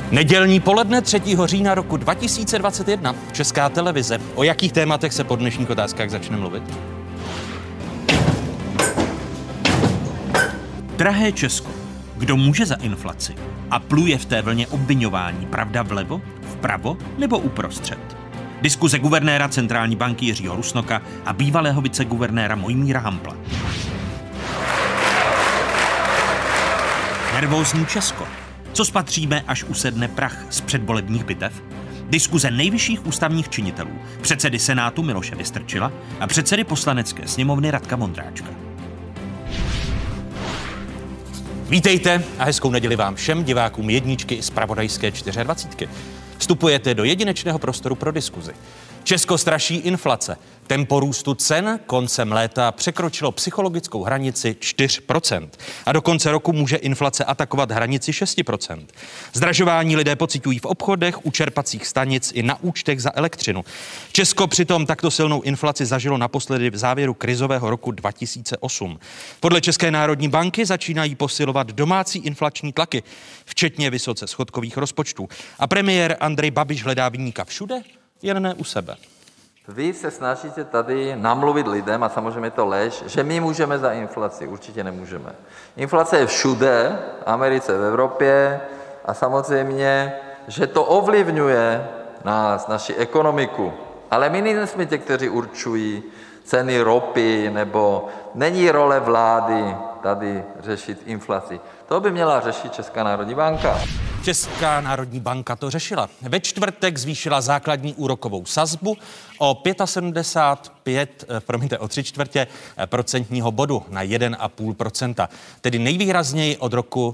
Nedělní poledne 3. října roku 2021. Česká televize. O jakých tématech se po dnešních otázkách začne mluvit? Drahé Česko. Kdo může za inflaci? A pluje v té vlně obviňování pravda vlevo, vpravo nebo uprostřed? Diskuze guvernéra centrální banky Jiřího Rusnoka a bývalého viceguvernéra Mojmíra Hampla. Nervózní Česko. Co spatříme, až usedne prach z předvolebních bitev? Diskuze nejvyšších ústavních činitelů, předsedy Senátu Miloše Vystrčila a předsedy Poslanecké sněmovny Radka Vondráčka. Vítejte a hezkou neděli vám všem divákům jedničky i zpravodajské 24. Vstupujete do jedinečného prostoru pro diskuzi. Česko straší inflace. Tempo růstu cen koncem léta překročilo psychologickou hranici 4%. A do konce roku může inflace atakovat hranici 6%. Zdražování lidé pociťují v obchodech, u čerpacích stanic i na účtech za elektřinu. Česko přitom takto silnou inflaci zažilo naposledy v závěru krizového roku 2008. Podle České národní banky začínají posilovat domácí inflační tlaky, včetně vysoce schodkových rozpočtů. A premiér Andrej Babiš hledá viníka všude, jen ne u sebe. Vy se snažíte tady namluvit lidem, a samozřejmě je to lež, že my můžeme za inflaci. Určitě nemůžeme. Inflace je všude, v Americe, v Evropě, a samozřejmě, že to ovlivňuje nás, naši ekonomiku. Ale my nejsme ti, kteří určují ceny ropy, nebo není role vlády tady řešit inflaci. To by měla řešit Česká národní banka. Česká národní banka to řešila. Ve čtvrtek zvýšila základní úrokovou sazbu o 3/4 procentního bodu na 1,5%, tedy nejvýrazněji od roku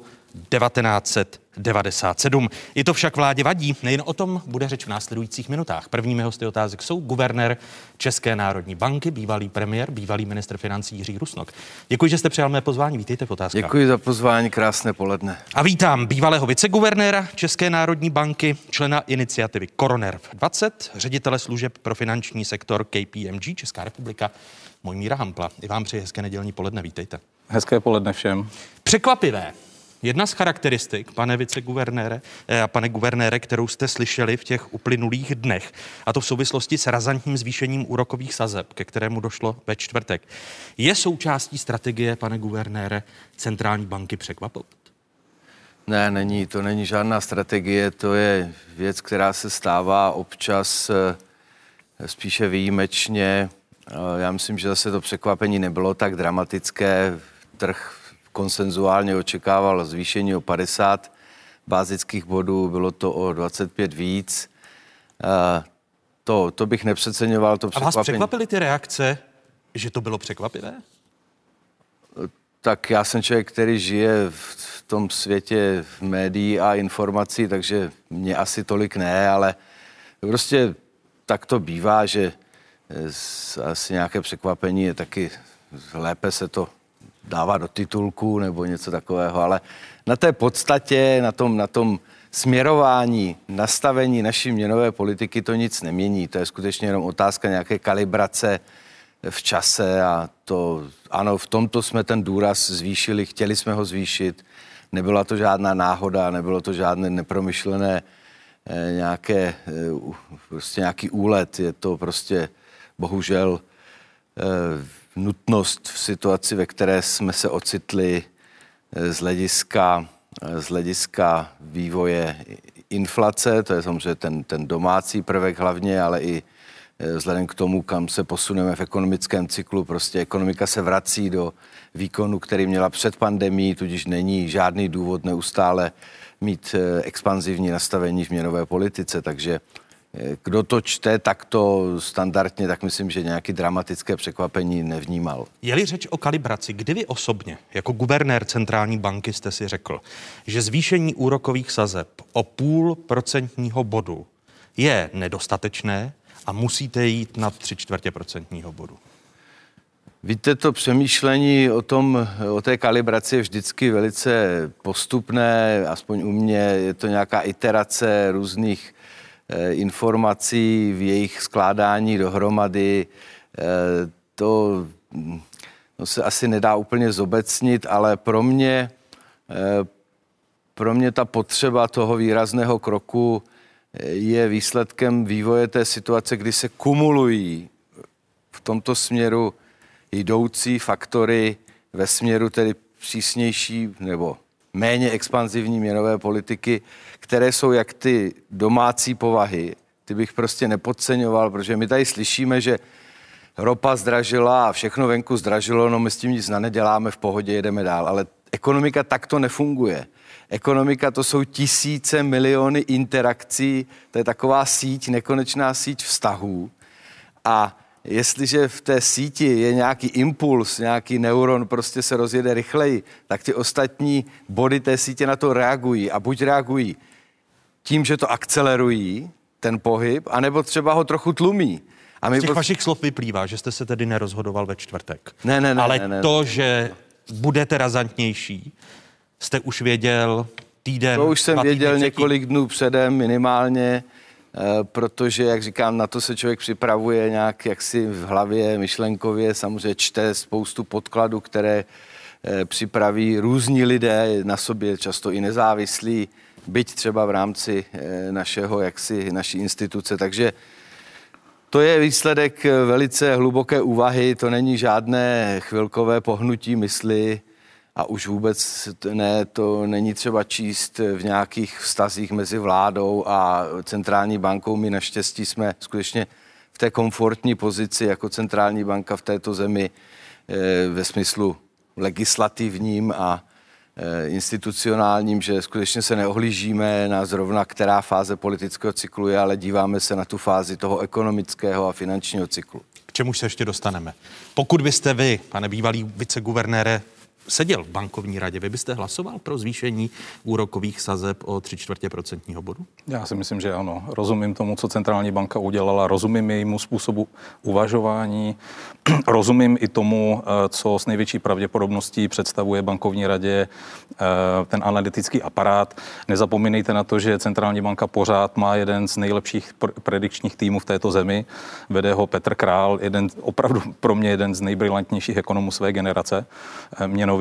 1997. I to však vládě vadí. Nejen o tom bude řeč v následujících minutách. Prvními hosty otázek jsou guvernér České národní banky, bývalý premiér, bývalý ministr financí Jiří Rusnok. Děkuji, že jste přijal mé pozvání. Vítejte v otázkách. Děkuji za pozvání, krásné poledne. A vítám bývalého viceguvernéra České národní banky, člena iniciativy Koronerv 20, ředitele služeb pro finanční sektor KPMG Česká republika Mojmíra Hampla. I vám přeji hezké nedělní poledne. Vítejte. Hezké poledne všem. Překvapivé. Jedna z charakteristik, pane viceguvernére a pane guvernére, kterou jste slyšeli v těch uplynulých dnech, a to v souvislosti s razantním zvýšením úrokových sazeb, ke kterému došlo ve čtvrtek, je součástí strategie, pane guvernére, centrální banky překvapovat? Ne, to není žádná strategie, to je věc, která se stává občas spíše výjimečně. Já myslím, že zase to překvapení nebylo tak dramatické. Trh konsenzuálně očekával zvýšení o 50 bázických bodů, bylo to o 25 víc. To bych nepřeceňoval, to překvapení. A vás překvapily ty reakce, že to bylo překvapivé? Tak já jsem člověk, který žije v tom světě médií a informací, takže mě asi tolik ne, ale prostě tak to bývá, že asi nějaké překvapení je taky lépe se to dává do titulku nebo něco takového, ale na té podstatě, na tom směrování, nastavení naší měnové politiky to nic nemění. To je skutečně jenom otázka nějaké kalibrace v čase a to, ano, v tomto jsme ten důraz zvýšili, chtěli jsme ho zvýšit, nebyla to žádná náhoda, nebylo to žádné nepromyšlené nějaký úlet, je to prostě bohužel nutnost v situaci, ve které jsme se ocitli z hlediska vývoje inflace, to je samozřejmě ten domácí prvek hlavně, ale i vzhledem k tomu, kam se posuneme v ekonomickém cyklu, prostě ekonomika se vrací do výkonu, který měla před pandemií, tudíž není žádný důvod neustále mít expanzivní nastavení v měnové politice, takže kdo to čte takto standardně, tak myslím, že nějaké dramatické překvapení nevnímal. Je-li řeč o kalibraci, kdy vy osobně, jako guvernér centrální banky, jste si řekl, že zvýšení úrokových sazeb o 0,5% bodu je nedostatečné a musíte jít na 0,75% bodu? Víte, to přemýšlení o té kalibraci je vždycky velice postupné, aspoň u mě je to nějaká iterace různých informací v jejich skládání dohromady. To se asi nedá úplně zobecnit, ale pro mě pro mě ta potřeba toho výrazného kroku je výsledkem vývoje té situace, kdy se kumulují v tomto směru jdoucí faktory ve směru tedy přísnější nebo méně expanzivní měnové politiky, které jsou jak ty domácí povahy. Ty bych prostě nepodceňoval, protože my tady slyšíme, že ropa zdražila a všechno venku zdražilo, no my s tím nic neděláme, v pohodě jedeme dál, ale ekonomika takto nefunguje. Ekonomika to jsou tisíce, miliony interakcí, to je taková síť, nekonečná síť vztahů a jestliže v té síti je nějaký impuls, nějaký neuron prostě se rozjede rychleji, tak ty ostatní body té sítě na to reagují a buď reagují tím, že to akcelerují, ten pohyb, anebo třeba ho trochu tlumí. A my z těch vašich slov vyplývá, že jste se tedy nerozhodoval ve čtvrtek. Ne, ale to, že budete razantnější, jste už věděl týden. To už jsem věděl několik dnů předem minimálně, protože, jak říkám, na to se člověk připravuje nějak jaksi v hlavě, myšlenkově, samozřejmě čte spoustu podkladů, které připraví různí lidé na sobě, často i nezávislí, byť třeba v rámci naší instituce, takže to je výsledek velice hluboké úvahy, to není žádné chvilkové pohnutí mysli a už vůbec ne, to není třeba číst v nějakých vztazích mezi vládou a centrální bankou. My naštěstí jsme skutečně v té komfortní pozici jako centrální banka v této zemi ve smyslu legislativním a institucionálním, že skutečně se neohlížíme na zrovna která fáze politického cyklu je, ale díváme se na tu fázi toho ekonomického a finančního cyklu. K čemu se ještě dostaneme? Pokud byste vy, pane bývalý viceguvernére, seděl v bankovní radě, vy byste hlasoval pro zvýšení úrokových sazeb o 0,75% bodu? Já si myslím, že ano. Rozumím tomu, co centrální banka udělala, rozumím jejímu způsobu uvažování, rozumím i tomu, co s největší pravděpodobností představuje bankovní radě ten analytický aparát. Nezapomínejte na to, že centrální banka pořád má jeden z nejlepších predikčních týmů v této zemi. Vede ho Petr Král, opravdu pro mě jeden z nejbrilantnějších ekonomů své generace měnových.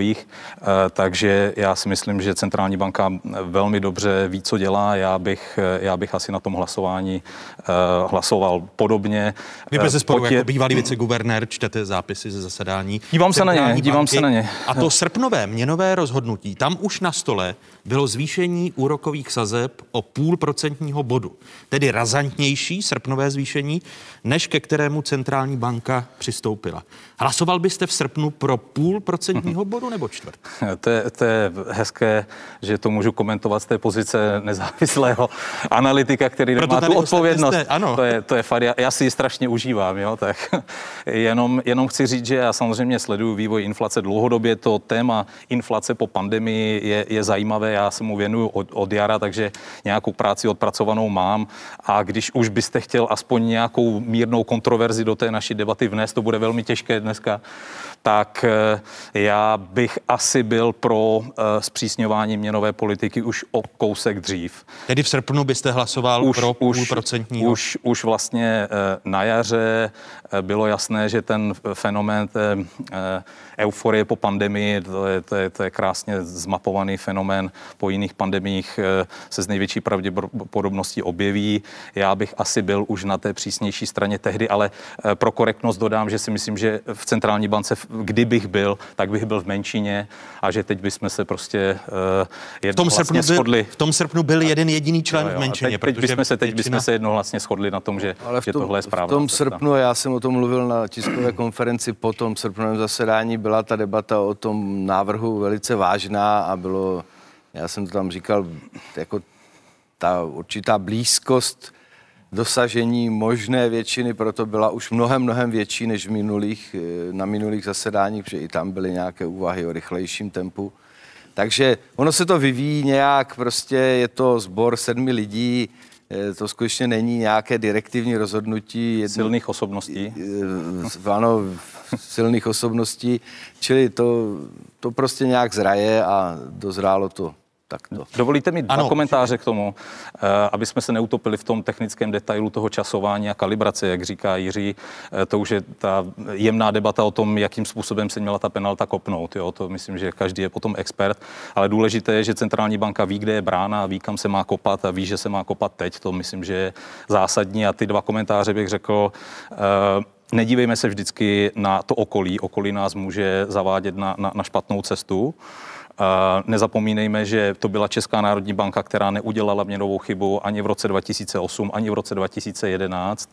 Takže já si myslím, že centrální banka velmi dobře ví, co dělá. Já bych asi na tom hlasování hlasoval podobně. Vy bezesporu jako bývalý viceguvernér čtete zápisy ze zasedání. Dívám se na ně. A to srpnové měnové rozhodnutí, tam už na stole bylo zvýšení úrokových sazeb o 0,5% bodu. Tedy razantnější srpnové zvýšení, než ke kterému centrální banka přistoupila. Hlasoval byste v srpnu pro 0,5% bodu nebo čtvrt? To je hezké, že to můžu komentovat z té pozice nezávislého analytika, který nemá tu odpovědnost. To je fakt, já si ji strašně užívám, jo, tak jenom chci říct, že já samozřejmě sleduju vývoj inflace dlouhodobě, to téma inflace po pandemii je zajímavé, já se mu věnuju od jara, takže nějakou práci odpracovanou mám a když už byste chtěl aspoň nějakou mírnou kontroverzi do té naší debaty vnést, to bude velmi těžké dneska, tak já bych asi byl pro zpřísňování měnové politiky už o kousek dřív. Tedy v srpnu byste hlasoval pro 0,5%? Už vlastně na jaře bylo jasné, že ten fenomén té euforie po pandemii, to je krásně zmapovaný fenomén, po jiných pandemiích se z největší pravděpodobností objeví. Já bych asi byl už na té přísnější straně tehdy, ale pro korektnost dodám, že si myslím, že v centrální bance, kdybych byl, tak bych byl v menšině a že teď bychom se prostě shodli. V tom srpnu byl jeden jediný člen v menšině. Teď bychom se jednohlasně shodli na tom, že tohle je správná v tom srpnu, já jsem o tom mluvil na tiskové konferenci po tom srpnovém zasedání, byla ta debata o tom návrhu velice vážná a já jsem to tam říkal, jako ta určitá blízkost dosažení možné většiny, proto byla už mnohem větší než na minulých zasedáních, protože i tam byly nějaké úvahy o rychlejším tempu. Takže ono se to vyvíjí nějak, prostě je to sbor 7 lidí, to skutečně není nějaké direktivní rozhodnutí. Silných osobností. Ano, silných osobností, čili to prostě nějak zraje a dozrálo to takto. Dovolíte mi dva komentáře k tomu, aby jsme se neutopili v tom technickém detailu toho časování a kalibrace, jak říká Jiří. To už je ta jemná debata o tom, jakým způsobem se měla ta penalta kopnout. Jo? To myslím, že každý je potom expert, ale důležité je, že centrální banka ví, kde je brána, ví, kam se má kopat a ví, že se má kopat teď. To myslím, že je zásadní a ty dva komentáře bych řekl, nedívejme se vždycky na to okolí. Okolí nás může zavádět na špatnou cestu. Nezapomínejme, že to byla Česká národní banka, která neudělala měnovou chybu ani v roce 2008, ani v roce 2011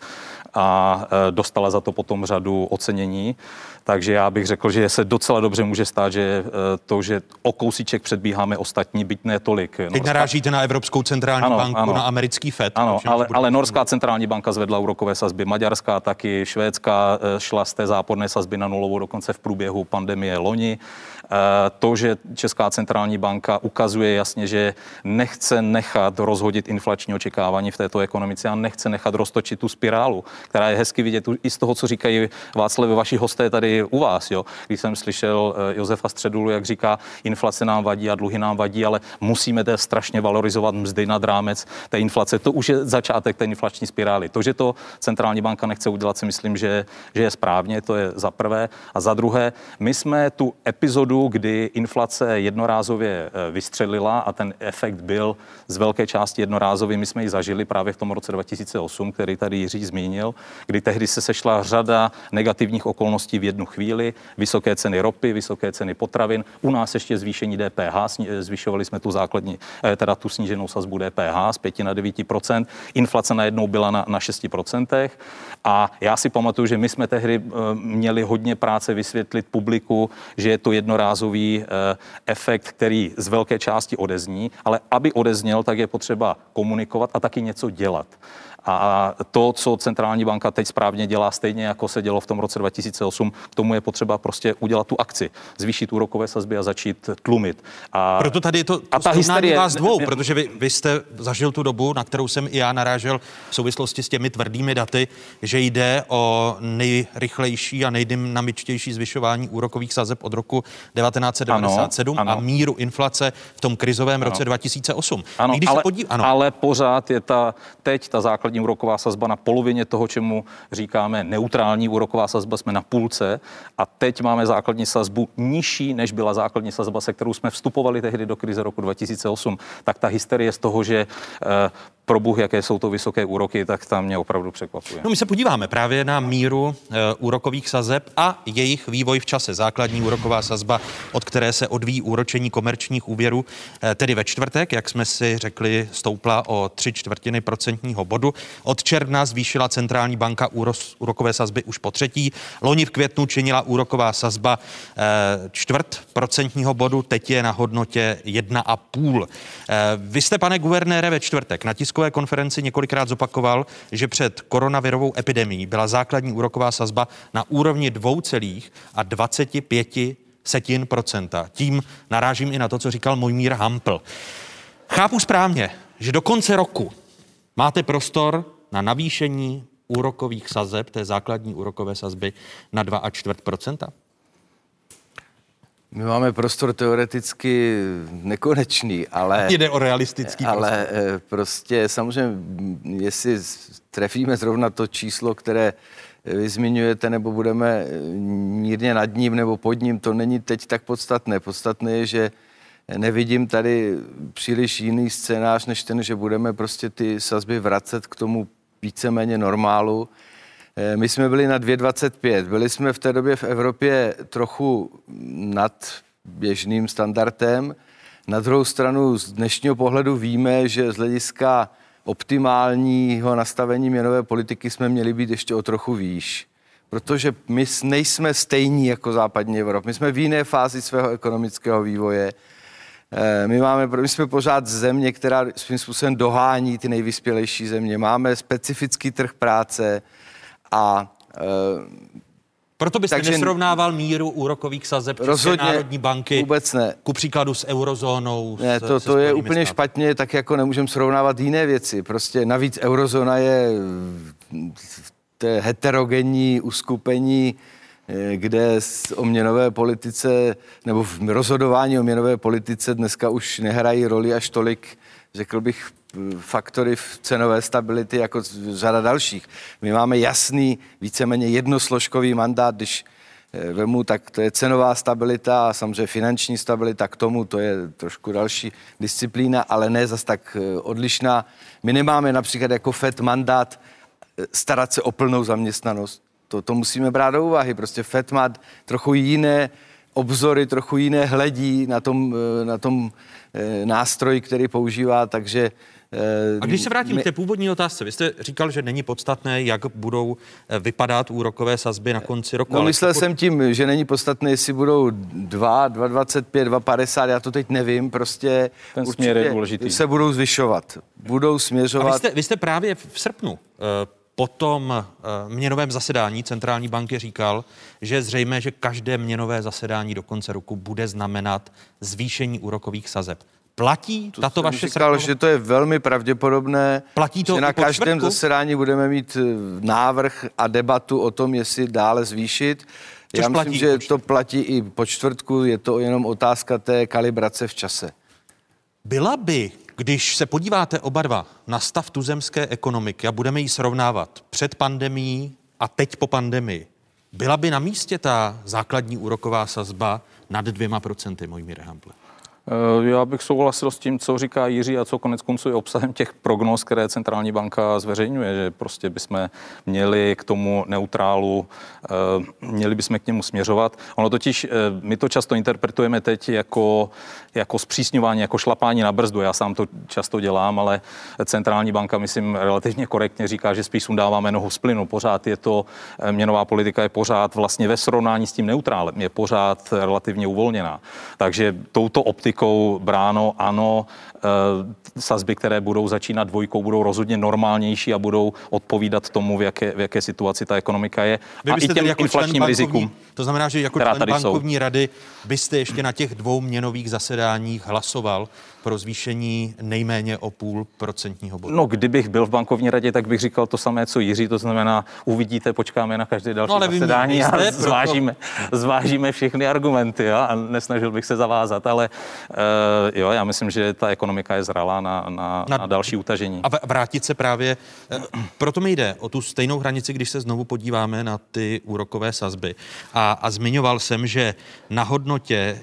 a dostala za to potom řadu ocenění. Takže já bych řekl, že se docela dobře může stát, že to, že o kousíček předbíháme ostatní, byť ne tolik. Teď narážíte na Evropskou centrální banku, na americký FED. Ano, ale norská centrální banka zvedla úrokové sazby, maďarská taky, švédská šla z té záporné sazby na nulovou dokonce v průběhu pandemie loni. To, že Česká centrální banka ukazuje jasně, že nechce nechat rozhodit inflační očekávání v této ekonomice a nechce nechat roztočit tu spirálu, která je hezky vidět i z toho, co říkají Václav, vaši hosté tady u vás. Jo. Když jsem slyšel Josefa Středulu, jak říká, inflace nám vadí a dluhy nám vadí, ale musíme strašně valorizovat mzdy nad rámec té inflace. To už je začátek té inflační spirály. To, že to centrální banka nechce udělat, si myslím, že je správně, to je za prvé. A za druhé, my jsme tu epizodu, kdy inflace jednorázově vystřelila a ten efekt byl z velké části jednorázový. My jsme ji zažili právě v tom roce 2008, který tady Jiří zmínil, kdy tehdy se sešla řada negativních okolností v jednu chvíli, vysoké ceny ropy, vysoké ceny potravin, u nás ještě zvýšení DPH, zvyšovali jsme tu základní, teda tu sníženou sazbu DPH z 5 na 9%, inflace najednou byla na 6%. A já si pamatuju, že my jsme tehdy měli hodně práce vysvětlit publiku, že je to jednorázový efekt, který z velké části odezní, ale aby odezněl, tak je potřeba komunikovat a taky něco dělat. A to, co centrální banka teď správně dělá, stejně jako se dělo v tom roce 2008, k tomu je potřeba prostě udělat tu akci, zvýšit úrokové sazby a začít tlumit. Proto tady je to ta hysterie vás dvou, protože vy jste zažil tu dobu, na kterou jsem i já narážel v souvislosti s těmi tvrdými daty, že jde o nejrychlejší a nejdynamičtější zvyšování úrokových sazeb od roku 1997 ano. A míru inflace v tom krizovém roce 2008. Ano, ale pořád je teď ta základní úroková sazba na polovině toho, čemu říkáme neutrální úroková sazba, jsme na půlce a teď máme základní sazbu nižší, než byla základní sazba, se kterou jsme vstupovali tehdy do krize roku 2008. Tak ta hysterie z toho, že pro Bůh, jaké jsou to vysoké úroky, tak tam mě opravdu překvapuje. No my se podíváme právě na míru úrokových sazeb a jejich vývoj v čase. Základní úroková sazba, od které se odvíjí úročení komerčních úvěrů, tedy ve čtvrtek, jak jsme si řekli, stoupla o 0,75 procentního bodu. Od června zvýšila centrální banka úrokové sazby už po třetí. Loni v květnu činila úroková sazba 0,25 procentního bodu, teď je na hodnotě 1,5. Vy jste, pane guvernére, ve čtvrtek na tiskové konferenci několikrát zopakoval, že před koronavirovou epidemií byla základní úroková sazba na úrovni 2,25%. Tím narážím i na to, co říkal Mojmír Hampl. Chápu správně, že do konce roku máte prostor na navýšení úrokových sazeb, té základní úrokové sazby na 2,25%? My máme prostor teoreticky nekonečný, ale... Jde o realistický prostor. Ale prostě samozřejmě, jestli trefíme zrovna to číslo, které vy zmiňujete, nebo budeme mírně nad ním nebo pod ním, to není teď tak podstatné. Podstatné je, že nevidím tady příliš jiný scénář, než ten, že budeme prostě ty sazby vracet k tomu víceméně normálu. My jsme byli na 2,25. Byli jsme v té době v Evropě trochu nad běžným standardem. Na druhou stranu z dnešního pohledu víme, že z hlediska optimálního nastavení měnové politiky jsme měli být ještě o trochu výš. Protože my nejsme stejní jako západní Evropa. My jsme v jiné fázi svého ekonomického vývoje. My jsme pořád země, která svým způsobem dohání ty nejvyspělejší země. Máme specifický trh práce a... Proto byste nesrovnával míru úrokových sazeb České národní banky vůbec ne. Ku příkladu s eurozónou? Ne, to je úplně špatně, tak jako nemůžeme srovnávat jiné věci. Prostě navíc eurozóna je heterogenní uskupení kde o měnové politice nebo v rozhodování o měnové politice dneska už nehrají roli až tolik, řekl bych, faktory v cenové stability jako řada dalších. My máme jasný, víceméně jednosložkový mandát, když vemu, tak to je cenová stabilita a samozřejmě finanční stabilita k tomu, to je trošku další disciplína, ale ne zas tak odlišná. My nemáme například jako FED mandát starat se o plnou zaměstnanost. To musíme brát do úvahy. Prostě FED má trochu jiné obzory, trochu jiné hledí na tom nástroji, který používá, takže... A když se vrátím k té původní otázce, vy jste říkal, že není podstatné, jak budou vypadat úrokové sazby na konci roku. No, myslel jsem tím, že není podstatné, jestli budou 2,25, 2,50, já to teď nevím, prostě ten směr je důležitý. Se budou zvyšovat, budou směřovat... A vy jste právě v srpnu po tom měnovém zasedání centrální banky říkal, že je zřejmé, že každé měnové zasedání do konce roku bude znamenat zvýšení úrokových sazeb. Platí tato vaše říkal, že to je velmi pravděpodobné, platí to že na každém zasedání budeme mít návrh a debatu o tom, jestli dále zvýšit. Já myslím, že to platí i po čtvrtku, je to jenom otázka té kalibrace v čase. Byla by, když se podíváte oba dva na stav tuzemské ekonomiky a budeme ji srovnávat před pandemií a teď po pandemii, byla by na místě ta základní úroková sazba nad 2%, Mojmíre Hample? Já bych souhlasil s tím, co říká Jiří a co konec konců je obsahem těch prognóz, které centrální banka zveřejňuje, že prostě bychom měli k tomu neutrálu, měli bychom k němu směřovat. Ono totiž, my to často interpretujeme teď jako zpřísňování, jako šlapání na brzdu. Já sám to často dělám, ale centrální banka, myslím, relativně korektně říká, že spíš sundáváme nohu z plynu. Pořád je to, měnová politika je pořád vlastně ve srovnání s tím neutrálem, je pořád relativně uvolněná. Takže touto optikou bráno, ano, sazby, které budou začínat dvojkou, budou rozhodně normálnější a budou odpovídat tomu, v jaké situaci ta ekonomika je. A i těm inflačním rizikům. To znamená, že jako člen bankovní rady byste ještě na těch 2 měnových zasedáních hlasoval pro zvýšení nejméně o 0,5% bodu. No, kdybych byl v bankovní radě, tak bych říkal to samé, co Jiří, to znamená, uvidíte, počkáme na každé další zasedání a zvážíme všechny argumenty, jo? A nesnažil bych se zavázat, ale jo, já myslím, že ta ekonomika je zralá na další utažení. A vrátit se právě, proto mi jde o tu stejnou hranici, když se znovu podíváme na ty úrokové sazby. A zmiňoval jsem, že na hodnotě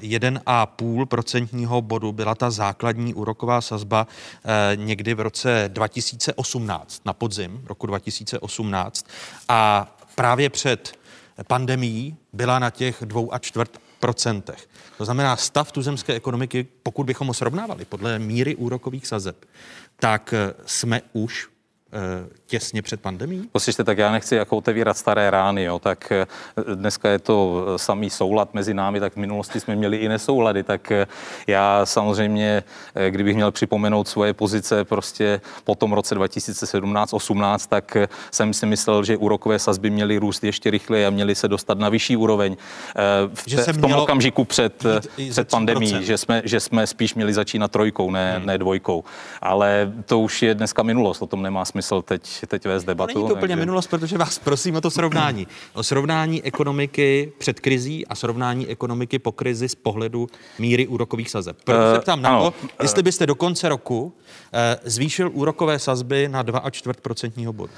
1,5% bodu byla ta základní úroková sazba někdy v roce 2018, na podzim roku 2018. A právě před pandemií byla na těch 2,25%. To znamená, stav tuzemské ekonomiky, pokud bychom ho srovnávali podle míry úrokových sazeb, tak jsme už těsně před pandemií? Poslyšte, tak já nechci jako otevírat staré rány, jo, tak dneska je to samý soulad mezi námi, tak v minulosti jsme měli i nesoulady, tak já samozřejmě, kdybych měl připomenout svoje pozice prostě po tom roce 2017-18, tak jsem si myslel, že úrokové sazby měly růst ještě rychleji a měly se dostat na vyšší úroveň v tom okamžiku před pandemií, že jsme spíš měli začínat 3, ne 2. Ale to už je dneska minulost, o tom nemá smysl teď vést debatu. To není to úplně minulost, protože vás prosím o to srovnání. O srovnání ekonomiky před krizí a srovnání ekonomiky po krizi z pohledu míry úrokových sazeb. Proto se ptám na to, jestli byste do konce roku zvýšil úrokové sazby na 2,25% bodu.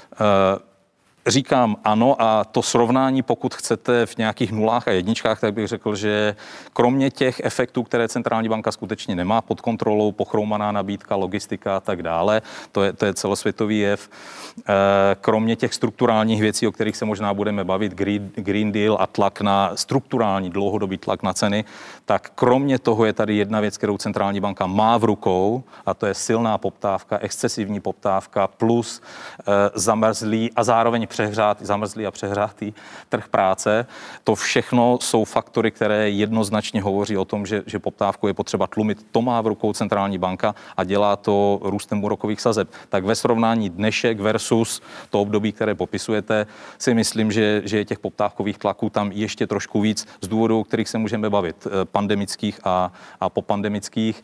Říkám ano a to srovnání, pokud chcete v nějakých nulách a jedničkách, tak bych řekl, že kromě těch efektů, které centrální banka skutečně nemá pod kontrolou, pochroumaná nabídka, logistika a tak dále, to je celosvětový jev, kromě těch strukturálních věcí, o kterých se možná budeme bavit, Green Deal a tlak na strukturální dlouhodobý tlak na ceny, tak kromě toho je tady jedna věc, kterou centrální banka má v rukou a to je silná poptávka, excesivní poptávka plus zamrzlý a zároveň zamrzlý a přehrátý trh práce. To všechno jsou faktory, které jednoznačně hovoří o tom, že poptávku je potřeba tlumit. To má v rukou centrální banka a dělá to růstem úrokových sazeb. Tak ve srovnání dnešek versus to období, které popisujete, si myslím, že je těch poptávkových tlaků tam ještě trošku víc z důvodů, o kterých se můžeme bavit, pandemických a popandemických.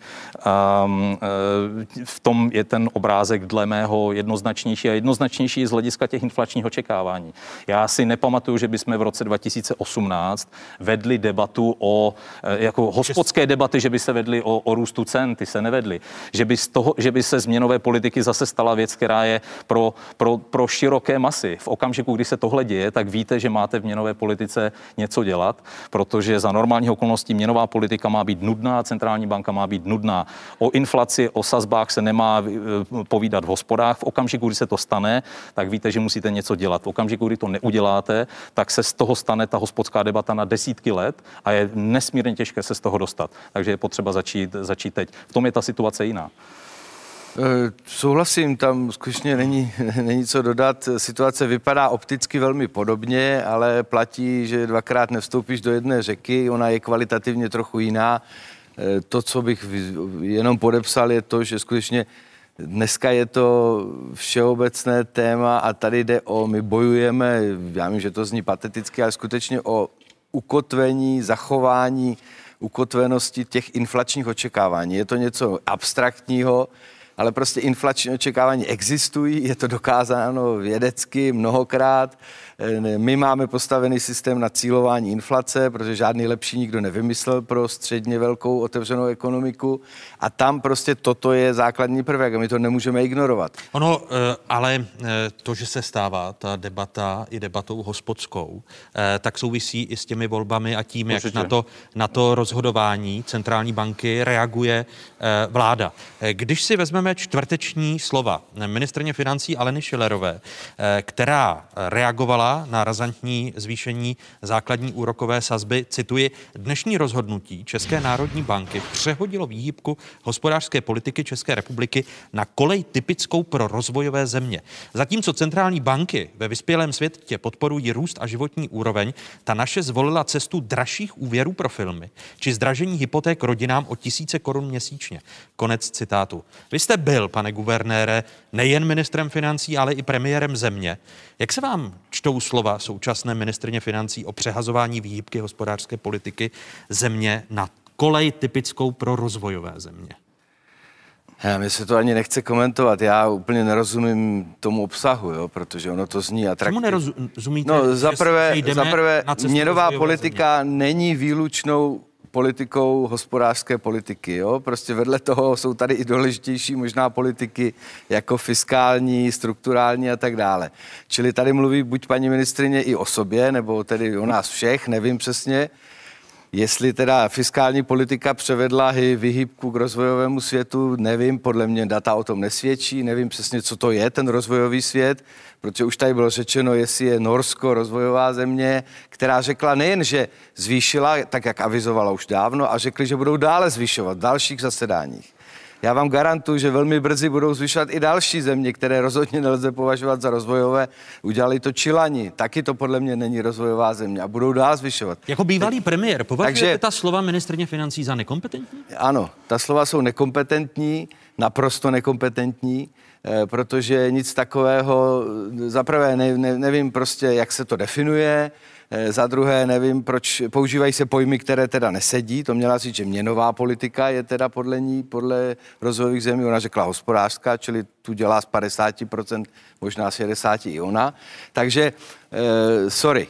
V tom je ten obrázek dle mého jednoznačnější a jednoznačnější z hlediska těch inflačních očekávání. očekávání. Já si nepamatuju, že bychom v roce 2018 vedli debatu o, jako hospodské debaty, že by se vedly o růstu cen, ty se nevedly. Že by se z měnové politiky zase stala věc, která je pro široké masy. V okamžiku, kdy se tohle děje, tak víte, že máte v měnové politice něco dělat, protože za normálních okolností měnová politika má být nudná, centrální banka má být nudná. O inflaci, o sazbách se nemá povídat v hospodách. V okamžiku, kdy se to stane, tak víte, že musíte něco dělat. V okamžiku, kdy to neuděláte, tak se z toho stane ta hospodská debata na desítky let a je nesmírně těžké se z toho dostat. Takže je potřeba začít teď. V tom je ta situace jiná. Souhlasím, tam skutečně není co dodat. Situace vypadá opticky velmi podobně, ale platí, že dvakrát nevstoupíš do jedné řeky, ona je kvalitativně trochu jiná. To, co bych jenom podepsal, je to, že skutečně dneska je to všeobecné téma a tady jde my bojujeme, já vím, že to zní pateticky, ale skutečně o ukotvení, zachování ukotvenosti těch inflačních očekávání. Je to něco abstraktního, ale prostě inflační očekávání existují, je to dokázáno vědecky mnohokrát. My máme postavený systém na cílování inflace, protože žádný lepší nikdo nevymyslel pro středně velkou otevřenou ekonomiku a tam prostě toto je základní prvek a my to nemůžeme ignorovat. Ono, ale to, že se stává ta debata i debatou hospodskou, tak souvisí i s těmi volbami a tím, jak na to rozhodování centrální banky reaguje vláda. Když si vezmeme čtvrteční slova ministryně financí Aleny Schillerové, která reagovala na razantní zvýšení základní úrokové sazby, cituji, dnešní rozhodnutí České národní banky přehodilo výhybku hospodářské politiky České republiky na kolej typickou pro rozvojové země. Zatímco centrální banky ve vyspělém světě podporují růst a životní úroveň, ta naše zvolila cestu dražších úvěrů pro filmy či zdražení hypoték rodinám o tisíce korun měsíčně. Konec citátu. Vy jste byl, pane guvernére, nejen ministrem financí, ale i premiérem země. Jak se vám čtou slova současné ministryně financí o přehazování výhybky hospodářské politiky země na kolej typickou pro rozvojové země? Mně se to ani nechce komentovat. Já úplně nerozumím tomu obsahu, jo, protože ono to zní atraktivně. Čemu nerozumíte? No, zaprvé měnová politika není výlučnou politikou hospodářské politiky. Jo? Prostě vedle toho jsou tady i důležitější možná politiky jako fiskální, strukturální a tak dále. Čili tady mluví buď paní ministryně i o sobě, nebo tedy o nás všech, nevím přesně. Jestli teda fiskální politika převedla vyhýbku k rozvojovému světu, nevím, podle mě data o tom nesvědčí, nevím přesně, co to je ten rozvojový svět, protože už tady bylo řečeno, jestli je Norsko rozvojová země, která řekla nejen, že zvýšila, tak jak avizovala už dávno, a řekli, že budou dále zvyšovat v dalších zasedáních. Já vám garantuju, že velmi brzy budou zvyšovat i další země, které rozhodně nelze považovat za rozvojové. Udělali to Čilani, taky to podle mě není rozvojová země a budou dál zvyšovat. Jako bývalý premiér, považujete ta slova ministryně financí za nekompetentní? Ano, ta slova jsou nekompetentní, naprosto nekompetentní, protože nic takového, zaprvé nevím prostě, jak se to definuje, za druhé nevím, proč používají se pojmy, které teda nesedí. To měla říct, že měnová politika je teda podle ní, podle rozvojových zemí, ona řekla hospodářská, čili tu dělá z 50%, možná 60% i ona. Takže, sorry,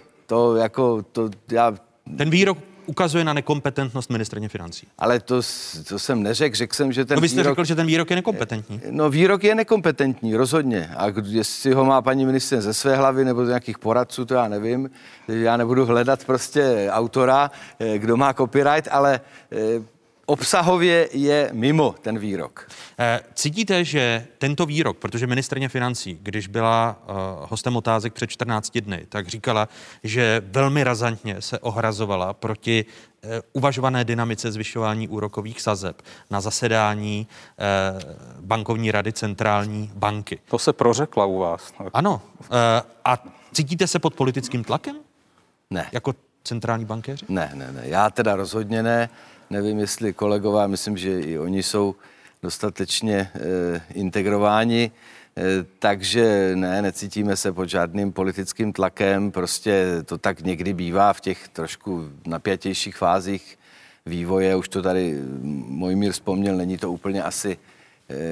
Ten výrok ukazuje na nekompetentnost ministryně financí. Ale to jsem neřekl, řekl jsem, že ten vy jste řekl, že ten výrok je nekompetentní. No výrok je nekompetentní, rozhodně. A jestli ho má paní ministryně ze své hlavy nebo z nějakých poradců, to já nevím. Já nebudu hledat prostě autora, kdo má copyright, ale obsahově je mimo ten výrok. Cítíte, že tento výrok, protože ministryně financí, když byla hostem otázek před 14 dny, tak říkala, že velmi razantně se ohrazovala proti uvažované dynamice zvyšování úrokových sazeb na zasedání bankovní rady centrální banky. To se prořekla u vás. Ano. A cítíte se pod politickým tlakem? Ne. Jako centrální bankéři? Ne. Já teda rozhodně ne. Nevím, jestli kolegové, myslím, že i oni jsou dostatečně integrováni, takže necítíme se pod žádným politickým tlakem, prostě to tak někdy bývá v těch trošku napjatějších fázích vývoje, už to tady Mojmír vzpomněl, není to úplně asi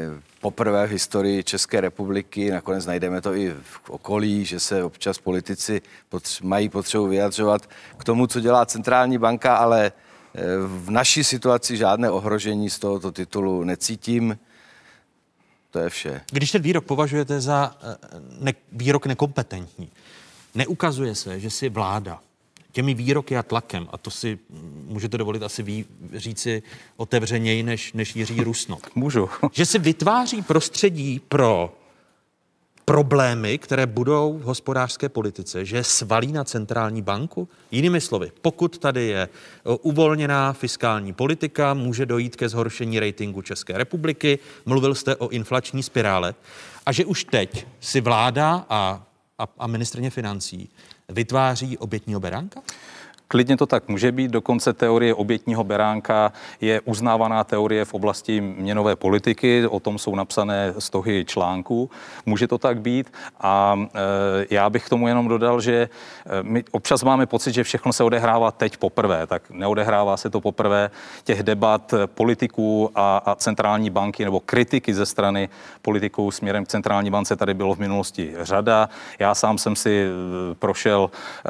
poprvé v historii České republiky, nakonec najdeme to i v okolí, že se občas politici mají potřebu vyjadřovat k tomu, co dělá centrální banka, ale v naší situaci žádné ohrožení z tohoto titulu necítím. To je vše. Když ten výrok považujete za výrok nekompetentní, neukazuje se, že si vláda těmi výroky a tlakem, a to si můžete dovolit asi říci otevřeněji než Jiří Rusnok. Můžu. Že si vytváří prostředí pro problémy, které budou v hospodářské politice, že svalí na centrální banku? Jinými slovy, pokud tady je uvolněná fiskální politika, může dojít ke zhoršení ratingu České republiky, mluvil jste o inflační spirále, a že už teď si vláda a ministryně financí vytváří obětního beránka? Klidně to tak může být, dokonce teorie obětního beránka je uznávaná teorie v oblasti měnové politiky, o tom jsou napsané stohy článků, může to tak být a já bych k tomu jenom dodal, že my občas máme pocit, že všechno se odehrává teď poprvé, tak neodehrává se to poprvé. Těch debat politiků a centrální banky nebo kritiky ze strany politiků směrem k centrální bance tady bylo v minulosti řada. Já sám jsem si prošel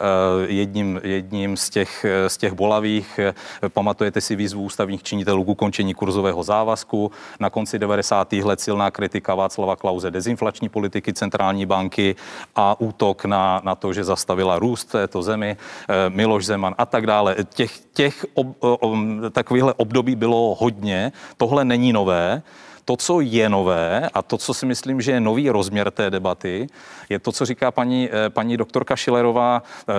jedním z těch bolavých. Pamatujete si výzvu ústavních činitelů k ukončení kurzového závazku. Na konci 90. let silná kritika Václava Klause dezinflační politiky centrální banky a útok na to, že zastavila růst této zemi, Miloš Zeman a tak dále. Takovýchhle období bylo hodně. Tohle není nové. To, co je nové a to, co si myslím, že je nový rozměr té debaty, je to, co říká paní doktorka Schillerová.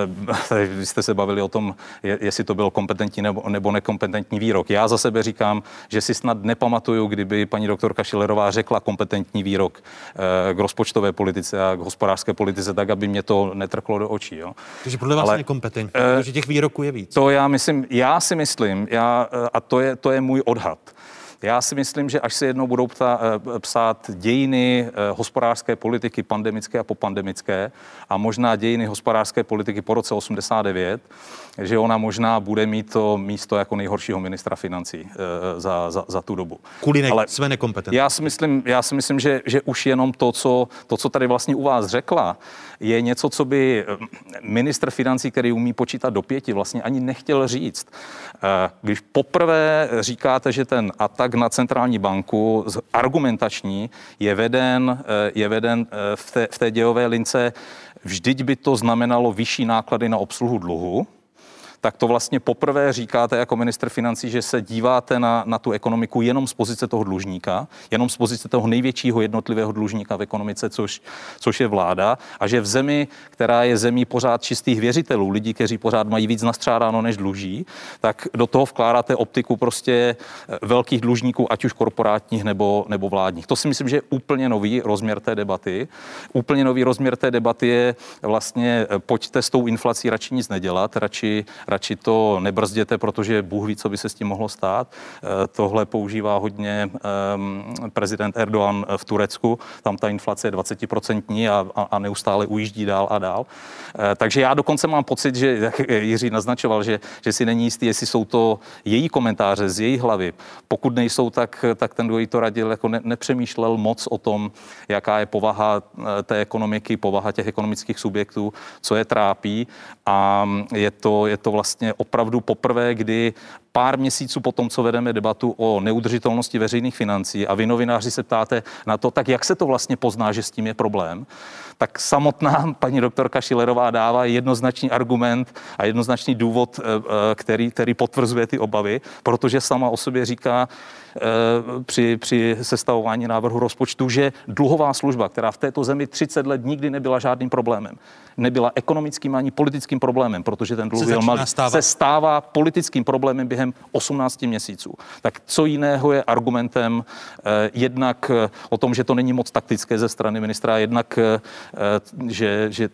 Vy jste se bavili o tom, jestli to byl kompetentní nebo nekompetentní výrok. Já za sebe říkám, že si snad nepamatuju, kdyby paní doktorka Schillerová řekla kompetentní výrok k rozpočtové politice a k hospodářské politice, tak, aby mě to netrklo do očí. Jo. Takže podle vás nekompetentní, protože těch výroků je víc. To já si myslím, a to je můj odhad. Já si myslím, že až se jednou budou psát dějiny hospodářské politiky pandemické a popandemické a možná dějiny hospodářské politiky po roce 89, že ona možná bude mít to místo jako nejhoršího ministra financí za tu dobu. Kvůli své nekompetentnosti. Já si myslím, že už jenom to, co tady vlastně u vás řekla, je něco, co by ministr financí, který umí počítat do 5, vlastně ani nechtěl říct. Když poprvé říkáte, že ten atak na centrální banku argumentační je veden v té dějové lince, vždyť by to znamenalo vyšší náklady na obsluhu dluhu, tak to vlastně poprvé říkáte jako ministr financí, že se díváte na tu ekonomiku jenom z pozice toho dlužníka, jenom z pozice toho největšího jednotlivého dlužníka v ekonomice, což je vláda, a že v zemi, která je zemí pořád čistých věřitelů, lidí, kteří pořád mají víc nastřádáno, než dluží, tak do toho vkládáte optiku prostě velkých dlužníků, ať už korporátních nebo vládních. To si myslím, že je úplně nový rozměr té debaty. Úplně nový rozměr té debaty je vlastně pojďte s tou inflací radši nic nedělat, radši to nebrzděte, protože Bůh ví, co by se s tím mohlo stát. Tohle používá hodně prezident Erdogan v Turecku. Tam ta inflace je 20% a neustále ujíždí dál a dál. Takže já dokonce mám pocit, že jak Jiří naznačoval, že si není jistý, jestli jsou to její komentáře z její hlavy. Pokud nejsou, tak ten, kdo jí to radil, jako nepřemýšlel moc o tom, jaká je povaha té ekonomiky, povaha těch ekonomických subjektů, co je trápí, a je to vlastně opravdu poprvé, kdy pár měsíců po tom, co vedeme debatu o neudržitelnosti veřejných financí a vy novináři se ptáte na to, tak jak se to vlastně pozná, že s tím je problém, tak samotná paní doktorka Schillerová dává jednoznačný argument a jednoznačný důvod, který potvrzuje ty obavy, protože sama o sobě říká při sestavování návrhu rozpočtu, že dluhová služba, která v této zemi 30 let nikdy nebyla žádným problémem, nebyla ekonomickým ani politickým problémem, protože ten dluh se stává politickým problémem během 18 měsíců. Tak co jiného je argumentem jednak o tom, že to není moc taktické ze strany ministra, jednak, že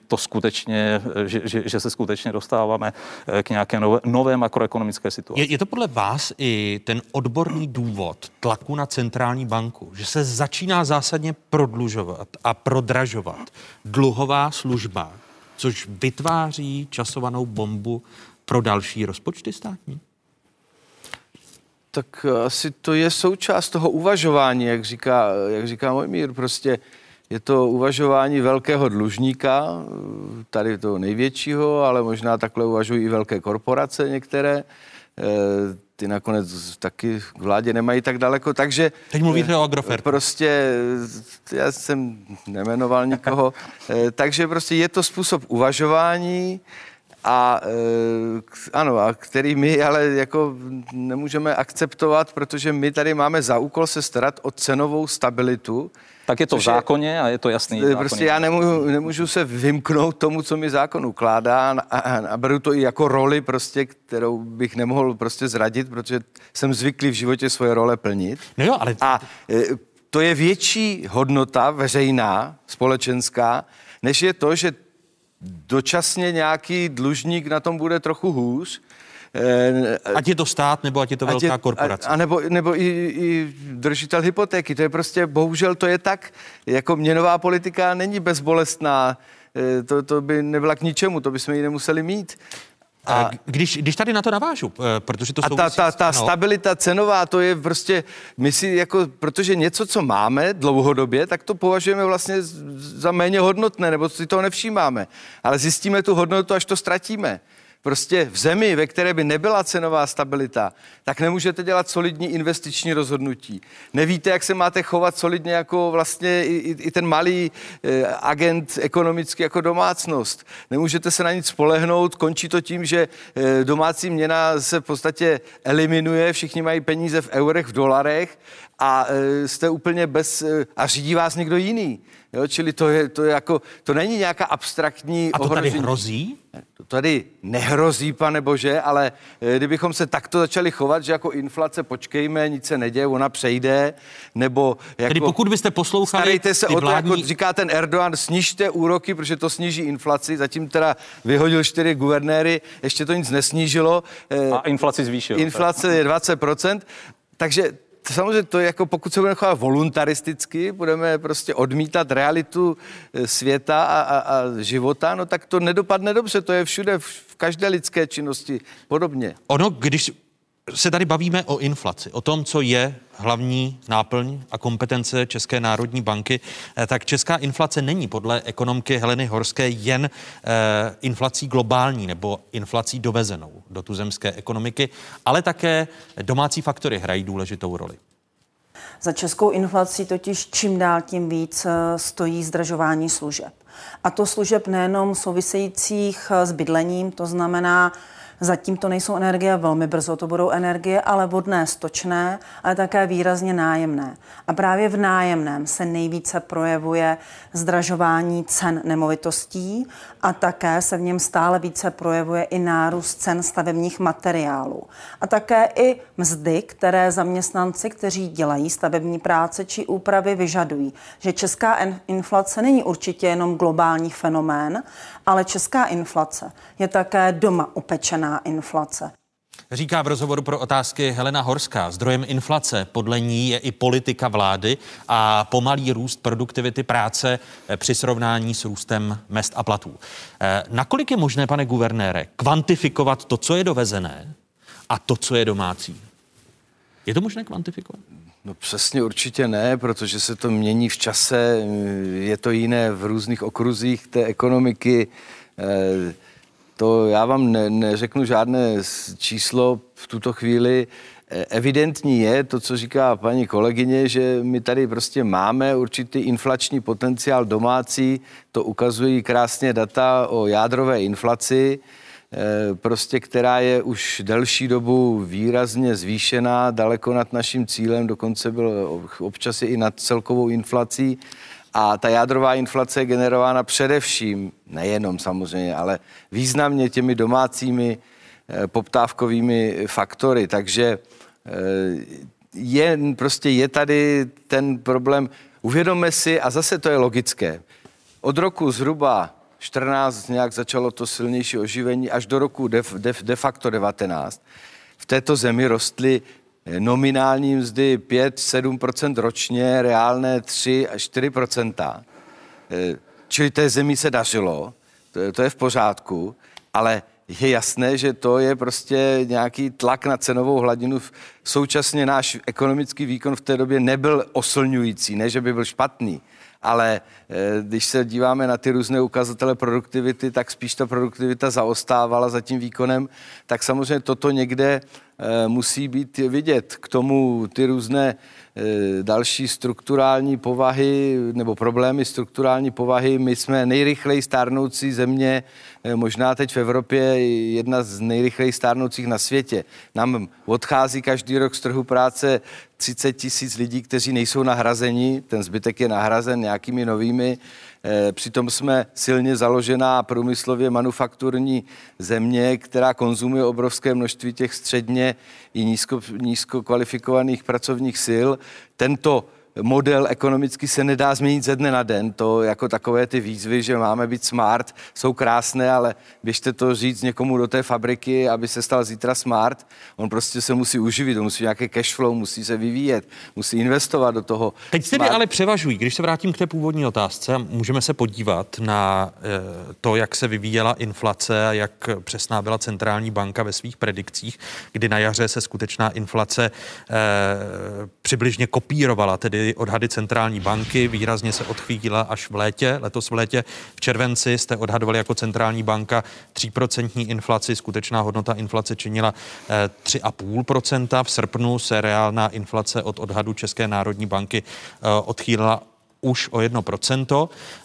se skutečně dostáváme k nějaké nové makroekonomické situaci. Je to podle vás i ten odborný důvod tlaku na centrální banku, že se začíná zásadně prodlužovat a prodražovat dluhová služba, což vytváří časovanou bombu pro další rozpočty státní? Tak asi to je součást toho uvažování, jak říká Mojmír, prostě je to uvažování velkého dlužníka, tady toho největšího, ale možná takhle uvažují i velké korporace některé. Ty nakonec taky k vládě nemají tak daleko, takže... Teď mluvíte o Agrofertu. Prostě, já jsem nemenoval nikoho, takže prostě je to způsob uvažování a ano, a který my ale jako nemůžeme akceptovat, protože my tady máme za úkol se starat o cenovou stabilitu. Tak je to v zákoně a je to jasný. Prostě já nemůžu se vymknout tomu, co mi zákon ukládá a beru to i jako roli prostě, kterou bych nemohl prostě zradit, protože jsem zvyklý v životě svoje role plnit. No jo, ale... A to je větší hodnota veřejná, společenská, než je to, že dočasně nějaký dlužník na tom bude trochu hůř. Ať je to stát, nebo ať je to velká korporace. A nebo i držitel hypotéky. To je prostě, bohužel to je tak, jako měnová politika není bezbolestná. To by nebyla k ničemu, to bychom ji nemuseli mít. A když tady na to navážu, protože to souvisí... A ta stabilita cenová, to je prostě, my si jako, protože něco, co máme dlouhodobě, tak to považujeme vlastně za méně hodnotné, nebo si toho nevšímáme. Ale zjistíme tu hodnotu, až to ztratíme. Prostě v zemi, ve které by nebyla cenová stabilita, tak nemůžete dělat solidní investiční rozhodnutí. Nevíte, jak se máte chovat solidně jako vlastně i ten malý agent ekonomický jako domácnost. Nemůžete se na nic spolehnout, končí to tím, že domácí měna se v podstatě eliminuje, všichni mají peníze v eurech, v dolarech a jste úplně a řídí vás někdo jiný. Jo, čili to je jako, to není nějaká abstraktní ohrožení. A to tady hrozí? To tady nehrozí, pane bože, ale kdybychom se takto začali chovat, že jako inflace, počkejme, nic se neděje, ona přejde, nebo jako... Tedy pokud byste poslouchali... Starejte se o to, jako říká ten Erdogan, snižte úroky, protože to sníží inflaci, zatím teda vyhodil 4 guvernéry, ještě to nic nesnížilo. A inflaci zvýšil. Inflace je 20%, takže samozřejmě to je jako, pokud se budeme chovat voluntaristicky, budeme prostě odmítat realitu světa a života, no tak to nedopadne dobře, to je všude, v každé lidské činnosti podobně. Ono, když se tady bavíme o inflaci, o tom, co je hlavní náplň a kompetence České národní banky, tak česká inflace není podle ekonomky Heleny Horské jen inflací globální nebo inflací dovezenou do tuzemské ekonomiky, ale také domácí faktory hrají důležitou roli. Za českou inflací totiž čím dál tím víc stojí zdražování služeb. A to služeb nejenom souvisejících s bydlením, to znamená, zatím to nejsou energie, velmi brzo to budou energie, ale vodné, stočné, ale také výrazně nájemné. A právě v nájemném se nejvíce projevuje zdražování cen nemovitostí a také se v něm stále více projevuje i nárůst cen stavebních materiálů. A také i mzdy, které zaměstnanci, kteří dělají stavební práce či úpravy, vyžadují. Že česká inflace není určitě jenom globální fenomén, ale česká inflace je také doma upečená inflace. Říká v rozhovoru pro Otázky Helena Horská. Zdrojem inflace podle ní je i politika vlády a pomalý růst produktivity práce při srovnání s růstem mezd a platů. Nakolik je možné, pane guvernére, kvantifikovat to, co je dovezené a to, co je domácí? Je to možné kvantifikovat? No přesně určitě ne, protože se to mění v čase, je to jiné v různých okruzích té ekonomiky. To já vám neřeknu žádné číslo v tuto chvíli. Evidentní je to, co říká paní kolegyně, že my tady prostě máme určitý inflační potenciál domácí, to ukazují krásně data o jádrové inflaci, prostě která je už delší dobu výrazně zvýšená, daleko nad naším cílem, dokonce byl občas i nad celkovou inflací. A ta jádrová inflace je generována především, nejenom samozřejmě, ale významně těmi domácími poptávkovými faktory. Takže je tady ten problém. Uvědomme si, a zase to je logické, od roku zhruba 14 nějak začalo to silnější oživení, až do roku de facto 19. V této zemi rostly nominální mzdy 5-7% ročně, reálné 3-4%. Čili té zemi se dařilo, to je v pořádku, ale je jasné, že to je prostě nějaký tlak na cenovou hladinu. Současně náš ekonomický výkon v té době nebyl oslňující, ne, že by byl špatný, ale když se díváme na ty různé ukazatele produktivity, tak spíš ta produktivita zaostávala za tím výkonem, tak samozřejmě toto někde musí být vidět. K tomu ty různé další strukturální povahy nebo problémy strukturální povahy. My jsme nejrychleji stárnoucí země, možná teď v Evropě jedna z nejrychleji stárnoucích na světě. Nám odchází každý rok z trhu práce 30 000 lidí, kteří nejsou nahrazeni, ten zbytek je nahrazen nějakými novými. Přitom jsme silně založená průmyslově manufakturní země, která konzumuje obrovské množství těch středně i nízko kvalifikovaných pracovních sil. Tento model ekonomicky se nedá změnit ze dne na den. To jako takové ty výzvy, že máme být smart, jsou krásné, ale běžte to říct někomu do té fabriky, aby se stal zítra smart. On prostě se musí uživit, on musí nějaké cash flow, musí se vyvíjet, musí investovat do toho. Teď tedy ale převažují. Když se vrátím k té původní otázce, můžeme se podívat na to, jak se vyvíjela inflace a jak přesná byla centrální banka ve svých predikcích, kdy na jaře se skutečná inflace přibližně kopírovala, tedy odhady centrální banky, výrazně se odchýlila až v létě, letos v létě. V červenci jste odhadovali jako centrální banka 3% inflaci, skutečná hodnota inflace činila 3,5%. V srpnu se reálná inflace od odhadu České národní banky odchýlila už o 1%.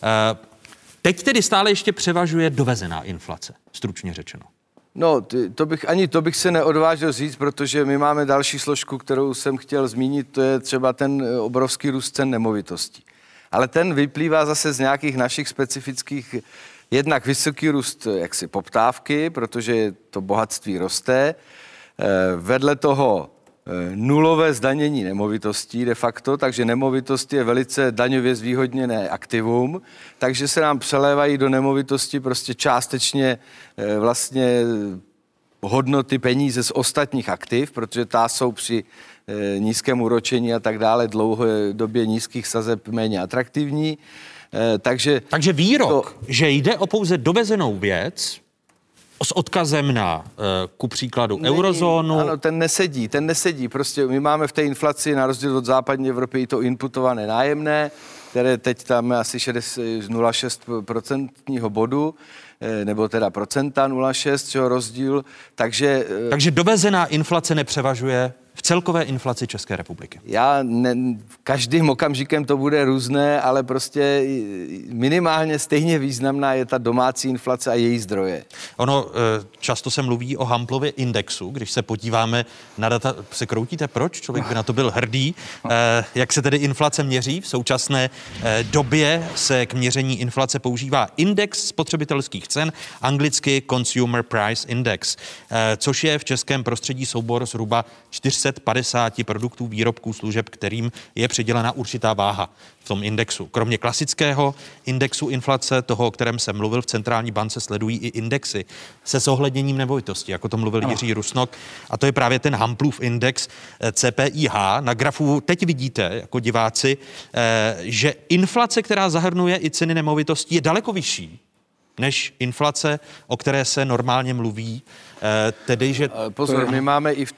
Teď tedy stále ještě převažuje dovezená inflace, stručně řečeno. No, to bych se neodvážil říct, protože my máme další složku, kterou jsem chtěl zmínit, to je třeba ten obrovský růst cen nemovitostí. Ale ten vyplývá zase z nějakých našich specifických, jednak vysoký růst jaksi poptávky, protože to bohatství roste, vedle toho nulové zdanění nemovitostí de facto, takže nemovitost je velice daňově zvýhodněné aktivum, takže se nám přelévají do nemovitosti prostě částečně vlastně hodnoty peníze z ostatních aktiv, protože ta jsou při nízkém úročení a tak dále dlouhodobě nízkých sazeb méně atraktivní. Takže výrok, že jde o pouze dovezenou věc, s odkazem na, ku příkladu, eurozónu. Ano, ten nesedí. Prostě my máme v té inflaci, na rozdíl od západní Evropy, i to inputované nájemné, které teď tam je asi 0,6% bodu, nebo teda procenta 0,6, čeho rozdíl. Takže dovezená inflace nepřevažuje v celkové inflaci České republiky. Každým okamžikem to bude různé, ale prostě minimálně stejně významná je ta domácí inflace a její zdroje. Ono, často se mluví o Hamplově indexu, když se podíváme na data, se kroutíte, proč? Člověk by na to byl hrdý. Jak se tedy inflace měří? V současné době se k měření inflace používá index spotřebitelských cen, anglicky Consumer Price Index, což je v českém prostředí soubor zhruba 450 produktů, výrobků, služeb, kterým je přidělena určitá váha v tom indexu. Kromě klasického indexu inflace, toho, o kterém jsem mluvil, v centrální bance sledují i indexy se zohledněním nemovitosti, jako to mluvil Jiří Rusnok. A to je právě ten Hamplův index CPIH. Na grafu teď vidíte, jako diváci, že inflace, která zahrnuje i ceny nemovitostí, je daleko vyšší než inflace, o které se normálně mluví. Tedy, že... Pozor, my máme i v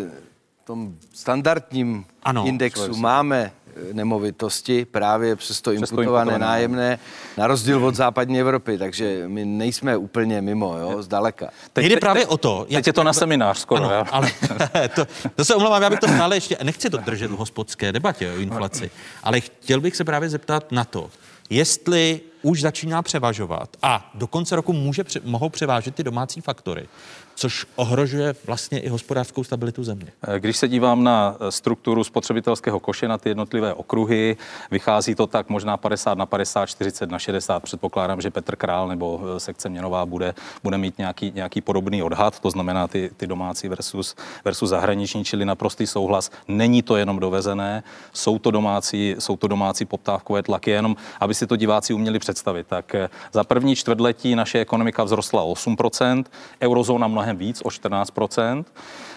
tom standardním indexu máme nemovitosti právě přes to imputované nájemné, na rozdíl od západní Evropy, takže my nejsme úplně mimo, zdaleka. Teď jde právě o to... Teď je to na seminář skoro. Ano, ale to se omlouvám, já bych to stále ještě... Nechci to držet v hospodské debatě o inflaci, ale chtěl bych se právě zeptat na to, jestli už začíná převažovat a do konce roku mohou převážet ty domácí faktory, což ohrožuje vlastně i hospodářskou stabilitu země. Když se dívám na strukturu spotřebitelského koše, na ty jednotlivé okruhy, vychází to tak možná 50/50, 40/60. Předpokládám, že Petr Král nebo sekce měnová bude mít nějaký podobný odhad, to znamená ty domácí versus zahraniční, čili naprostý souhlas. Není to jenom dovezené, jsou to domácí poptávkové tlaky, jenom aby si to diváci uměli představit. Tak za první čtvrtletí naše ekonomika vzrostla o 8%, eurozóna mnohem víc, o 14%.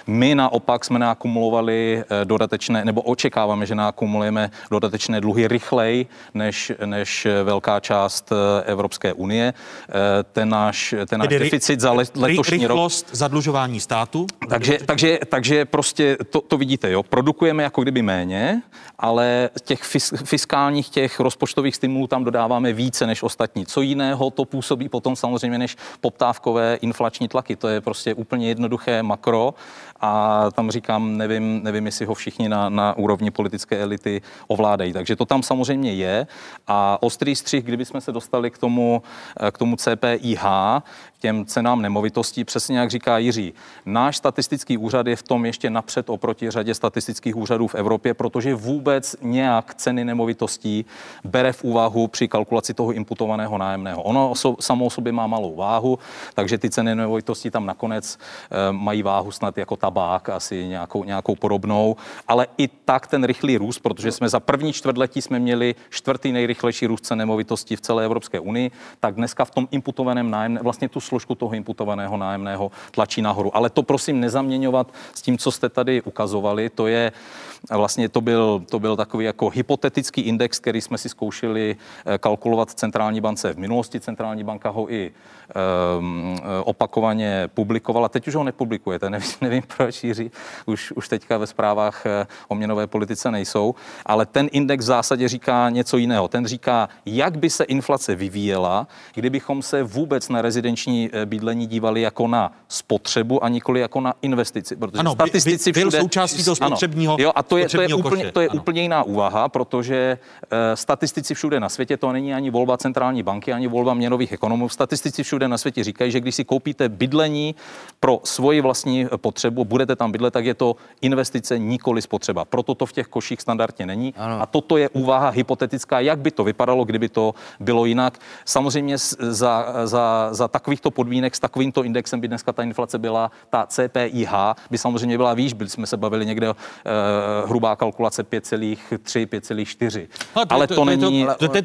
My naopak jsme naakumulovali dodatečné, nebo očekáváme, že naakumulujeme dodatečné dluhy rychleji než velká část Evropské unie. Ten náš deficit za letošní rok... Rychlost zadlužování státu? Takže prostě to vidíte, jo. Produkujeme jako kdyby méně, ale těch fiskálních, těch rozpočtových stimulů tam dodáváme více než ostatní. Co jiného to působí potom samozřejmě než poptávkové inflační tlaky. To je prostě úplně jednoduché makro a tam říkám, nevím, jestli ho všichni na úrovni politické elity ovládají. Takže to tam samozřejmě je a ostrý střih, kdybychom se dostali k tomu CPIH, těm cenám nemovitostí, přesně jak říká Jiří. Náš statistický úřad je v tom ještě napřed oproti řadě statistických úřadů v Evropě, protože vůbec nějak ceny nemovitostí bere v úvahu při kalkulaci toho imputovaného nájemného. Ono samo o sobě má malou váhu, takže ty ceny nemovitostí tam nakonec mají váhu snad jako tabák, asi nějakou podobnou, ale i tak ten rychlý růst, protože jsme za první čtvrtletí jsme měli čtvrtý nejrychlejší růst cen nemovitostí v celé Evropské unii, tak dneska v tom imputovaném nájemném vlastně tu složku toho imputovaného nájemného tlačí nahoru. Ale to prosím nezaměňovat s tím, co jste tady ukazovali. To je vlastně to byl takový jako hypotetický index, který jsme si zkoušeli kalkulovat v centrální bance v minulosti. Centrální banka ho i opakovaně publikovala. Teď už ho nepublikujete, nevím proč, Jiří, už teďka ve zprávách o měnové politice nejsou, ale ten index v zásadě říká něco jiného. Ten říká, jak by se inflace vyvíjela, kdybychom se vůbec na rezidenční bydlení dívali jako na spotřebu a nikoli jako na investici. Protože ano, statistici byl součástí toho spotřebního. Jo, a to je úplně jiná úvaha, protože statistici všude na světě, to není ani volba centrální banky, ani volba měnových ekonomů. Statistici všude na světě říkají, že když si koupíte bydlení pro svoji vlastní potřebu, budete tam bydlet, tak je to investice, nikoli spotřeba. Proto to v těch koších standardně není. Ano. A toto je úvaha hypotetická, jak by to vypadalo, kdyby to bylo jinak. Samozřejmě za takovýchto podmínek s takovýmto indexem by dneska ta inflace byla, ta CPIH by samozřejmě byla výš, jsme se bavili někde hrubá kalkulace 5,3, 5,4. Ale to není...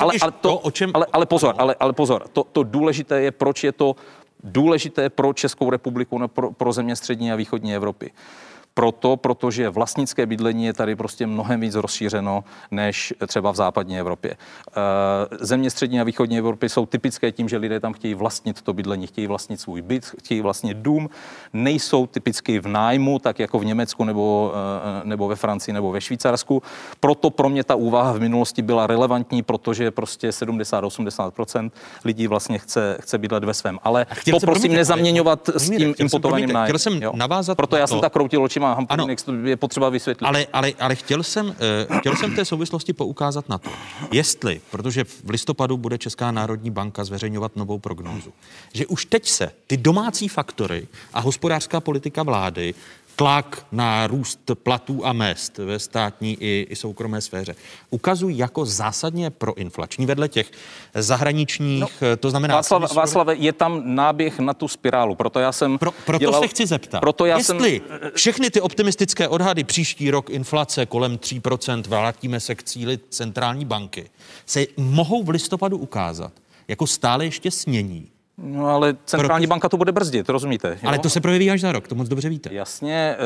Ale pozor, to důležité je, proč je to důležité pro Českou republiku, pro země střední a východní Evropy. Protože vlastnické bydlení je tady prostě mnohem víc rozšířeno než třeba v západní Evropě. Země střední a východní Evropy jsou typické tím, že lidé tam chtějí vlastnit to bydlení, chtějí vlastnit svůj byt, chtějí vlastnit dům, nejsou typicky v nájmu, tak jako v Německu nebo ve Francii nebo ve Švýcarsku. Proto pro mě ta úvaha v minulosti byla relevantní, protože prostě 70-80% lidí vlastně chce bydlet ve svém. Ale to prosím nezaměňovat s tím imputovaným nájmem. Proto já jsem tak kroutil očima. Je potřeba vysvětlit. Ale chtěl jsem v té souvislosti poukázat na to, jestli, protože v listopadu bude Česká národní banka zveřejňovat novou prognózu, že už teď se ty domácí faktory a hospodářská politika vlády, tlak na růst platů a mezd ve státní i soukromé sféře ukazují jako zásadně proinflační vedle těch zahraničních, to znamená... Václave, je tam náběh na tu spirálu, proto já jsem... Proto se chci zeptat, jestli všechny ty optimistické odhady příští rok inflace kolem 3%, vrátíme se k cíli centrální banky, se mohou v listopadu ukázat jako stále ještě snění. No ale centrální banka to bude brzdit, rozumíte? Jo? Ale to se projeví až za rok, to moc dobře víte. Jasně,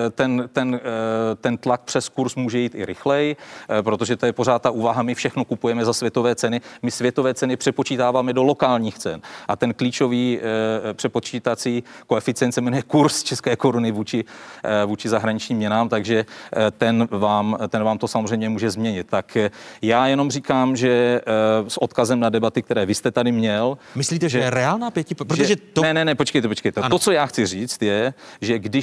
ten tlak přes kurz může jít i rychleji, protože to je pořád ta úvaha, my všechno kupujeme za světové ceny, my světové ceny přepočítáváme do lokálních cen a ten klíčový přepočítací koeficient se jmenuje kurz české koruny vůči zahraničním měnám, takže ten vám to samozřejmě může změnit. Tak já jenom říkám, že s odkazem na debaty, které vy jste tady měl... Myslíte, že je reálná protože to... Ne, počkejte. Ano. To, co já chci říct, je, že když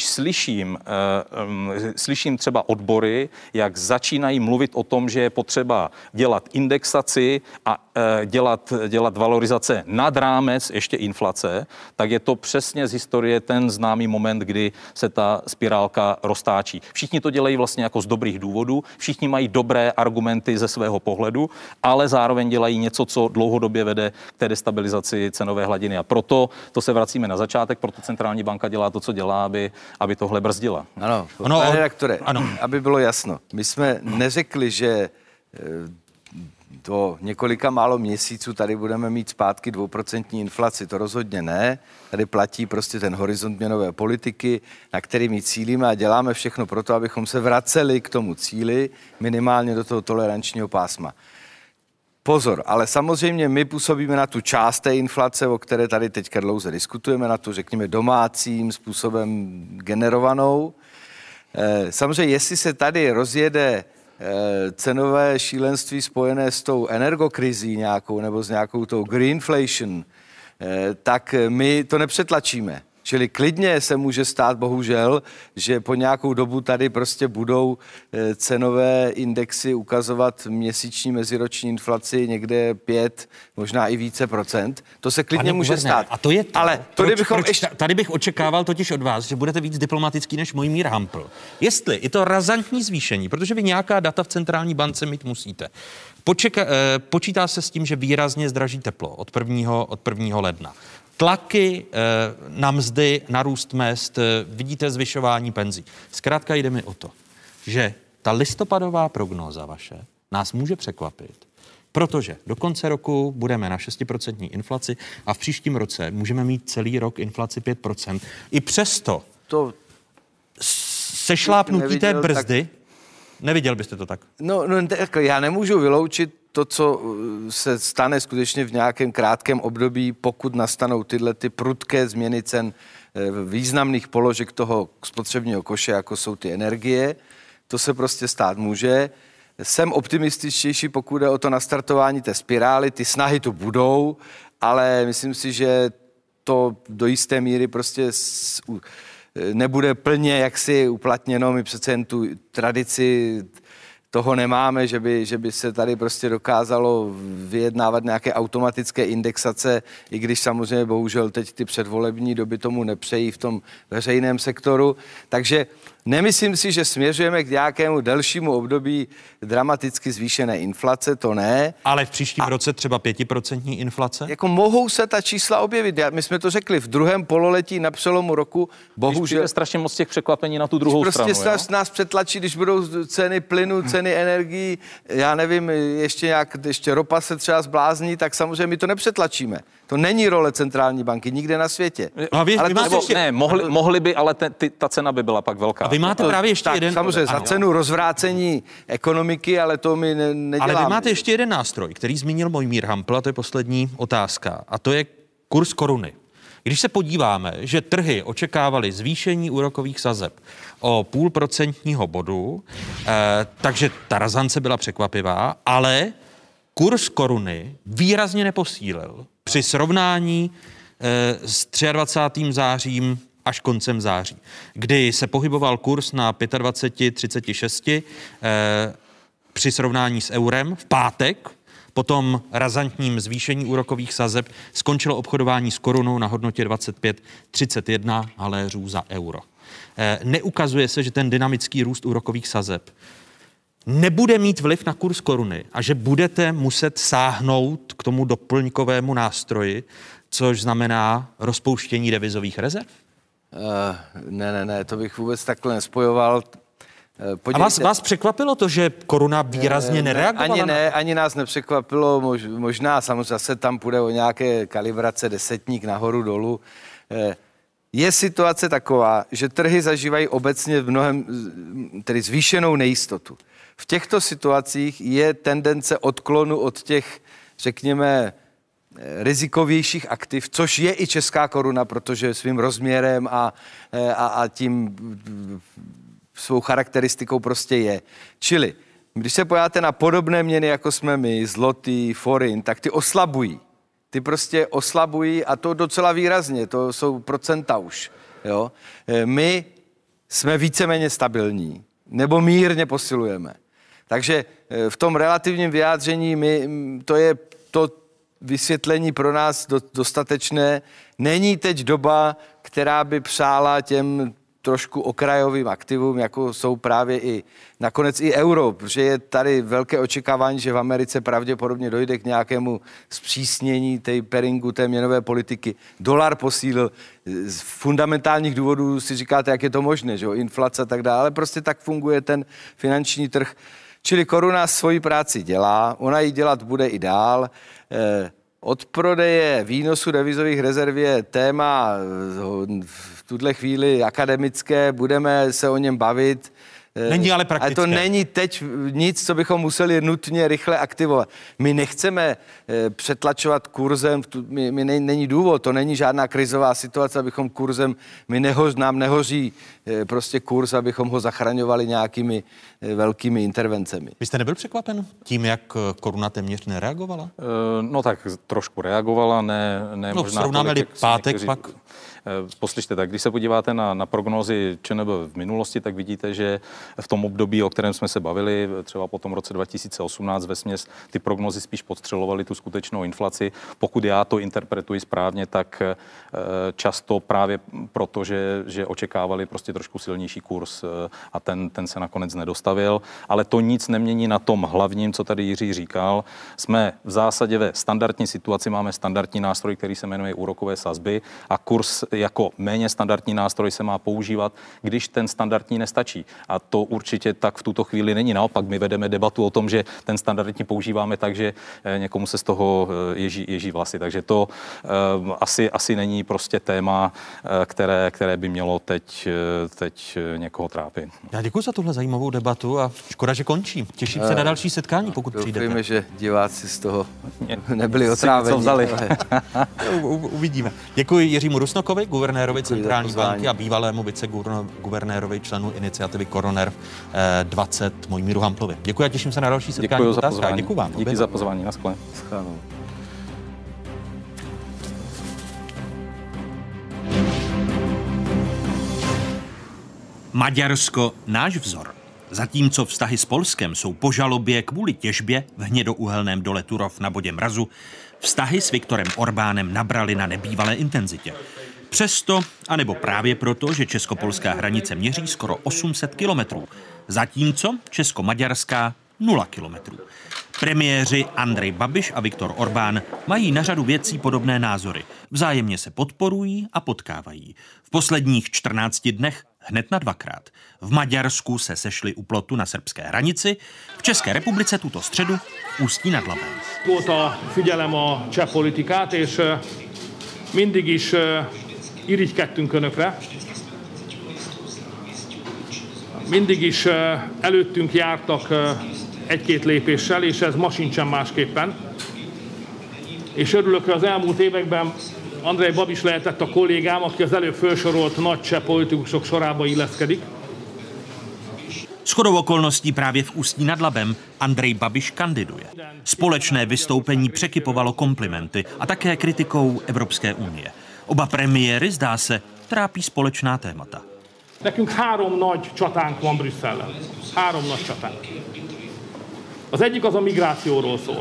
slyším třeba odbory, jak začínají mluvit o tom, že je potřeba dělat indexaci a dělat valorizace nad rámec ještě inflace, tak je to přesně z historie ten známý moment, kdy se ta spirálka roztáčí. Všichni to dělají vlastně jako z dobrých důvodů, všichni mají dobré argumenty ze svého pohledu, ale zároveň dělají něco, co dlouhodobě vede k té destabilizaci cenové hladiny. A proto to se vracíme na začátek, proto centrální banka dělá to, co dělá, aby tohle brzdila. Ano, pane redaktore, aby bylo jasno. My jsme neřekli, že do několika málo měsíců tady budeme mít zpátky 2% inflaci, to rozhodně ne. Tady platí prostě ten horizont měnové politiky, na který my cílíme a děláme všechno pro to, abychom se vraceli k tomu cíli, minimálně do toho tolerančního pásma. Pozor, ale samozřejmě my působíme na tu část té inflace, o které tady teďka dlouze diskutujeme, na tu, řekněme, domácím způsobem generovanou. Samozřejmě, jestli se tady rozjede cenové šílenství spojené s tou energokrizí nějakou nebo s nějakou tou greenflation, tak my to nepřetlačíme. Čili klidně se může stát, bohužel, že po nějakou dobu tady prostě budou cenové indexy ukazovat měsíční meziroční inflaci někde 5, možná i více procent. To se klidně může stát. A to je to. Ale tady bych očekával totiž od vás, že budete víc diplomatický než Mojmír Hampl. Jestli je to razantní zvýšení, protože vy nějaká data v centrální bance mít musíte. Počítá se s tím, že výrazně zdraží teplo od 1. ledna. Tlaky na mzdy, na růst mezd, vidíte zvyšování penzí. Zkrátka jde mi o to, že ta listopadová prognóza vaše nás může překvapit, protože do konce roku budeme na 6% inflaci a v příštím roce můžeme mít celý rok inflaci 5%. I přesto sešlápnutí té brzdy, tak... Neviděl byste to tak? No, já nemůžu vyloučit to, co se stane skutečně v nějakém krátkém období, pokud nastanou tyhle ty prudké změny cen významných položek toho spotřebního koše, jako jsou ty energie. To se prostě stát může. Jsem optimističtější, pokud jde o to nastartování té spirály. Ty snahy tu budou, ale myslím si, že to do jisté míry prostě nebude plně jaksi uplatněno. My přece jen tu tradici toho nemáme, že by se tady prostě dokázalo vyjednávat nějaké automatické indexace, i když samozřejmě bohužel teď ty předvolební doby tomu nepřejí v tom veřejném sektoru. Takže nemyslím si, že směřujeme k nějakému delšímu období dramaticky zvýšené inflace, to ne. Ale v příštím roce třeba 5% inflace? Jako mohou se ta čísla objevit. My jsme to řekli v druhém pololetí na přelomu roku. Bohužel je strašně moc těch překvapení na tu druhou stranu. Prostě nás přetlačí, když budou ceny plynu, ceny energií, já nevím, ještě ropa se třeba zblázní, tak samozřejmě my to nepřetlačíme. To není role centrální banky nikde na světě. Mohli by, ale ta cena by byla pak velká. A vy máte právě ještě jeden... Samozřejmě za cenu rozvrácení ekonomiky, ale to my neděláme. Ale vy máte ještě jeden nástroj, který zmínil Mojmír Hampl, a to je poslední otázka. A to je kurz koruny. Když se podíváme, že trhy očekávaly zvýšení úrokových sazeb o 0,5% bodu, takže ta razance byla překvapivá, ale kurz koruny výrazně neposílil při srovnání s 23. zářím až koncem září, kdy se pohyboval kurz na 25,36 při srovnání s eurem v pátek. Po tom razantním zvýšení úrokových sazeb skončilo obchodování s korunou na hodnotě 25,31 haléřů za euro. Neukazuje se, že ten dynamický růst úrokových sazeb nebude mít vliv na kurz koruny a že budete muset sáhnout k tomu doplňkovému nástroji, což znamená rozpouštění devizových rezerv? Ne, to bych vůbec takhle nespojoval. Podívejte. A vás překvapilo to, že koruna výrazně nereagovala? Ani nás nepřekvapilo, možná samozřejmě zase tam půjde o nějaké kalibrace desetník nahoru dolů. Je situace taková, že trhy zažívají obecně mnohem tedy zvýšenou nejistotu. V těchto situacích je tendence odklonu od těch, řekněme, rizikovějších aktiv, což je i česká koruna, protože svým rozměrem a tím svou charakteristikou prostě je. Čili, když se pojáte na podobné měny, jako jsme my, zloty, forint, tak ty oslabují. Ty prostě oslabují a to docela výrazně, to jsou procenta už. Jo? My jsme víceméně stabilní, nebo mírně posilujeme. Takže v tom relativním vyjádření to je to vysvětlení pro nás dostatečné. Není teď doba, která by přála těm trošku okrajovým aktivům, jako jsou právě i nakonec i euro, protože je tady velké očekávání, že v Americe pravděpodobně dojde k nějakému zpřísnění taperingu té měnové politiky. Dolar posílil. Z fundamentálních důvodů si říkáte, jak je to možné, že jo, inflace a tak dále, ale prostě tak funguje ten finanční trh. Čili koruna svoji práci dělá, ona ji dělat bude i dál. Od prodeje výnosu devizových rezerv je téma v tuhle chvíli akademické, budeme se o něm bavit. Není ale praktické. Ale to není teď nic, co bychom museli nutně rychle aktivovat. My nechceme přetlačovat kurzem, není důvod, to není žádná krizová situace, abychom kurzem, nám nehoří prostě kurz, abychom ho zachraňovali nějakými velkými intervencemi. Vy jste nebyl překvapen tím, jak koruna téměř nereagovala? No tak trošku reagovala, ne možná... Srovnáme-li pátek pak... Poslyšte, tak když se podíváte na prognózy ČNB v minulosti, tak vidíte, že v tom období, o kterém jsme se bavili, třeba po tom roce 2018 vesměs, ty prognózy spíš podstřelovaly tu skutečnou inflaci. Pokud já to interpretuji správně, tak často právě proto, že očekávali prostě trošku silnější kurz a ten se nakonec nedostavil. Ale to nic nemění na tom hlavním, co tady Jiří říkal. Jsme v zásadě ve standardní situaci, máme standardní nástroj, který se jmenuje úrokové sazby a kurz jako méně standardní nástroj se má používat, když ten standardní nestačí. A to určitě tak v tuto chvíli není. Naopak my vedeme debatu o tom, že ten standardní používáme tak, že někomu se z toho ježí vlasy. Takže to asi není prostě téma, které by mělo teď někoho trápit. Já děkuji za tuhle zajímavou debatu a škoda, že končí. Těším se na další setkání, pokud přijdete. Doufejme, že diváci z toho nebyli otráveni. Uvidíme. Děkuji Jiřímu Rusnokovi, guvernérovi Centrální banky a bývalému viceguvernérovi, členu iniciativy Koroner 20, Mojmíru Hamplovi. Děkuji a těším se na další setkání. Děkuji za pozvání. Děkuji vám. Díky za pozvání. Naschle. Maďarsko, náš vzor. Zatímco vztahy s Polskem jsou po žalobě kvůli těžbě v hnědouhelném dole Turów na bodě mrazu, vztahy s Viktorem Orbánem nabraly na nebývalé intenzitě. Přesto, anebo právě proto, že česko-polská hranice měří skoro 800 kilometrů, zatímco česko-maďarská 0 kilometrů. Premiéři Andrej Babiš a Viktor Orbán mají na řadu věcí podobné názory. Vzájemně se podporují a potkávají. V posledních 14 dnech hned na dvakrát. V Maďarsku se sešli u plotu na srbské hranici, v České republice tuto středu Ústí nad Labem. Óta figyelem a cseh politikát, és mindig is irigykedtünk önökre. Mindig is előttünk jártak egy-két lépéssel, és ez ma sincsen másképpen. És örülök, hogy az elmúlt években Andrej Babiš lehetett a kollégám, aki az előbb felsorolt nagy cseh politikusok sorába illeszkedik. Shodou okolností právě v Ústí nad Labem Andrej Babiš kandiduje. Společné vystoupení překypovalo komplimenty a také kritikou Evropské unie. Oba premiéry, zdá se, trápí společná témata. Nekünk 3 nagy csatánk van Brüsszellel. 3 nagy csatánk. Az egyik az a migrációról szól.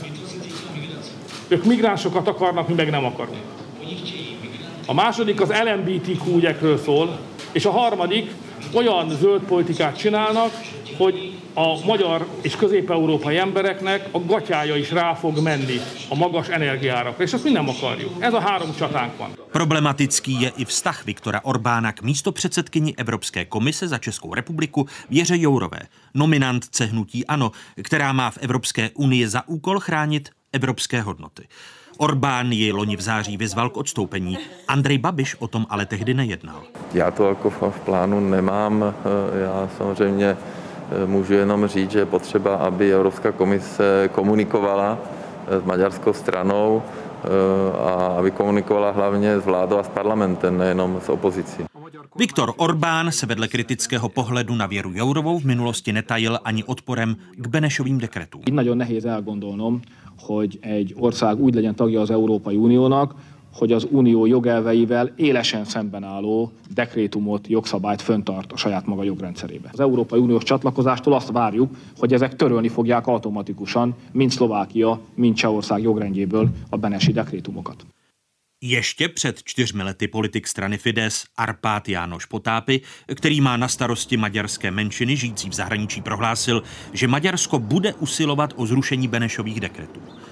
Ők migránsokat akarnak, mi meg nem akarunk. A második az LMBTQ ügyekről szól, és a harmadik olyan zöld politikát csinálnak, hogy a magyar és közép-európai embereknek a gatyája is rá fog menni a magas energiárakra, és azt mi nem akarjuk. Ez a 3 csatánk van. Problematický je i vztah Viktora Orbána k místopředsedkyni Evropské komise za Českou republiku Věře Jourové, nominantce hnutí ANO, která má v Evropské unii za úkol chránit evropské hodnoty. Orbán ji loni v září vyzval k odstoupení. Andrej Babiš o tom ale tehdy nejednal. Já to jako v plánu nemám. Já samozřejmě můžu jenom říct, že je potřeba, aby Evropská komise komunikovala s maďarskou stranou a aby komunikovala hlavně s vládou a s parlamentem, nejenom s opozicí. Viktor Orbán se vedle kritického pohledu na Věru Jourovou v minulosti netajil ani odporem k Benešovým dekretům. Nagyon nehéz elgondolnom, hogy egy ország úgy legyen tagja az Európai Uniónak, hogy az unió jogelveivel élesen szemben álló dekrétumot, jogszabályt föntart a saját maga jogrendszerébe. Az Európai Uniós csatlakozástól azt várjuk, hogy ezek törölni fogják automatikusan, mind Szlovákia, mind Csehország jogrendjéből a benesi dekrétumokat. Ještě před 4 lety politik strany Fidesz Arpád Jánoš Potápy, který má na starosti maďarské menšiny žijící v zahraničí, prohlásil, že Maďarsko bude usilovat o zrušení Benešových dekretů.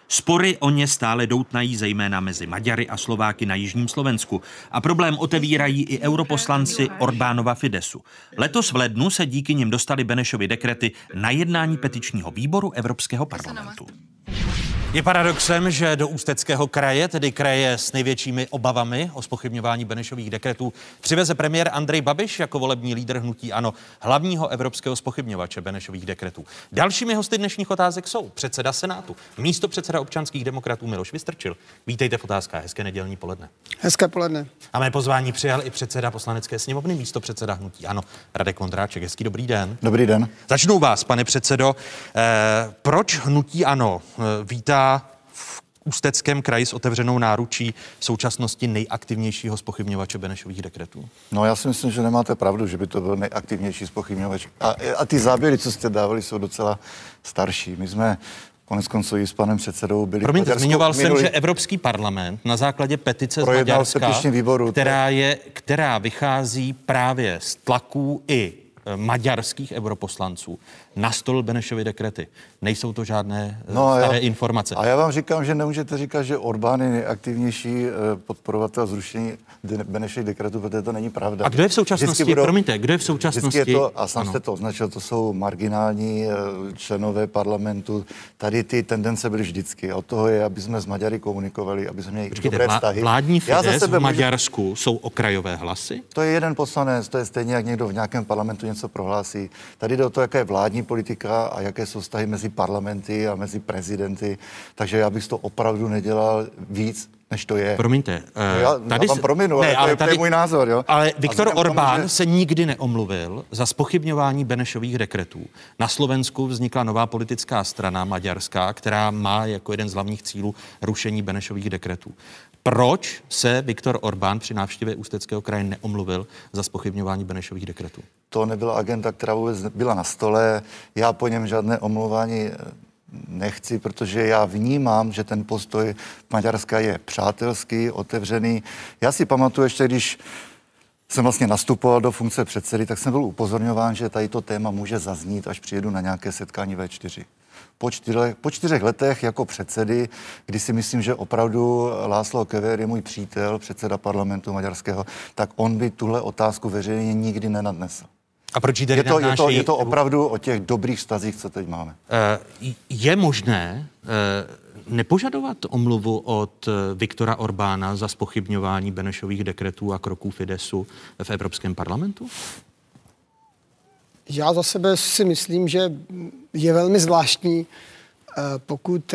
Spory o ně stále doutnají zejména mezi Maďary a Slováky na jižním Slovensku a problém otevírají i europoslanci Orbánova Fidesu. Letos v lednu se díky nim dostaly Benešovy dekrety na jednání petičního výboru Evropského parlamentu. Je paradoxem, že do Ústeckého kraje, tedy kraje s největšími obavami o zpochybňování Benešových dekretů, přiveze premiér Andrej Babiš jako volební lídr hnutí ANO, hlavního evropského zpochybňovače Benešových dekretů. Dalšími hosty dnešních otázek jsou předseda Senátu, místopředseda občanských demokratů Miloš Vystrčil. Vítejte v Otázkách, hezké nedělní poledne. Hezké poledne. A mé pozvání přijal i předseda Poslanecké sněmovny, místopředseda hnutí ANO Radek Vondráček. Hezký dobrý den. Dobrý den. Začnu vás, pane předsedo. Proč hnutí ANO vítá v Ústeckém kraji s otevřenou náručí v současnosti nejaktivnějšího zpochybňovače Benešových dekretů? No, já si myslím, že nemáte pravdu, že by to byl nejaktivnější zpochybňovač. A ty záběry, co jste dávali, jsou docela starší. My jsme koneckonců i s panem předsedou byli... Promiňte, zmiňoval jsem, že Evropský parlament na základě petice z Maďarska, která vychází právě z tlaků i maďarských europoslanců, nastolil Benešovy dekrety. Nejsou to žádné staré informace. A já vám říkám, že nemůžete říkat, že Orbán je nejaktivnější podporovatel zrušení Benešových dekretů, protože to není pravda. A kdo je v současnosti, promiňte, kdo je v současnosti? Je to, a sám jste to označil, to jsou marginální členové parlamentu. Tady ty tendence byly vždycky. Od toho je, aby jsme s Maďary komunikovali, aby jsme měli dobré vztahy. Vládní Fides v Maďarsku jsou okrajové hlasy? To je jeden poslanec, to je stejně, jak někdo v nějakém parlamentu něco prohlásí. Tady jde o to, jaká je vládní politika a jaké jsou vztahy mezi parlamenty a mezi prezidenty. Takže já bych to opravdu nedělal víc, než to je. Promiňte. Já vám prominu, ale to je můj názor. Jo? Ale Viktor Orbán se nikdy neomluvil za zpochybňování Benešových dekretů. Na Slovensku vznikla nová politická strana maďarská, která má jako jeden z hlavních cílů rušení Benešových dekretů. Proč se Viktor Orbán při návštěvě Ústeckého kraje neomluvil za zpochybňování Benešových dekretů? To nebyla agenda, která vůbec byla na stole. Já po něm žádné omlouvání nechci, protože já vnímám, že ten postoj Maďarska je přátelský, otevřený. Já si pamatuju ještě, když jsem vlastně nastupoval do funkce předsedy, tak jsem byl upozorňován, že tady to téma může zaznít, až přijedu na nějaké setkání V4. Po 4 letech jako předsedy, kdy si myslím, že opravdu László Kövér je můj přítel, předseda parlamentu maďarského, tak on by tuhle otázku veřejně nikdy nenadnesl. A proč je to opravdu o těch dobrých vztazích, co teď máme. Je možné nepožadovat omluvu od Viktora Orbána za zpochybňování Benešových dekretů a kroků Fidesu v Evropském parlamentu? Já za sebe si myslím, že je velmi zvláštní, pokud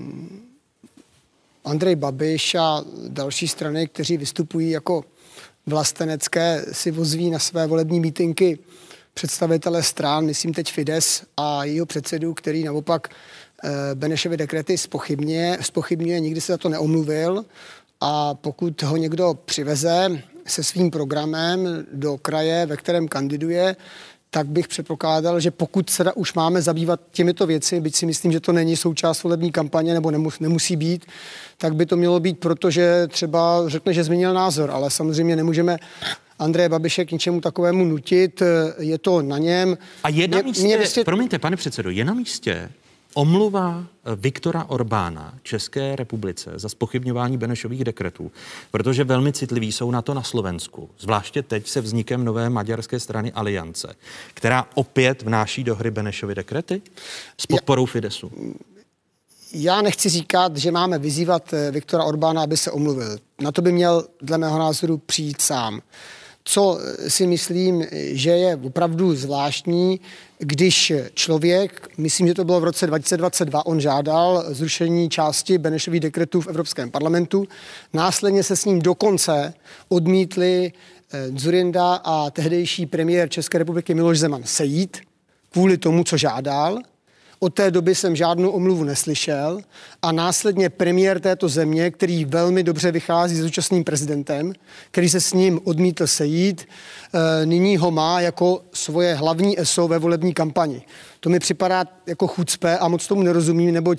Andrej Babiš a další strany, kteří vystupují jako vlastenecké, si vozví na své volební mítinky představitele stran, myslím teď Fides a jeho předsedu, který naopak Benešovy dekrety zpochybňuje, nikdy se za to neomluvil, a pokud ho někdo přiveze se svým programem do kraje, ve kterém kandiduje, tak bych předpokládal, že pokud se už máme zabývat těmito věci, byť si myslím, že to není součást volební kampaně nebo nemusí být, tak by to mělo být, protože třeba řekne, že změnil názor, ale samozřejmě nemůžeme Andreje Babiše k ničemu takovému nutit, je to na něm. A je na místě, promiňte, pane předsedo, je na místě omluva Viktora Orbána České republice za zpochybňování Benešových dekretů, protože velmi citliví jsou na to na Slovensku, zvláště teď se vznikem nové maďarské strany Aliance, která opět vnáší do hry Benešovy dekrety s podporou Fidesu. Já nechci říkat, že máme vyzývat Viktora Orbána, aby se omluvil. Na to by měl dle mého názoru přijít sám. Co si myslím, že je opravdu zvláštní, když člověk, myslím, že to bylo v roce 2022, on žádal zrušení části Benešových dekretů v Evropském parlamentu, následně se s ním dokonce odmítli Dzurinda a tehdejší premiér České republiky Miloš Zeman sejít kvůli tomu, co žádal. Od té doby jsem žádnou omluvu neslyšel a následně premiér této země, který velmi dobře vychází s současným prezidentem, který se s ním odmítl sejít, nyní ho má jako svoje hlavní ESO ve volební kampani. To mi připadá jako chucpe a moc tomu nerozumím, neboť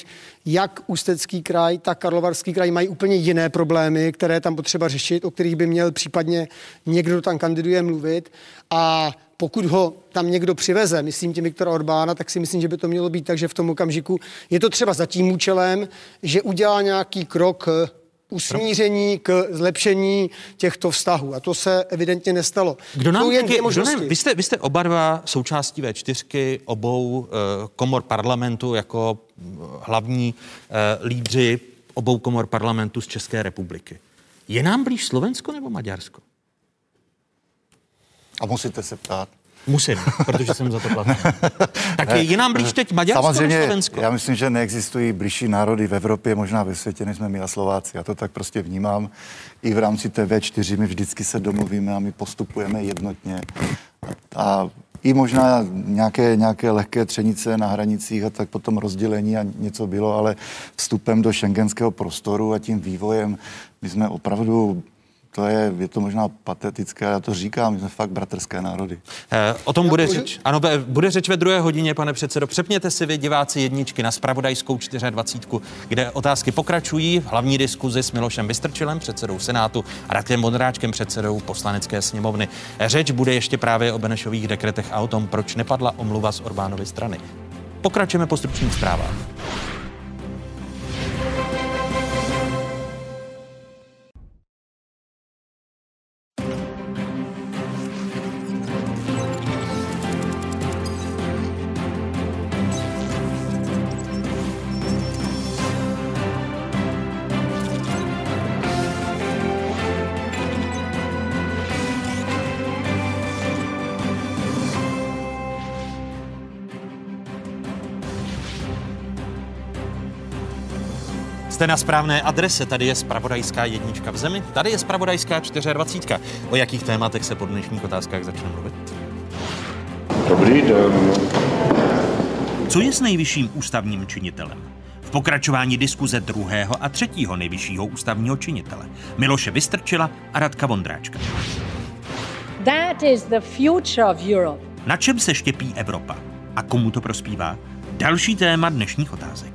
jak Ústecký kraj, tak Karlovarský kraj mají úplně jiné problémy, které tam potřeba řešit, o kterých by měl případně někdo tam kandiduje mluvit. A pokud ho tam někdo přiveze, myslím tím Viktora Orbána, tak si myslím, že by to mělo být tak, že v tom okamžiku je to třeba za tím účelem, že udělá nějaký krok usmíření k zlepšení těchto vztahů. A to se evidentně nestalo. Vy jste oba dva součástí V4 obou komor parlamentu jako hlavní lídři obou komor parlamentu z České republiky. Je nám blíž Slovensko nebo Maďarsko? A musíte se ptát. Musím, protože jsem za to platil. Tak je nám blíž teď Maďarsko nebo Slovensko? Já myslím, že neexistují blížší národy v Evropě, možná ve světě, než jsme my a Slováci. Já to tak prostě vnímám. I v rámci té V4 my vždycky se domluvíme a my postupujeme jednotně. A i možná nějaké lehké třenice na hranicích a tak potom rozdělení a něco bylo, ale vstupem do šengenského prostoru a tím vývojem my jsme opravdu... Je to možná patetické, já to říkám, my jsme fakt bratrské národy. O tom bude řeč. Ano, bude řeč ve 2. hodině, pane předsedo. Přepněte si vy, diváci, jedničky na Zpravodajskou 24, kde otázky pokračují v hlavní diskuzi s Milošem Vystrčilem, předsedou Senátu, a Radkem Vondráčkem, předsedou Poslanecké sněmovny. Řeč bude ještě právě o Benešových dekretech a o tom, proč nepadla omluva z Orbánovy strany. Pokračujeme po stručných zprávách. Jste na správné adrese, tady je Zpravodajská jednička v zemi, tady je Zpravodajská 24. O jakých tématech se po dnešních otázkách začne mluvit? Dobrý den. Co je s nejvyšším ústavním činitelem? V pokračování diskuze 2. a 3. nejvyššího ústavního činitele Miloše Vystrčila a Radka Vondráčka. That is the future of Europe. Na čem se štěpí Evropa? A komu to prospívá? Další téma dnešních otázek.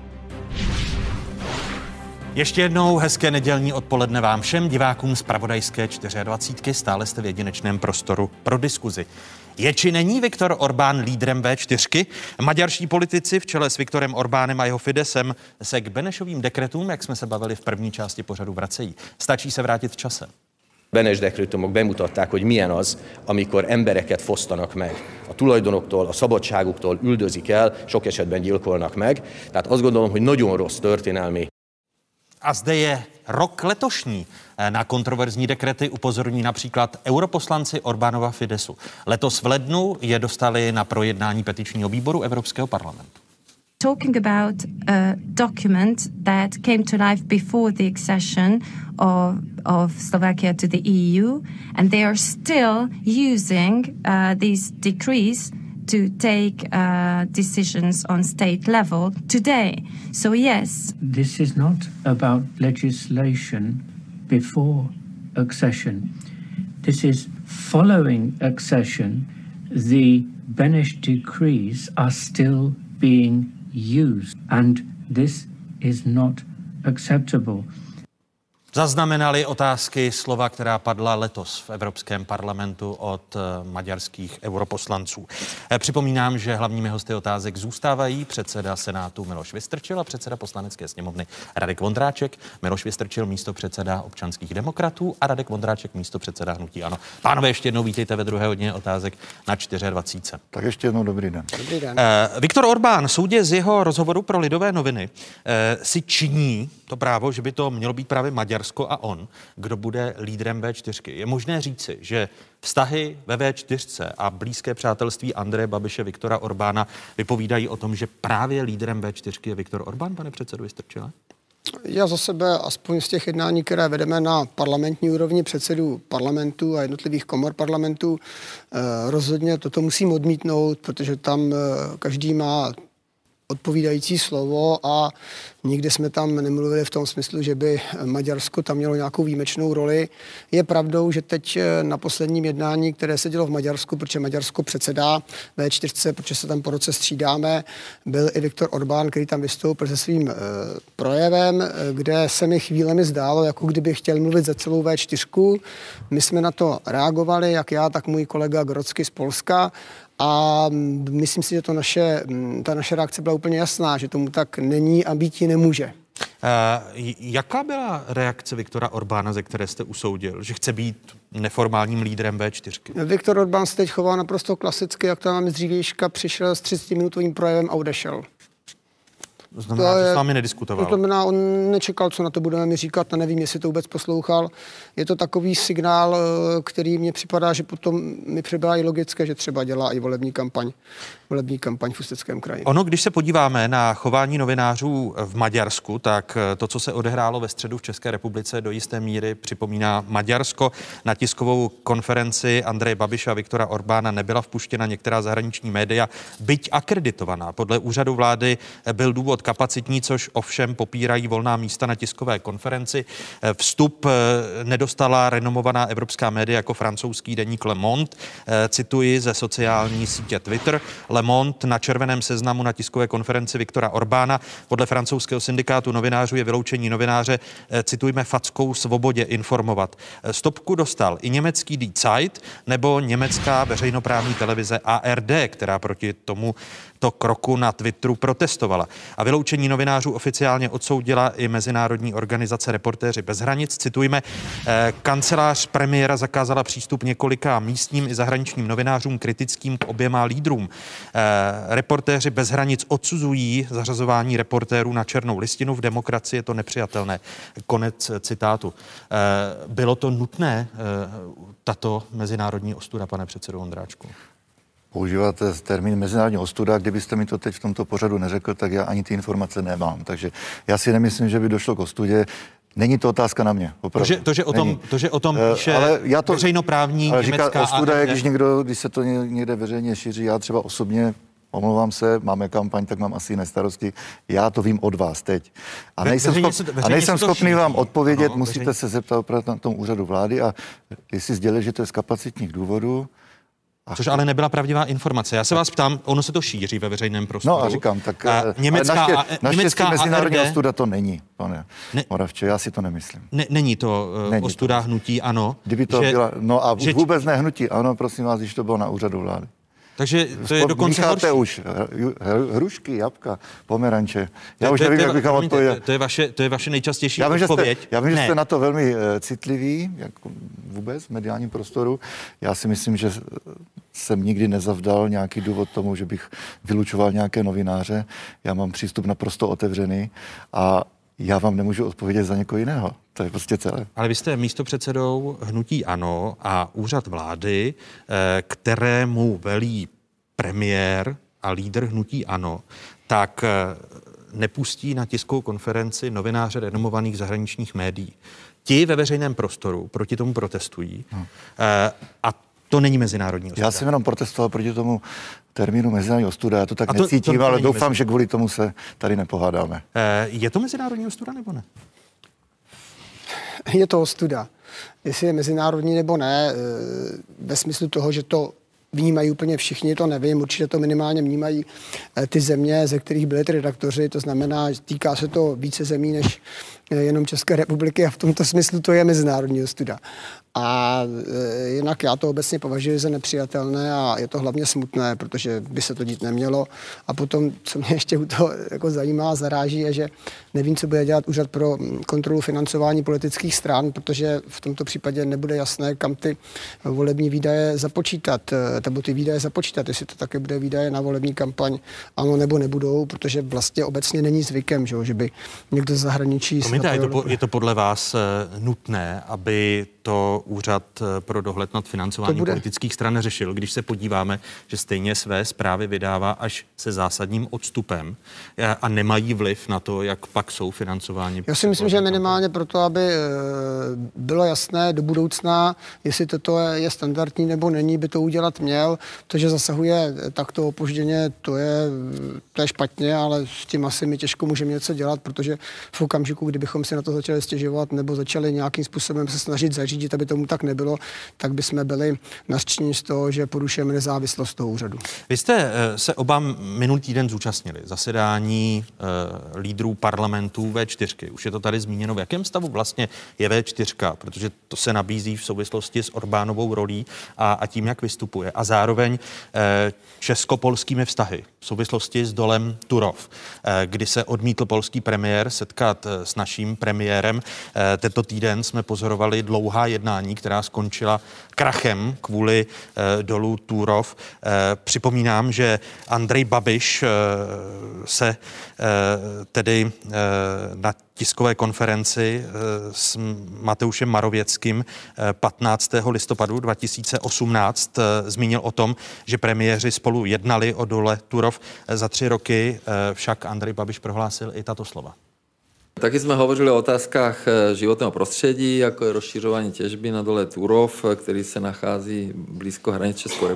Ještě jednou hezké nedělní odpoledne vám všem divákům Zpravodajské 24. Stále jste v jedinečném prostoru pro diskuzi. Je či není Viktor Orbán lídrem V4? Maďarští politici v čele s Viktorem Orbánem a jeho Fideszem se k Benešovým dekretům, jak jsme se bavili v první části pořadu, vracejí. Stačí se vrátit v čase. Benes dekrétumok bemutatták, hogy milyen az, amikor embereket fosztanak meg. A tulajdonoktól, a szabadságuktól üldözik el, sok esetben gyilkolnak meg. Tehát azt gondolom, hogy nagyon rossz történelmi. A zde je rok letošní. Na kontroverzní dekrety upozorní například europoslanci Orbánova Fidesu. Letos v lednu je dostali na projednání petičního výboru Evropského parlamentu. Talking about a document that came to life before the accession of Slovakia to the EU, and they are still using these decrees to take decisions on state level today. So yes. This is not about legislation before accession. This is following accession. The Beneš decrees are still being used, and this is not acceptable. Zaznamenali otázky slova, která padla letos v Evropském parlamentu od maďarských europoslanců. Připomínám, že hlavními hosty otázek zůstávají předseda Senátu Miloš Vystrčil a předseda Poslanecké sněmovny Radek Vondráček. Miloš Vystrčil místopředseda Občanských demokratů a Radek Vondráček místopředseda Hnutí ANO. Pánové, ještě jednou vítejte ve 2. hodině otázek na 24. Tak ještě jednou dobrý den. Dobrý den. Viktor Orbán, soudě z jeho rozhovoru pro Lidové noviny, si činí to právo, že by to mělo být právě Maďarsko a on, kdo bude lídrem V4. Je možné říci, že vztahy ve V4 a blízké přátelství Andreje Babiše, Viktora Orbána vypovídají o tom, že právě lídrem V4 je Viktor Orbán, pane předsedo Vystrčile? Já za sebe, aspoň z těch jednání, které vedeme na parlamentní úrovni předsedů parlamentu a jednotlivých komor parlamentu, rozhodně toto musím odmítnout, protože tam každý má odpovídající slovo a nikdy jsme tam nemluvili v tom smyslu, že by Maďarsko tam mělo nějakou výjimečnou roli. Je pravdou, že teď na posledním jednání, které se dělo v Maďarsku, protože Maďarsko předsedá V4, protože se tam po roce střídáme, byl i Viktor Orbán, který tam vystoupil se svým projevem, kde se mi chvílemi zdálo, jako kdyby chtěl mluvit za celou V4. My jsme na to reagovali, jak já, tak můj kolega Grodzky z Polska. A myslím si, že ta naše reakce byla úplně jasná, že tomu tak není a býti nemůže. Jaká byla reakce Viktora Orbána, ze které jste usoudil, že chce být neformálním lídrem V4? Viktor Orbán se teď chová naprosto klasicky, jak to máme z dřívějška, přišel s 30-minutovým projevem a odešel. To znamená, že s vámi nediskutoval. To znamená, on nečekal, co na to budeme mi říkat, a nevím, jestli to vůbec poslouchal. Je to takový signál, který mně připadá, že potom mi připadá i logické, že třeba dělá i volební kampaň v Ústeckém kraji. Ono, když se podíváme na chování novinářů v Maďarsku, tak to, co se odehrálo ve středu v České republice, do jisté míry připomíná Maďarsko. Na tiskovou konferenci Andreje Babiše a Viktora Orbána nebyla vpuštěna některá zahraniční média, byť akreditovaná. Podle úřadu vlády byl důvod kapacitní, což ovšem popírají volná místa na tiskové konferenci. Vstup nedostala renomovaná evropská média jako francouzský deník Le Monde. Cituji ze sociální sítě Twitter. Le Monde na červeném seznamu na tiskové konferenci Viktora Orbána. Podle francouzského syndikátu novinářů je vyloučení novináře, citujme, fackou svobodě informovat. Stopku dostal i německý Die Zeit nebo německá veřejnoprávní televize ARD, která proti tomuto kroku na Twitteru protestovala. A vyloučení novinářů oficiálně odsoudila i mezinárodní organizace Reportéři bez hranic. Citujme, kancelář premiéra zakázala přístup několika místním i zahraničním novinářům kritickým k oběma lídrům. Reportéři bez hranic odsuzují zařazování reportérů na černou listinu. V demokracii je to nepřijatelné. Konec citátu. Bylo to nutné, tato mezinárodní ostuda, pane předsedo Vondráčku? Používáte termín mezinárodní ostuda, kdybyste mi to teď v tomto pořadu neřekl, tak já ani ty informace nemám. Takže já si nemyslím, že by došlo k ostudě. Není to otázka na mě, opravdu. To, že o tom píše veřejnoprávní německá ostuda je, když se to někde veřejně šíří. Já třeba osobně, omlouvám se, máme kampaň, tak mám asi jiné starosti. Já to vím od vás teď. A nejsem schopný vám odpovědět, musíte se zeptat opravdu na tom úřadu vlády a jestli sdělili, že to je z kapacitních důvodů. Což ale nebyla pravdivá informace. Já se vás ptám, ono se to šíří ve veřejném prostoru. No a říkám, tak německá mezinárodní ostuda to není, pane Moravče, já si to nemyslím. Není to ostuda hnutí ANO? Kdyby to byla, no a vůbec ne hnutí ANO, prosím vás, když to bylo na úřadu vlády. Takže to je dokonce horší. Už hrušky, jabka, pomeranče. Já už nevím, jak bych vám odpověděl. To je vaše nejčastější odpověď. Já vím, že jste na to velmi citliví, jako vůbec v mediálním prostoru. Já si myslím, že jsem nikdy nezavdal nějaký důvod tomu, že bych vylučoval nějaké novináře. Já mám přístup naprosto otevřený a já vám nemůžu odpovědět za někoho jiného. To je prostě celé. Ale vy jste místopředsedou hnutí ANO a úřad vlády, kterému velí premiér a lídr hnutí ANO, tak nepustí na tiskovou konferenci novináře renomovaných zahraničních médií. Ti ve veřejném prostoru proti tomu protestují a to není mezinárodní ostuda. Já jsem jenom protestoval proti tomu termínu mezinárodní ostuda. Já to tak necítím, ale doufám, že kvůli tomu se tady nepohádáme. Je to mezinárodní ostuda nebo ne? Je to ostuda. Jestli je mezinárodní nebo ne, ve smyslu toho, že to vnímají úplně všichni, to nevím, určitě to minimálně vnímají ty země, ze kterých byli ty redaktoři, to znamená, že týká se to více zemí než jenom České republiky a v tomto smyslu to je mezinárodní ostuda. A jinak já to obecně považuji za nepřijatelné a je to hlavně smutné, protože by se to dít nemělo. A potom, co mě ještě u toho jako zajímá, zaráží, je, že nevím, co bude dělat Úřad pro kontrolu financování politických stran, protože v tomto případě nebude jasné, kam ty volební výdaje započítat, nebo ty výdaje započítat, jestli to také bude výdaje na volební kampaň, ano nebo nebudou, protože vlastně obecně není zvykem, že by někdo z zahraničí... Je to podle vás nutné, aby to Úřad pro dohled nad financováním politických stran neřešil, když se podíváme, že stejně své zprávy vydává až se zásadním odstupem a nemají vliv na to, jak pak jsou financováni? Já si myslím, že minimálně proto, aby bylo jasné do budoucna, jestli toto je standardní nebo není, by to udělat měl. To, že zasahuje takto opožděně, to je špatně, ale s tím asi my těžko můžeme něco dělat, protože v okamžiku, kdybychom si na to začali stěžovat nebo začali nějakým způsobem se snažit zařídit, aby tomu tak nebylo, tak bychom byli nařčeni z toho, že porušujeme nezávislost toho úřadu. Vy jste se oba minulý týden zúčastnili zasedání lídrů parlamentů V4. Už je to tady zmíněno, v jakém stavu vlastně je V4, protože to se nabízí v souvislosti s Orbánovou rolí a tím, jak vystupuje. A zároveň česko-polskými vztahy v souvislosti s dolem Turów, kdy se odmítl polský premiér setkat s naším premiérem. Tento týden jsme pozorovali dlouhá jednání, která skončila krachem kvůli dolu Turów. Připomínám, že Andrej Babiš se tedy na tiskové konferenci s Mateušem Morawieckým 15. listopadu 2018 zmínil o tom, že premiéři spolu jednali o dole Turów. Za 3 roky však Andrej Babiš prohlásil i tato slova. Taky jsme hovořili o otázkách životného prostředí, jako je rozšiřování těžby na dole Turów, který se nachází blízko hranic Českou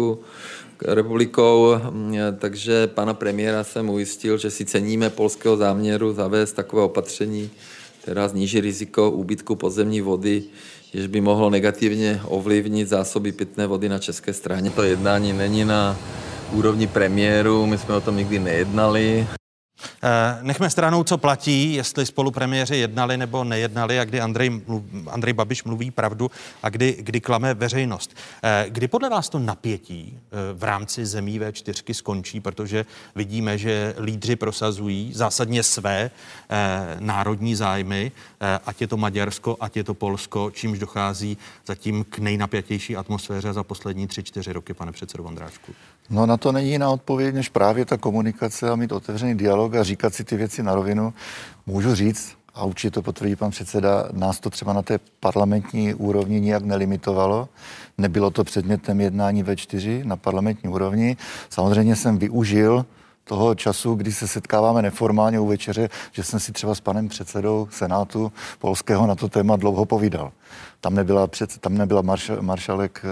republikou. Takže pana premiéra jsem ujistil, že si ceníme polského záměru zavést takové opatření, která sníží riziko úbytku podzemní vody, jež by mohlo negativně ovlivnit zásoby pitné vody na české straně. To jednání není na úrovni premiéru, my jsme o tom nikdy nejednali. Nechme stranou, co platí, jestli spolu premiéři jednali nebo nejednali a kdy Andrej Babiš mluví pravdu a kdy klame veřejnost. Kdy podle vás to napětí v rámci zemí V4 skončí, protože vidíme, že lídři prosazují zásadně své národní zájmy, ať je to Maďarsko, ať je to Polsko, čímž dochází zatím k nejnapětější atmosféře za poslední 3-4 roky, pane předsedo Vondráčku? No na to není jiná odpověď, než právě ta komunikace a mít otevřený dialog a říkat si ty věci na rovinu. Můžu říct, a určitě to potvrdí pan předseda, nás to třeba na té parlamentní úrovni nijak nelimitovalo. Nebylo to předmětem jednání V4 na parlamentní úrovni. Samozřejmě jsem využil toho času, kdy se setkáváme neformálně u večeře, že jsem si třeba s panem předsedou Senátu polského na to téma dlouho povídal. Tam nebyla maršalek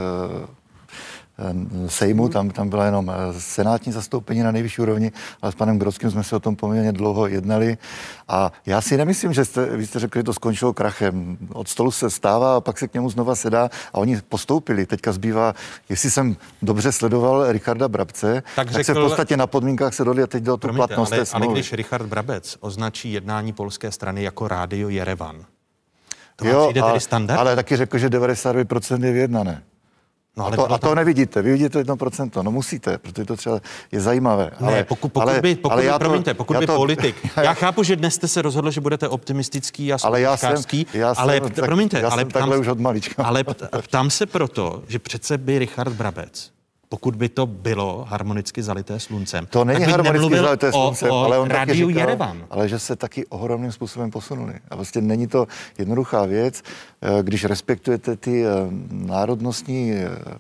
Sejmu, tam byla jenom senátní zastoupení na nejvyšší úrovni, ale s panem Grockým jsme se o tom poměrně dlouho jednali a já si nemyslím, že vy jste řekli, že to skončilo krachem. Od stolu se stává a pak se k němu znova sedá a oni postoupili. Teďka zbývá, jestli jsem dobře sledoval Richarda Brabce, tak se v podstatě na podmínkách se dohodli a teď jde o tu platnost té smlouvy. Ale když Richard Brabec označí jednání polské strany jako rádio Jerevan, to přijde tedy standard? Ale taky řekl, že 99% je vyjednané. No, ale to nevidíte, vy vidíte 1%, no musíte, protože to třeba je zajímavé. Ne, pokud by politik, já chápu, že dnes jste se rozhodl, že budete optimistický a sluníčkářský, ale takhle už od malička. Ale ptám se proto, že přece by Richard Brabec, pokud by to bylo harmonicky zalité sluncem, to není harmonicky zalité sluncem, ale on taky říkal, Jerevan. Ale že se taky ohromným způsobem posunuli. A vlastně není to jednoduchá věc, když respektujete ty národnostní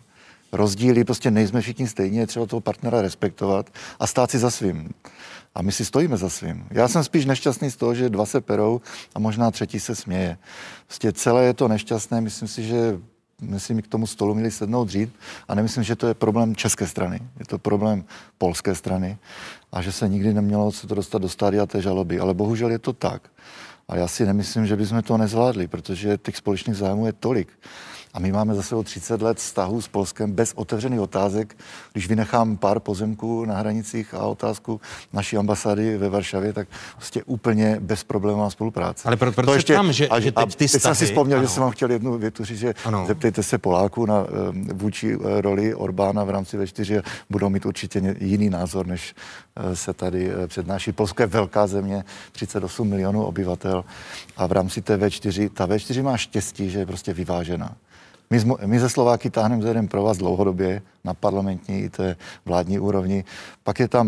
rozdíly, prostě nejsme všichni stejně, je třeba toho partnera respektovat a stát si za svým. A my si stojíme za svým. Já jsem spíš nešťastný z toho, že 2 se perou a možná 3. se směje. Prostě celé je to nešťastné, myslím si, že k tomu stolu měli sednout dřív a nemyslím, že to je problém české strany, je to problém polské strany a že se nikdy nemělo se to dostat do stádia té žaloby, ale bohužel je to tak. A já si nemyslím, že bychom to nezvládli, protože těch společných zájmů je tolik. A my máme za sebou 30 let vztahů s Polskem bez otevřených otázek. Když vynechám pár pozemků na hranicích a otázku naší ambasády ve Varšavě, tak prostě úplně bezproblémová spolupráce. Ale proto ještě tam, že teď ty vztahy... jsem si vzpomněl, že jsem vám chtěl jednu větu říct, že zeptejte se Poláků na vůči roli Orbána v rámci V4 budou mít určitě jiný názor, než se tady přednáší. Polsko je velká země, 38 milionů obyvatel a v rámci té V4, ta V4 má štěstí, že je prostě vyvážená. My ze Slováky táhneme za jeden provaz dlouhodobě na parlamentní i té vládní úrovni. Pak je tam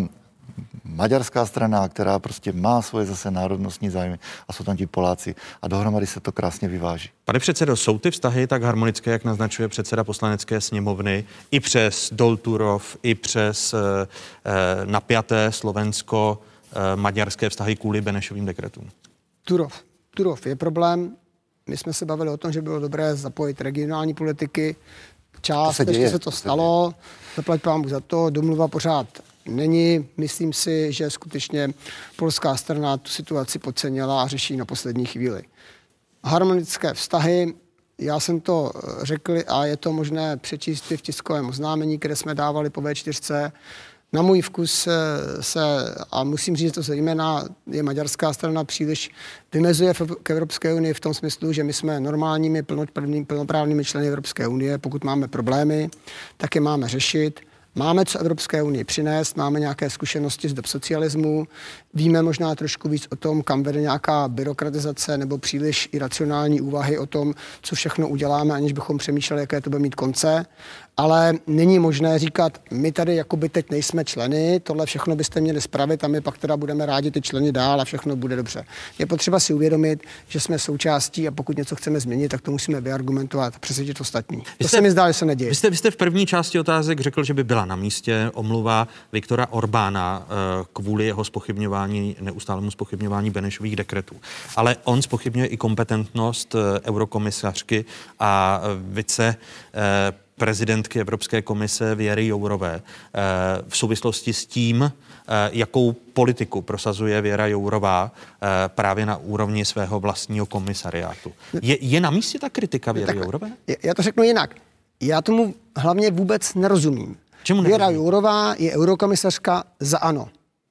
maďarská strana, která prostě má svoje zase národnostní zájmy a jsou tam ti Poláci a dohromady se to krásně vyváží. Pane předsedo, jsou ty vztahy tak harmonické, jak naznačuje předseda Poslanecké sněmovny, i přes Dolturov, i přes napjaté slovensko-maďarské vztahy kvůli Benešovým dekretům? Turov je problém. My jsme se bavili o tom, že bylo dobré zapojit regionální politiky. Částečně se to stalo, zaplať pánbůh za to, domluva pořád není. Myslím si, že skutečně polská strana tu situaci podcenila a řeší na poslední chvíli. Harmonické vztahy, já jsem to řekl a je to možné přečíst v tiskovém oznámení, které jsme dávali po V4. Na můj vkus a musím říct, že to zejména je maďarská strana příliš vymezuje k Evropské unii v tom smyslu, že my jsme normálními plnoprávnými členy Evropské unie. Pokud máme problémy, tak je máme řešit. Máme co Evropské unii přinést, máme nějaké zkušenosti z dob socialismu, víme možná trošku víc o tom, kam vede nějaká byrokratizace nebo příliš iracionální úvahy o tom, co všechno uděláme, aniž bychom přemýšleli, jaké to bude mít konce. Ale není možné říkat, my tady jakoby teď nejsme členy, tohle všechno byste měli spravit a my pak teda budeme rádi ty členy dál a všechno bude dobře. Je potřeba si uvědomit, že jsme součástí a pokud něco chceme změnit, tak to musíme vyargumentovat a přesvědčit ostatní. To se mi zdá, že se neděje. Vy jste v první části otázek řekl, že by byla na místě omluva Viktora Orbána kvůli jeho neustálému zpochybňování Benešových dekretů. Ale on zpochybňuje i kompetentnost eurokomisařky a prezidentky Evropské komise Věry Jourové v souvislosti s tím, jakou politiku prosazuje Věra Jourová právě na úrovni svého vlastního komisariátu. Je na místě ta kritika Věry Jourové? Já to řeknu jinak. Já tomu hlavně vůbec nerozumím. Věra Jourová je eurokomisařka za ANO.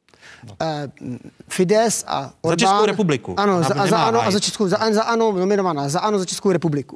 Fides a Orbán... Za Českou republiku. Ano, za ANO a za ANO nominovaná. Za ANO za Českou republiku.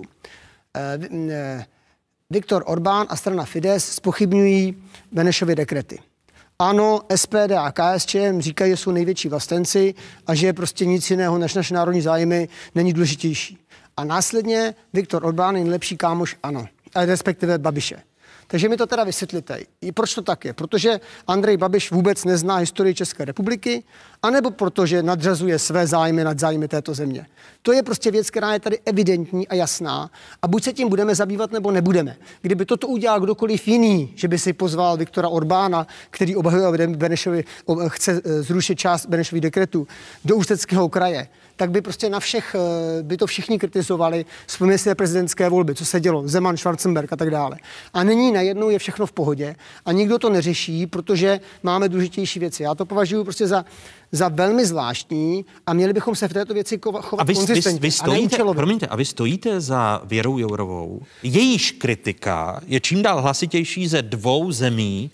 Viktor Orbán a strana Fides zpochybňují Benešovy dekrety. Ano, SPD a KSČM říkají, že jsou největší vlastenci a že prostě nic jiného než naše národní zájmy není důležitější. A následně Viktor Orbán je nejlepší kámoš ANO, respektive Babiše. Takže mi to teda vysvětlíte. Proč to tak je? Protože Andrej Babiš vůbec nezná historii České republiky, anebo protože nadřazuje své zájmy nad zájmy této země. To je prostě věc, která je tady evidentní a jasná a buď se tím budeme zabývat, nebo nebudeme. Kdyby toto udělal kdokoliv jiný, že by si pozval Viktora Orbána, který obhajuje Benešovi, chce zrušit část Benešových dekretů, do Ústeckého kraje, tak by prostě na všech, by to všichni kritizovali, vzpomněli si prezidentské volby, co se dělo, Zeman, Schwarzenberg a tak dále. A nyní najednou je všechno v pohodě a nikdo to neřeší, protože máme důležitější věci. Já to považuji prostě za velmi zvláštní a měli bychom se v této věci chovat konzistentně a neúčelově. Promiňte, a vy stojíte za Věrou Jourovou. Jejíž kritika je čím dál hlasitější ze dvou zemí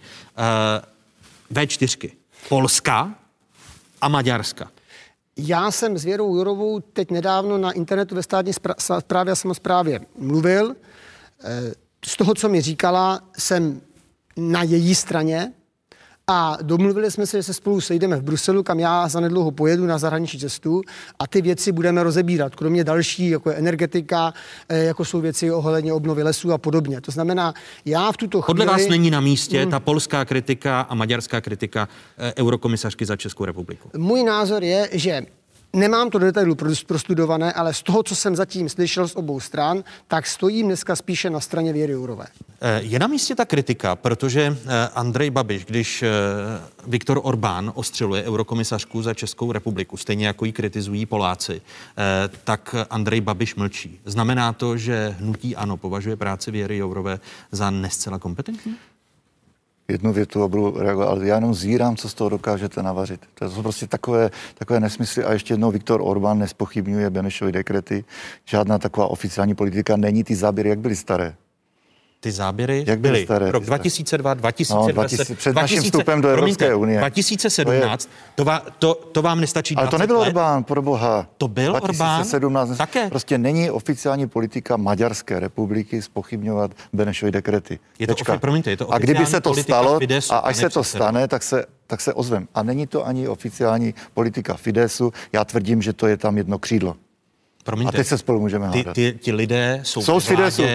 V4. Polska a Maďarska. Já jsem s Věrou Jourovou teď nedávno na internetu ve státní správě a samosprávě mluvil. Z toho, co mi říkala, jsem na její straně a domluvili jsme se, že se spolu sejdeme v Bruselu, kam já zanedlouho pojedu na zahraniční cestu a ty věci budeme rozebírat, kromě další, jako je energetika, jako jsou věci ohledně obnovy lesů a podobně. To znamená, já v tuto chvíli... Podle vás není na místě ta polská kritika a maďarská kritika eurokomisařky za Českou republiku? Můj názor je, že nemám to do detailu prostudované, ale z toho, co jsem zatím slyšel z obou stran, tak stojím dneska spíše na straně Věry Jourové. Je na místě ta kritika, protože Andrej Babiš, když Viktor Orbán ostřeluje eurokomisařku za Českou republiku, stejně jako ji kritizují Poláci, tak Andrej Babiš mlčí. Znamená to, že hnutí ANO považuje práci Věry Jourové za nescela kompetentní? Jednu větu a budu reagovat, ale já jenom zírám, co z toho dokážete navařit. To jsou prostě takové nesmysly a ještě jednou Viktor Orbán nespochybňuje Benešovy dekrety. Žádná taková oficiální politika není, ty záběry, jak byly staré. Ty záběry jak byly staré, rok 2002, 2010, před naším vstupem do Evropské unie. 2017, to vám nestačí 20 Ale to nebyl let? Orbán, pro boha. To byl 2017, Orbán? Také. Prostě není oficiální politika Maďarské republiky zpochybňovat Benešovy dekrety. Promiňte, je to a kdyby se to stalo, Fidesu, a až se to stane, tak se ozvem. A není to ani oficiální politika Fidesu, já tvrdím, že to je tam jedno křídlo. Promiňte, a teď se spolu můžeme hádat. Ti lidé jsou z Fidesu.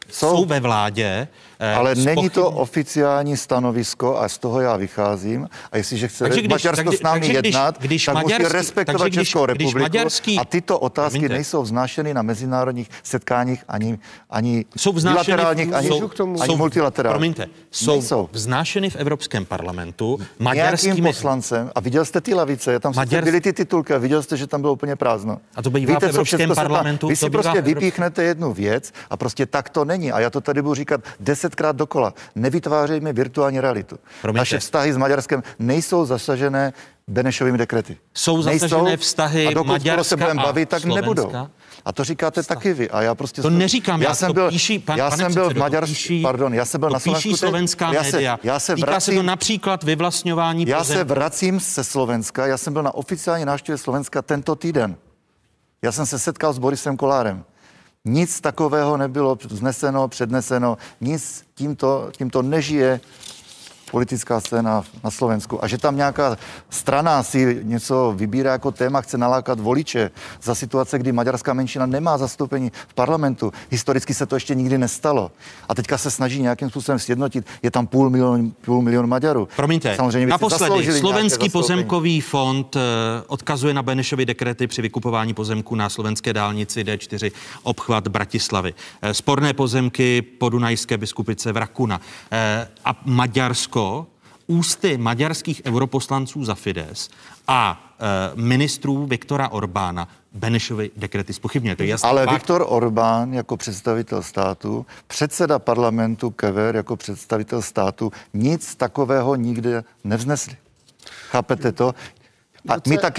jsou ve vládě. Ale není to oficiální stanovisko a z toho já vycházím. A jestliže chce Maďarsko s námi jednat, tak musí respektovat Českou republiku. A tyto otázky nejsou vznášeny na mezinárodních setkáních ani bilaterálních, ani multilaterálních. Jsou vznášeny v Evropském parlamentu nějakým poslancem. A viděl jste ty lavice, tam byly ty titulky a viděl jste, že tam bylo úplně prázdno. A to bývá v Evropském parlamentu. Vy si prostě vypíchnete jednu věc a prostě tak to není. A já to tady budu říkat 10krát dokola. Nevytvářejme virtuální realitu. Naše vztahy s Maďarskem nejsou zasažené Benešovými dekrety. Jsou zasažené vztahy Maďarska se budeme bavit, tak Slovenska? Nebudou. A to říkáte taky vy. A já prostě to neříkám, já jsem byl v Maďarsku, já jsem byl na Slovensku. Píší slovenská média. Týká se to například vyvlastňování pozemků. Já se vracím ze Slovenska, já jsem byl na oficiální návštěvě Slovenska tento týden. Já jsem se setkal s Borisem Kolárem. Nic takového nebylo vzneseno, předneseno, nic tímto nežije politická scéna na Slovensku. A že tam nějaká strana si něco vybírá jako téma, chce nalákat voliče za situace, kdy maďarská menšina nemá zastoupení v parlamentu. Historicky se to ještě nikdy nestalo. A teďka se snaží nějakým způsobem sjednotit. Je tam půl milionu Maďarů. Promiňte, naposledy Slovenský pozemkový fond odkazuje na Benešovy dekrety při vykupování pozemků na slovenské dálnici D4 obchvat Bratislavy. Sporné pozemky podunajské Biskupice v Rakuna. A Maďarsko ústy maďarských europoslanců za Fidesz a ministrů Viktora Orbána Benešovy dekrety zpochybňuje. Ale Viktor Orbán jako představitel státu, předseda parlamentu Kever jako představitel státu nic takového nikdy nevznesli. Chápete to? A my taky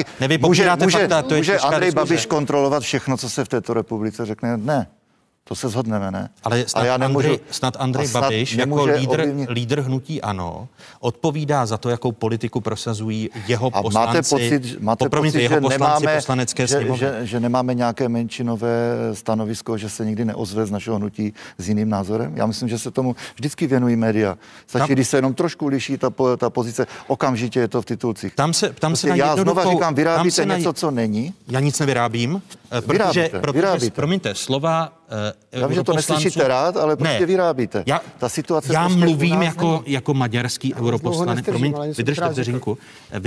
může Andrej Babiš kontrolovat všechno, co se v této republice řekne? Ne. To se shodneme, ne? Ale snad Andrej Babiš jako lídr hnutí ANO odpovídá za to, jakou politiku prosazují jeho poslanci. Máte pocit, jeho poslanci poslanecké sněmovny. Že nemáme nějaké menšinové stanovisko, že se nikdy neozve z našeho hnutí s jiným názorem? Já myslím, že se tomu vždycky věnují média. Stačí, když se jenom trošku liší ta pozice, okamžitě je to v titulcích. Já znova říkám, vyrábíte něco, co není? Já nic nevyrábím, protože promiňte, slova já vím, že to neslyšíte rád, ale prostě vyrábíte. Já mluvím jako maďarský europoslanec. Promiňte, vydržte vteřinku.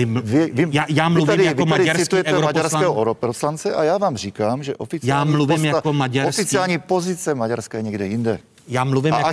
Já mluvím jako maďarský europoslance a já vám říkám, že oficiální pozice Maďarska je někde jinde. Já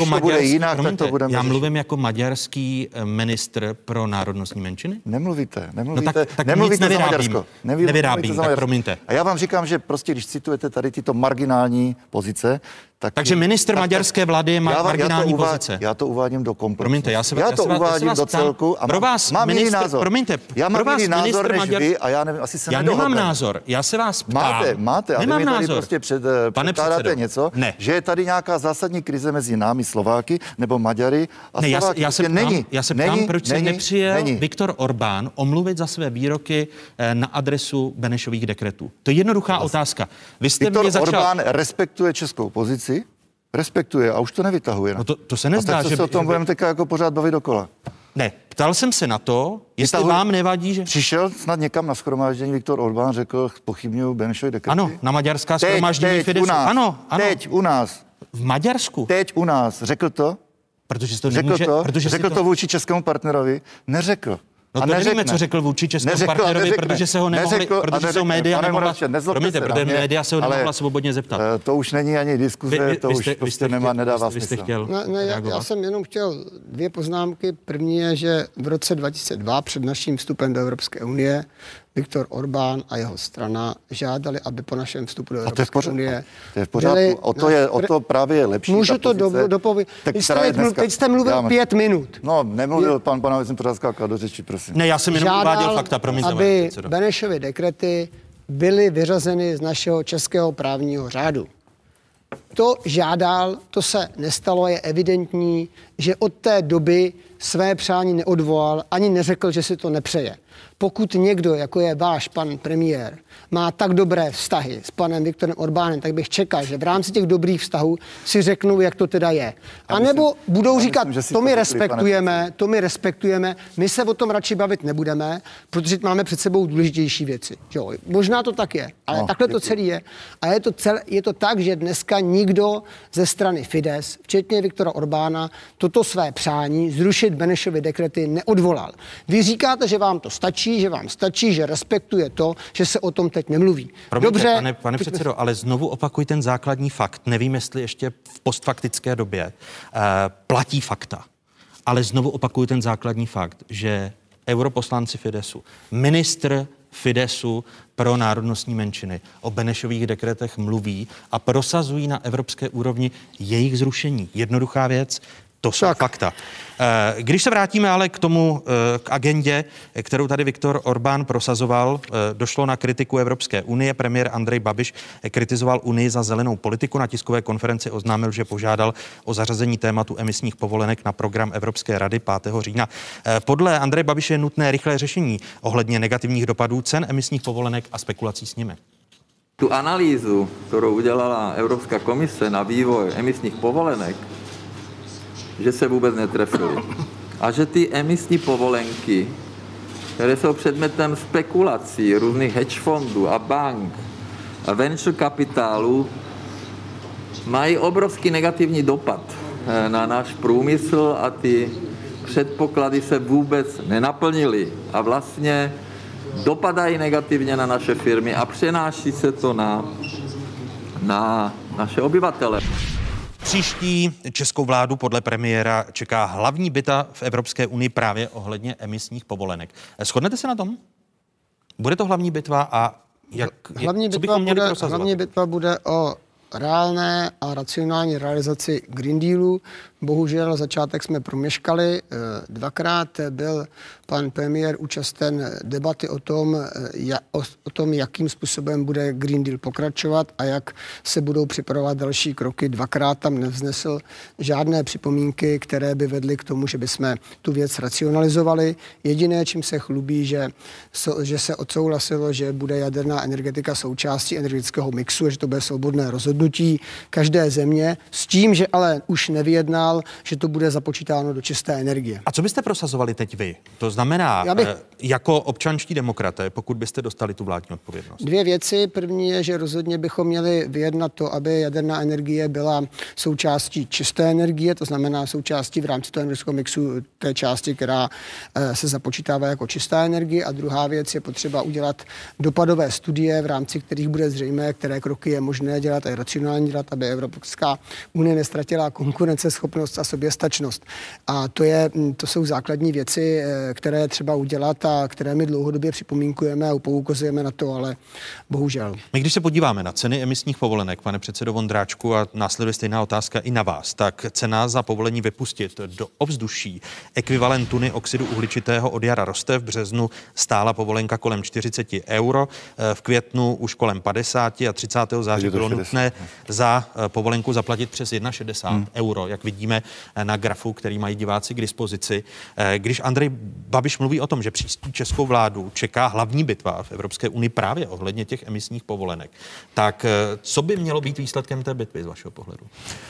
mluvím jako maďarský ministr pro národnostní menšiny? Nemluvíte. Tak nemluvíte za Maďarsko. Nevyrábím, tak promiňte. A já vám říkám, že prostě, když citujete tady tyto marginální pozice, takže ministr maďarské vlády je marginální pozice. Já to uvádím do kompromisu. Promiňte, já to uvádím do celku a mám jiný názor. Promiňte, já mám jiný názor než vy a já nevím, asi se nedohodneme. Já nemám názor, já se vás ptám. Máte, ale vy mi tady prostě předkládáte něco, že je tady nějaká zásadní krize mezi námi Slováky nebo Maďary a Slováky. Já se ptám, proč se nepřijel Viktor Orbán omluvit za své výroky na adresu Benešových dekretů. To je jednoduchá otázka. Viktor Orbán respektuje českou pozici, respektuje a už to nevytahuje. No to se nezdá, že se o tom budeme teďka jako pořád bavit dokola. Ne, ptal jsem se na to, jestli vám nevadí, že... Přišel snad někam na shromáždění Viktor Orbán, řekl, pochybňuju Benešovy dekrety. Ano, na maďarská shromáždění Fidesu. Ano. Teď u nás. V Maďarsku? Teď u nás. Řekl to? Protože to nemůže... Řekl to vůči českému partnerovi? Neřekl. No to nevíme, co řekl vůči českému partnerovi, protože se ho nemohli, protože se ho média nemohla... Promiňte, protože média se ho nemohla svobodně zeptat. To už není ani diskuze, to už prostě nedává smysl. Já jsem jenom chtěl dvě poznámky. První je, že v roce 2002 před naším vstupem do Evropské unie Viktor Orbán a jeho strana žádali, aby po našem vstupu do Evropské unie... To je v pořádku, o to právě je lepší. Můžu to dopovědět. Teď jste mluvil 5 minut. No, nemluvil pan jsem to zaskákal do řeči, prosím. Ne, já jsem jenom uváděl fakta, promiňte. Aby Benešovy dekrety byly vyřazeny z našeho českého právního řádu. To žádal, to se nestalo, je evidentní, že od té doby své přání neodvolal, ani neřekl, že si to nepřeje. Pokud někdo, jako je váš pan premiér, má tak dobré vztahy s panem Viktorem Orbánem, tak bych čekal, že v rámci těch dobrých vztahů si řeknou, jak to teda je. A nebo budou říkat, to my respektujeme, my se o tom radši bavit nebudeme, protože máme před sebou důležitější věci. Jo, možná to tak je, ale takhle to celé je. A je to tak, že dneska nikdo ze strany Fidesz, včetně Viktora Orbána, toto své přání zrušit Benešovy dekrety neodvolal. Vy říkáte, že vám to stačí, že respektuje to, že se o tom teď nemluví. Promiňte, dobře, pane předsedo, ale znovu opakuj ten základní fakt. Nevím, jestli ještě v postfaktické době platí fakta, ale znovu opakuj ten základní fakt, že europoslanci Fideszu, ministr Fideszu pro národnostní menšiny o Benešových dekretech mluví a prosazují na evropské úrovni jejich zrušení. Jednoduchá věc. To jsou fakta. Když se vrátíme ale k tomu, k agendě, kterou tady Viktor Orbán prosazoval, došlo na kritiku Evropské unie. Premiér Andrej Babiš kritizoval Unii za zelenou politiku. Na tiskové konferenci oznámil, že požádal o zařazení tématu emisních povolenek na program Evropské rady 5. října. Podle Andreje Babiše je nutné rychlé řešení ohledně negativních dopadů cen emisních povolenek a spekulací s nimi. Tu analýzu, kterou udělala Evropská komise na vývoj emisních povolenek, že se vůbec netrefili. A že ty emisní povolenky, které jsou předmětem spekulací různých hedge fondů a bank a venture kapitálu, mají obrovský negativní dopad na náš průmysl a ty předpoklady se vůbec nenaplnily. A vlastně dopadají negativně na naše firmy a přenáší se to na naše obyvatele. Příští českou vládu podle premiéra čeká hlavní bitva v Evropské unii právě ohledně emisních povolenek. Shodnete se na tom? Bude to hlavní bitva a hlavní bitva bude o reálné a racionální realizaci Green Dealu. Bohužel začátek jsme promeškali. Dvakrát byl pan premiér účasten debaty o tom, jakým způsobem bude Green Deal pokračovat a jak se budou připravovat další kroky. Dvakrát tam nevznesl žádné připomínky, které by vedly k tomu, že bychom tu věc racionalizovali. Jediné, čím se chlubí, že se odsouhlasilo, že bude jaderná energetika součástí energetického mixu a že to bude svobodné rozhodnutí každé země, s tím, že ale už nevyjednal, že to bude započítáno do čisté energie. A co byste prosazovali teď vy? To znamená, jako občanští demokraté, pokud byste dostali tu vládní odpovědnost? Dvě věci. První je, že rozhodně bychom měli vyjednat to, aby jaderná energie byla součástí čisté energie, to znamená součástí v rámci toho energetického mixu té části, která se započítává jako čistá energie. A druhá věc je potřeba udělat dopadové studie, v rámci kterých bude zřejmé, které kroky je možné dělat a racionální dělat, aby Evropská unie nestratila konkurenceschopnost a soběstačnost. A to jsou základní věci, které třeba udělat a které my dlouhodobě připomínkujeme a poukazujeme na to, ale bohužel. My když se podíváme na ceny emisních povolenek, pane předsedo Vondráčku, a následuje stejná otázka i na vás, tak cena za povolení vypustit do ovzduší ekvivalent tuny oxidu uhličitého od jara roste. V březnu stála povolenka kolem 40 €, v květnu už kolem 50 a 30. září bylo nutné za povolenku zaplatit přes 61 €, jak vidíme na grafu, který mají diváci k dispozici. Když Andrej Babiš mluví o tom, že příští českou vládu čeká hlavní bitva v Evropské unii právě ohledně těch emisních povolenek, tak co by mělo být výsledkem té bitvy z vašeho pohledu?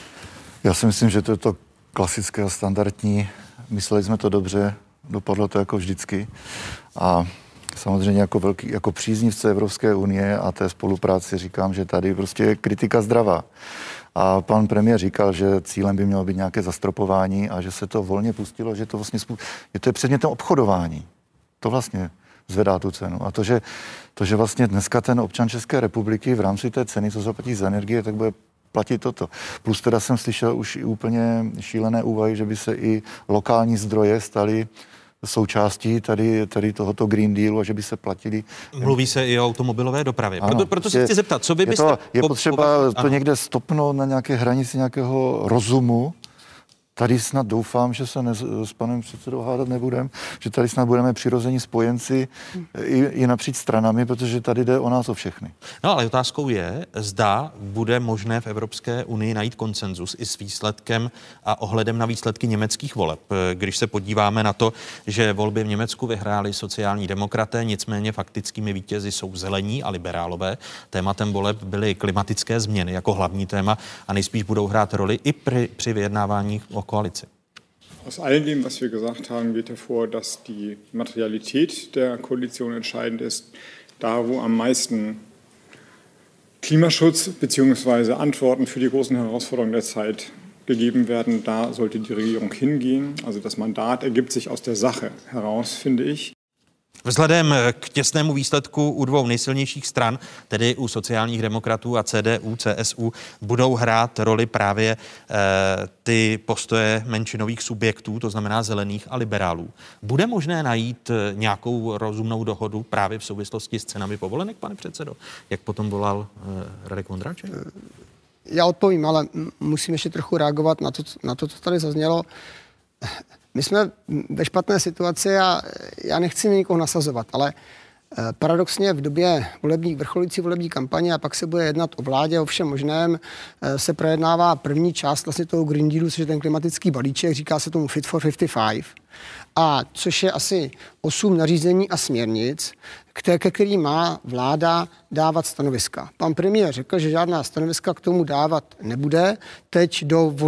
Já si myslím, že to je to klasické a standardní. Mysleli jsme to dobře, dopadlo to jako vždycky. A samozřejmě jako příznivce Evropské unie a té spolupráci říkám, že tady prostě je kritika zdravá. A pan premiér říkal, že cílem by mělo být nějaké zastropování a že se to volně pustilo, že to vlastně je předmětem obchodování. To vlastně zvedá tu cenu. A to, že vlastně dneska ten občan České republiky v rámci té ceny, co zaplatí za energie, tak bude platit toto. Plus teda jsem slyšel už i úplně šílené úvahy, že by se i lokální zdroje staly součástí tady tohoto Green Dealu a že by se platili. Mluví se i o automobilové dopravě. Proto se chci zeptat, co by byste... Je potřeba to někde stopnout na nějaké hranici nějakého rozumu Tady snad doufám, že se s panem předsedou hádat nebudeme, že tady snad budeme přirození spojenci i napříč stranami, protože tady jde o nás o všechny. No ale otázkou je, zda bude možné v Evropské unii najít konsenzus i s výsledkem a ohledem na výsledky německých voleb. Když se podíváme na to, že volby v Německu vyhráli sociální demokraté, nicméně faktickými vítězi jsou zelení a liberálové. Tématem voleb byly klimatické změny jako hlavní téma a nejspíš budou hrát roli i při vyjednávání o koalici. Aus all dem, was wir gesagt haben, geht hervor, dass die Materialität der Koalition entscheidend ist. Da, wo am meisten Klimaschutz bzw. Antworten für die großen Herausforderungen der Zeit gegeben werden, da sollte die Regierung hingehen. Also das Mandat ergibt sich aus der Sache heraus, finde ich. Vzhledem k těsnému výsledku u dvou nejsilnějších stran, tedy u sociálních demokratů a CDU, CSU, budou hrát roli právě ty postoje menšinových subjektů, to znamená zelených a liberálů. Bude možné najít nějakou rozumnou dohodu právě v souvislosti s cenami povolenek, pane předsedo? Jak potom volal Radek Vondráček? Já odpovím, ale musím ještě trochu reagovat na to, co tady zaznělo. My jsme ve špatné situaci a já nechci nikoho nasazovat, ale paradoxně v době vrcholící volební kampaně a pak se bude jednat o vládě, o všem možném, se projednává první část vlastně toho Green Dealu, což je ten klimatický balíček, říká se tomu Fit for 55, a což je asi 8 nařízení a směrnic, ke kterým má vláda dávat stanoviska. Pan premiér řekl, že žádná stanoviska k tomu dávat nebude teď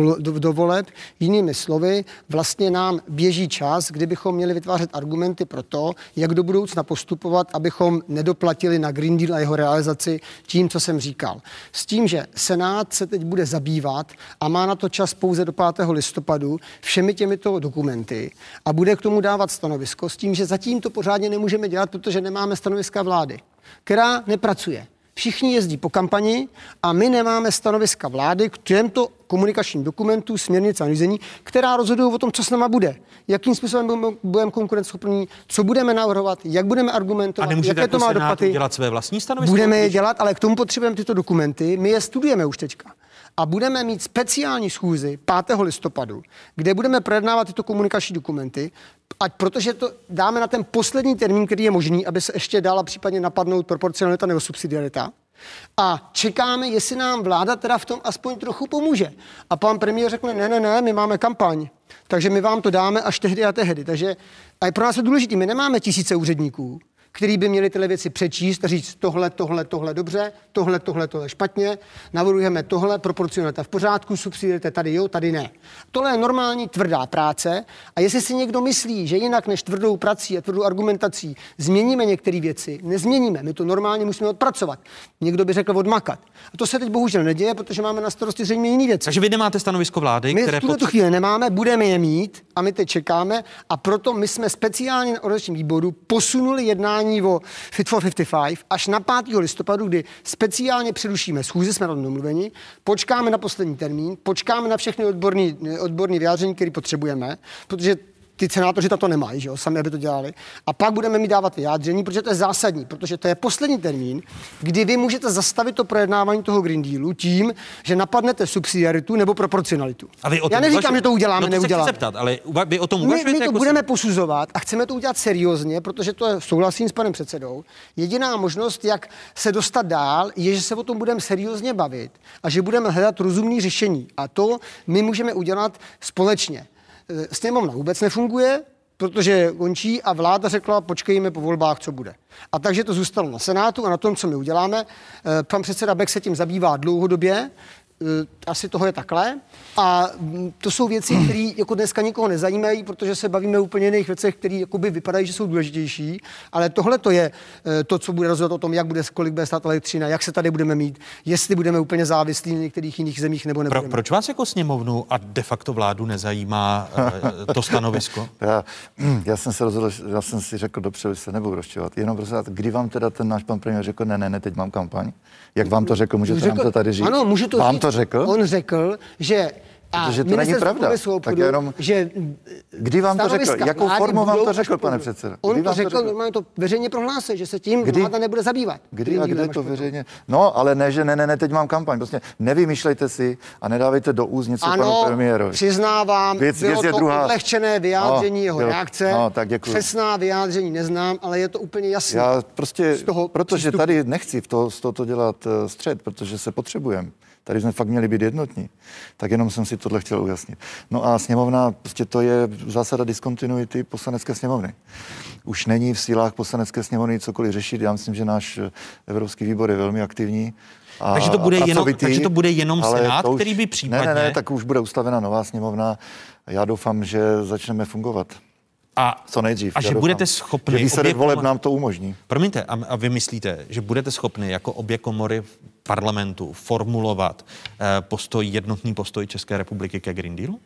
do voleb. Jinými slovy, vlastně nám běží čas, kdybychom měli vytvářet argumenty pro to, jak do budoucna postupovat, abychom nedoplatili na Green Deal a jeho realizaci tím, co jsem říkal. S tím, že Senát se teď bude zabývat a má na to čas pouze do 5. listopadu všemi těmito dokumenty a bude k tomu dávat stanovisko s tím, že zatím to pořádně nemůžeme dělat, protože nemáme stanoviska vlády, která nepracuje. Všichni jezdí po kampani a my nemáme stanoviska vlády k těmto komunikačním dokumentům, směrnic a nařízení, která rozhodují o tom, co s náma bude. Jakým způsobem budeme konkurenceschopní, co budeme navrhovat, jak budeme argumentovat, jaké to má dopady. Dělat své vlastní stanovisko? Budeme je dělat, ale k tomu potřebujeme tyto dokumenty. My je studujeme už teďka. A budeme mít speciální schůzi 5. listopadu, kde budeme projednávat tyto komunikační dokumenty, protože to dáme na ten poslední termín, který je možný, aby se ještě dala případně napadnout proporcionalita nebo subsidiarita. A čekáme, jestli nám vláda teda v tom aspoň trochu pomůže. A pan premiér řekne, ne, my máme kampaň, takže my vám to dáme až tehdy a tehdy. Takže a je pro nás to důležité, my nemáme tisíce úředníků, který by měli tyhle věci přečíst a říct tohle dobře, tohle špatně, navrhujeme tohle, proporcionalita v pořádku, subsidiarita tady jo, tady ne. Tohle je normální tvrdá práce a jestli si někdo myslí, že jinak než tvrdou prací a tvrdou argumentací změníme některé věci, nezměníme, my to normálně musíme odpracovat. Někdo by řekl odmakat. A to se teď bohužel neděje, protože máme na starosti zřejmě jiné věci. Takže vy nemáte stanovisko vlády, my které v tuto chvíli nemáme, budeme je mít a my teď čekáme a proto my jsme speciálně na organizačním výboru posunuli jednání o Fit for 55 až na 5. listopadu, kdy speciálně přerušíme schůzi, jsme na tom domluveni, počkáme na poslední termín, počkáme na všechny odborné vyjádření, které potřebujeme, protože ty senátoři to nemají, že jo, sami aby to dělali. A pak budeme mít dávat vyjádření, protože to je zásadní, protože to je poslední termín, kdy vy můžete zastavit to projednávání toho Green Dealu tím, že napadnete subsidiaritu nebo proporcionalitu. Já neříkám, že to uděláme, neuděláme. Zeptat, ale vy o tom uvažujete? My to budeme posuzovat a chceme to udělat seriózně, protože to souhlasím s panem předsedou. Jediná možnost, jak se dostat dál, je, že se o tom budeme seriózně bavit a že budeme hledat rozumné řešení. A to my můžeme udělat společně. Sněmovna vůbec nefunguje, protože končí a vláda řekla, počkejme po volbách, co bude. A takže to zůstalo na Senátu a na tom, co my uděláme. Pan předseda Bek se tím zabývá dlouhodobě, asi toho je takhle. A to jsou věci, které jako dneska nikoho nezajímají, protože se bavíme úplně jiných věcech, které jakoby vypadají, že jsou důležitější. Ale tohle to je to, co bude rozhodovat o tom, jak bude, kolik bude stát elektřina, jak se tady budeme mít, jestli budeme úplně závislí na některých jiných zemích nebo nebudeme. Proč vás jako sněmovnu a de facto vládu nezajímá to stanovisko? Já jsem se rozhodl, já jsem si řekl, dopředu se nebudu rozčovat. Jenom prostě, kdy vám teda ten náš pan premiér řekl, ne, teď mám kampaň. Jak vám to řekl, můžete nám to tady říct? Ano, můžu to vám říct. To řekl? On řekl, že Protože to není pravda. Tak jenom, že kdy vám to řekl? Jakou formou vám to řekl, pane předsedo? On to řekl, normálně to veřejně prohlásil, že se tím vláda nebude zabývat. Kdy a kde to veřejně? No, ale ne, že ne, teď mám kampaň. Prostě nevymýšlejte si a nedávejte do úst něco panu premiérovi. Ano, přiznávám, bylo to odlehčené vyjádření jeho reakce. No, tak děkuji. Přesná vyjádření neznám, ale je to úplně jasné. Já prostě, protože tady nechci z toho dělat střed, protože se potřebujeme. Tady jsme fakt měli být jednotní. Tak jenom jsem si tohle chtěl ujasnit. No a sněmovna, prostě to je zásada diskontinuity poslanecké sněmovny. Už není v sílách poslanecké sněmovny cokoliv řešit. Já myslím, že náš evropský výbor je velmi aktivní. Takže to bude jenom Senát, který by případně... Ne, tak už bude ustavena nová sněmovna. Já doufám, že začneme fungovat. Co nejdřív. A že budete schopni... Že výsledek voleb nám to umožní. Promiňte, a vy myslíte, že budete schopni jako obě komory parlamentu formulovat jednotný postoj České republiky ke Green Dealu?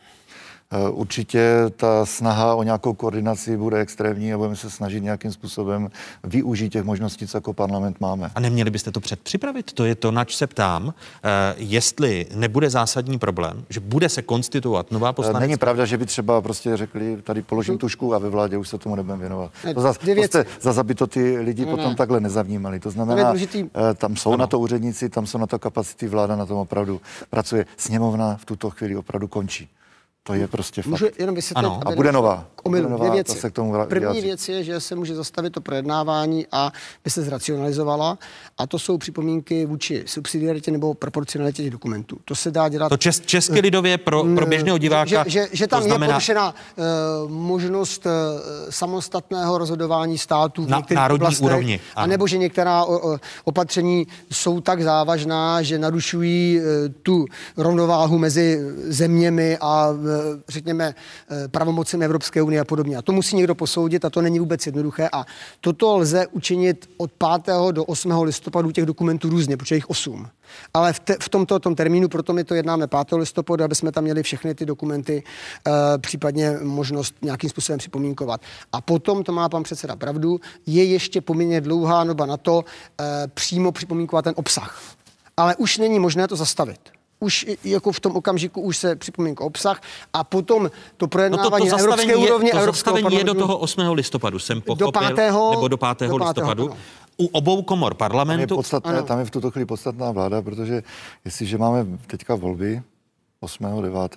Určitě ta snaha o nějakou koordinaci bude extrémní a budeme se snažit nějakým způsobem využít těch možností, co jako parlament máme. A neměli byste to předpřipravit? To je to, nač se ptám, jestli nebude zásadní problém, že bude se konstituovat nová poslanecká... Není pravda, že by třeba prostě řekli, tady položím tušku a ve vládě už se tomu nebudeme věnovat. Zase by to ty lidi potom takhle nezavnímali. To znamená, tam jsou na to úředníci, tam jsou na to kapacity, vláda na tom opravdu pracuje. Sněmovna v tuto chvíli opravdu končí. To je prostě fakt. Můžu jenom vysvětlit. A bude nová. Dvě věci. První věc je, že se může zastavit to projednávání a by se zracionalizovala. A to jsou připomínky vůči subsidiaritě nebo proporcionalitě těch dokumentů. To se dá dělat... To česky lidově pro běžného diváka... Že tam je porušena možnost samostatného rozhodování států v některých oblastech. Úrovni. A nebo že některá opatření jsou tak závažná, že narušují tu rovnováhu mezi zeměmi a řekněme pravomocemi Evropské unie a podobně. A to musí někdo posoudit a to není vůbec jednoduché. A toto lze učinit od 5. do 8. listopadu těch dokumentů různě, protože jich 8. Ale v tomto termínu, proto my to jednáme 5. listopadu, aby jsme tam měli všechny ty dokumenty, případně možnost nějakým způsobem připomínkovat. A potom, to má pan předseda pravdu, je ještě poměrně dlouhá doba na to přímo připomínkovat ten obsah. Ale už není možné to zastavit. Už jako v tom okamžiku už se připomínka obsah a potom to projednávání na evropské úrovni. To zastavení je do toho 8. listopadu, jsem pochopil, nebo do 5. listopadu. Ano. U obou komor parlamentu. Tam je v tuto chvíli podstatná vláda, protože jestliže máme teďka volby 8. 9.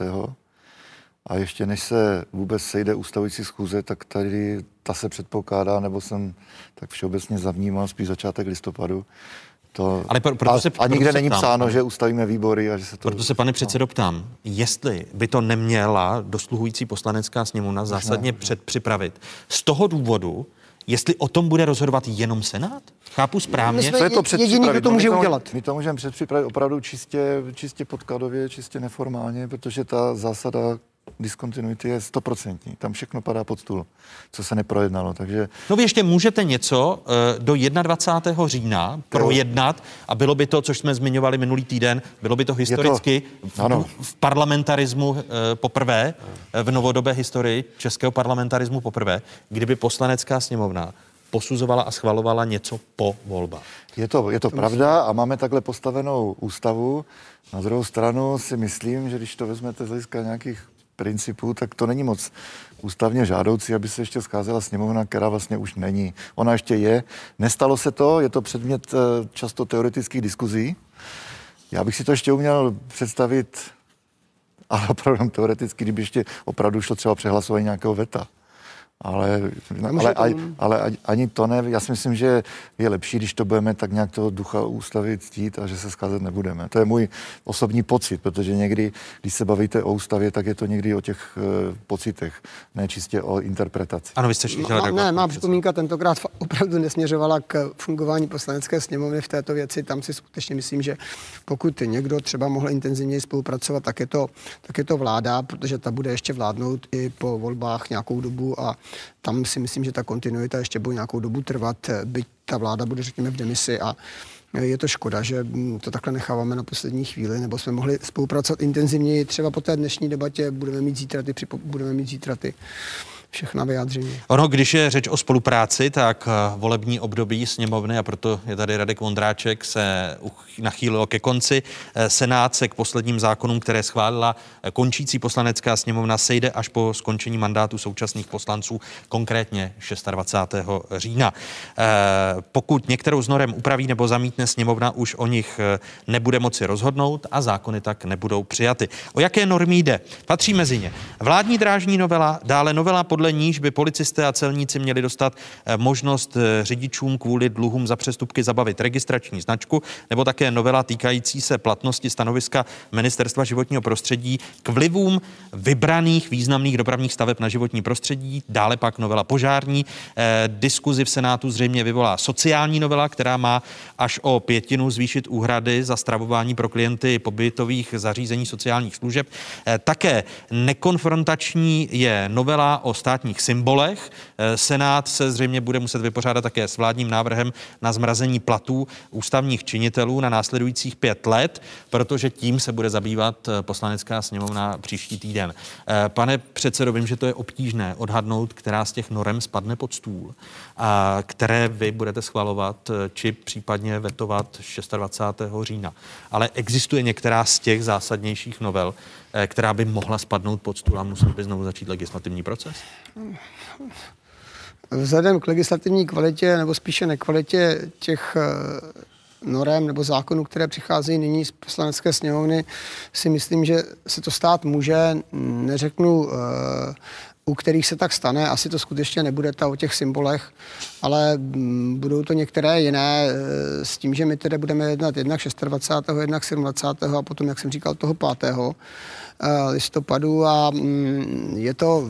a ještě než se vůbec sejde ustavující schůze, tak tady ta se předpokládá, nebo jsem tak všeobecně zavnímal spíš začátek listopadu. Ale nikde není psáno, že ustavíme výbory a že se to... Proto se, pane předsedo, ptám, jestli by to neměla dosluhující poslanecká sněmovna zásadně předpřipravit. Z toho důvodu, jestli o tom bude rozhodovat jenom Senát? Chápu správně? My jsme jediný, kdo to může udělat. My to můžeme předpřipravit opravdu čistě podkladově, čistě neformálně, protože ta zásada diskontinuity je 100%. Tam všechno padá pod stůl, co se neprojednalo. Takže... No vy ještě můžete něco do 21. října projednat a bylo by to, což jsme zmiňovali minulý týden, bylo by to historicky v parlamentarismu poprvé, v novodobé historii českého parlamentarismu poprvé, kdyby poslanecká sněmovna posuzovala a schvalovala něco po volbách. Je to pravda a máme takhle postavenou ústavu. Na druhou stranu si myslím, že když to vezmete z hlediska nějakých principů, tak to není moc ústavně žádoucí, aby se ještě scházela sněmovna, která vlastně už není. Ona ještě je. Nestalo se to, je to předmět často teoretických diskuzí. Já bych si to ještě uměl představit, ale opravdu teoreticky, kdyby ještě opravdu šlo třeba přehlasování nějakého veta. Ale ani to ne. Já si myslím, že je lepší, když to budeme tak nějak toho ducha ústavy ctít a že se scházet nebudeme. To je můj osobní pocit, protože někdy, když se bavíte o ústavě, tak je to někdy o těch pocitech, ne čistě o interpretaci. Ano, vy jste má připomínka tentokrát opravdu nesměřovala k fungování poslanecké sněmovny v této věci. Tam si skutečně myslím, že pokud někdo třeba mohl intenzivněji spolupracovat, tak je to vláda, protože ta bude ještě vládnout i po volbách nějakou dobu a tam si myslím, že ta kontinuita ještě bude nějakou dobu trvat, byť ta vláda bude, řekněme, v demisi a je to škoda, že to takhle necháváme na poslední chvíli, nebo jsme mohli spolupracovat intenzivněji. Třeba po té dnešní debatě budeme mít zítra ty všechna vyjádření. Ono, když je řeč o spolupráci, tak volební období sněmovny, a proto je tady Radek Vondráček, se nachýlilo ke konci. Senát se k posledním zákonům, které schválila končící poslanecká sněmovna, sejde až po skončení mandátu současných poslanců, konkrétně 26. října. Pokud některou z norem upraví nebo zamítne sněmovna, už o nich nebude moci rozhodnout a zákony tak nebudou přijaty. O jaké normy jde? Patří mezi ně vládní drážní novela, dále novela, podle níž by policisté a celníci měli dostat možnost řidičům kvůli dluhům za přestupky zabavit registrační značku, nebo také novela týkající se platnosti stanoviska Ministerstva životního prostředí k vlivům vybraných významných dopravních staveb na životní prostředí, dále pak novela požární. Diskuzi v Senátu zřejmě vyvolá sociální novela, která má až o 1/5 zvýšit úhrady za stravování pro klienty pobytových zařízení sociálních služeb. Také nekonfrontační je novela o státních symbolech. Senát se zřejmě bude muset vypořádat také s vládním návrhem na zmrazení platů ústavních činitelů na následujících 5 let, protože tím se bude zabývat Poslanecká sněmovna příští týden. Pane předsedo, vím, že to je obtížné odhadnout, která z těch norem spadne pod stůl, a které vy budete schvalovat, či případně vetovat 26. října. Ale existuje některá z těch zásadnějších novel, která by mohla spadnout pod stůl a musel by znovu začít legislativní proces? Vzhledem k legislativní kvalitě, nebo spíše nekvalitě těch norem nebo zákonů, které přicházejí nyní z Poslanecké sněmovny, si myslím, že se to stát může, neřeknu, u kterých se tak stane, asi to skutečně nebude ta o těch symbolech, ale budou to některé jiné, s tím, že my tedy budeme jednat jednak 26., jednak 27. a potom, jak jsem říkal, toho 5. listopadu a je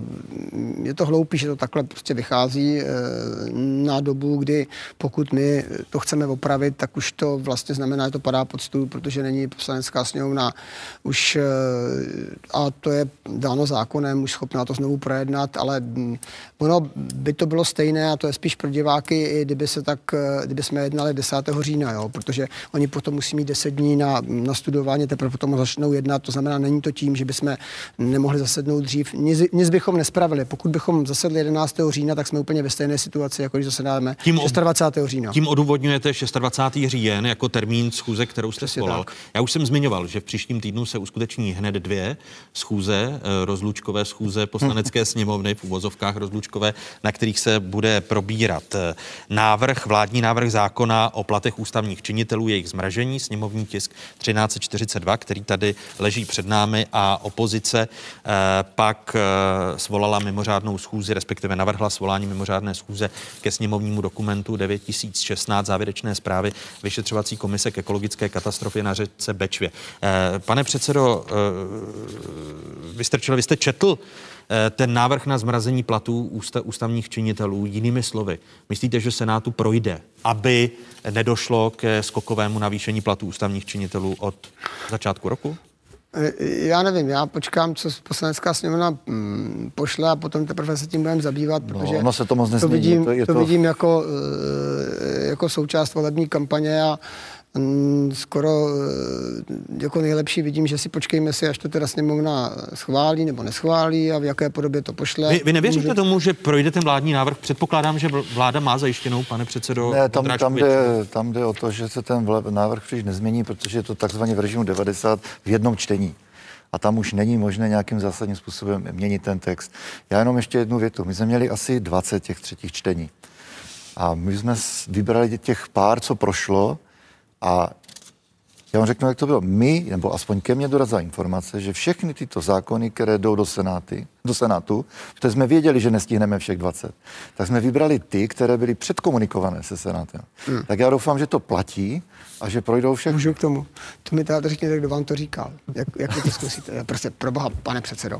to hloupý, že to takhle prostě vychází na dobu, kdy pokud my to chceme opravit, tak už to vlastně znamená, že to padá pod stůl, protože není Poslanecká sněmovna už, a to je dáno zákonem, už schopná to znovu projednat, ale ono by to bylo stejné a to je spíš pro diváky, i kdyby jsme jednali 10. října, jo, protože oni potom musí mít 10 dní na studování, teprve potom začnou jednat, to znamená, není to tím, že bychom nemohli zasednout dřív. Nic bychom nespravili. Pokud bychom zasedli 11. října, tak jsme úplně ve stejné situaci, jako když zasedáme 26. října. Tím odůvodňujete 26. říjen jako termín schůze, kterou jste svolal. Já už jsem zmiňoval, že v příštím týdnu se uskuteční hned 2 schůze, rozlučkové schůze Poslanecké sněmovny, v uvozovkách rozlučkové, na kterých se bude probírat vládní návrh zákona o platech ústavních činitelů, jejich zmražení, sněmovní tisk 1342, který tady leží před námi, a opozice pak svolala mimořádnou schůzi, respektive navrhla svolání mimořádné schůze ke sněmovnímu dokumentu 9016 závěrečné zprávy vyšetřovací komise k ekologické katastrofě na řece Bečvě. Pane předsedo Vystrčil, vy jste četl ten návrh na zmrazení platů ústavních činitelů, jinými slovy. Myslíte, že Senátu projde, aby nedošlo ke skokovému navýšení platů ústavních činitelů od začátku roku? Já nevím, já počkám, co Poslanecká sněmovna pošle a potom teprve se tím budeme zabývat, protože ono se to moc nezmění. To vidím jako součást volební kampaně a skoro jako nejlepší vidím, že si počkejme si, až to teda sněmovna schválí nebo neschválí a v jaké podobě to pošle. Vy nevěříte tomu, že projde ten vládní návrh? Předpokládám, že vláda má zajištěnou, pane předsedo. Ne, tam jde o to, že se ten návrh příliš nezmění, protože je to takzvaně v režimu 90 v jednom čtení. A tam už není možné nějakým zásadním způsobem měnit ten text. Já jenom ještě jednu větu. My jsme měli asi 20 těch třetích čtení. A my jsme vybrali těch pár, co prošlo. A já vám řeknu, jak to bylo. My, nebo aspoň ke mně dorazila informace, že všechny tyto zákony, které jdou do Senátu, protože jsme věděli, že nestihneme všech 20, tak jsme vybrali ty, které byly předkomunikované se Senátem. Tak já doufám, že to platí a že projdou všechny. Můžu k tomu. To mi teda řekněte, kdo vám to říkal. Jak vy to zkusíte? Prostě proboha, pane předsedo.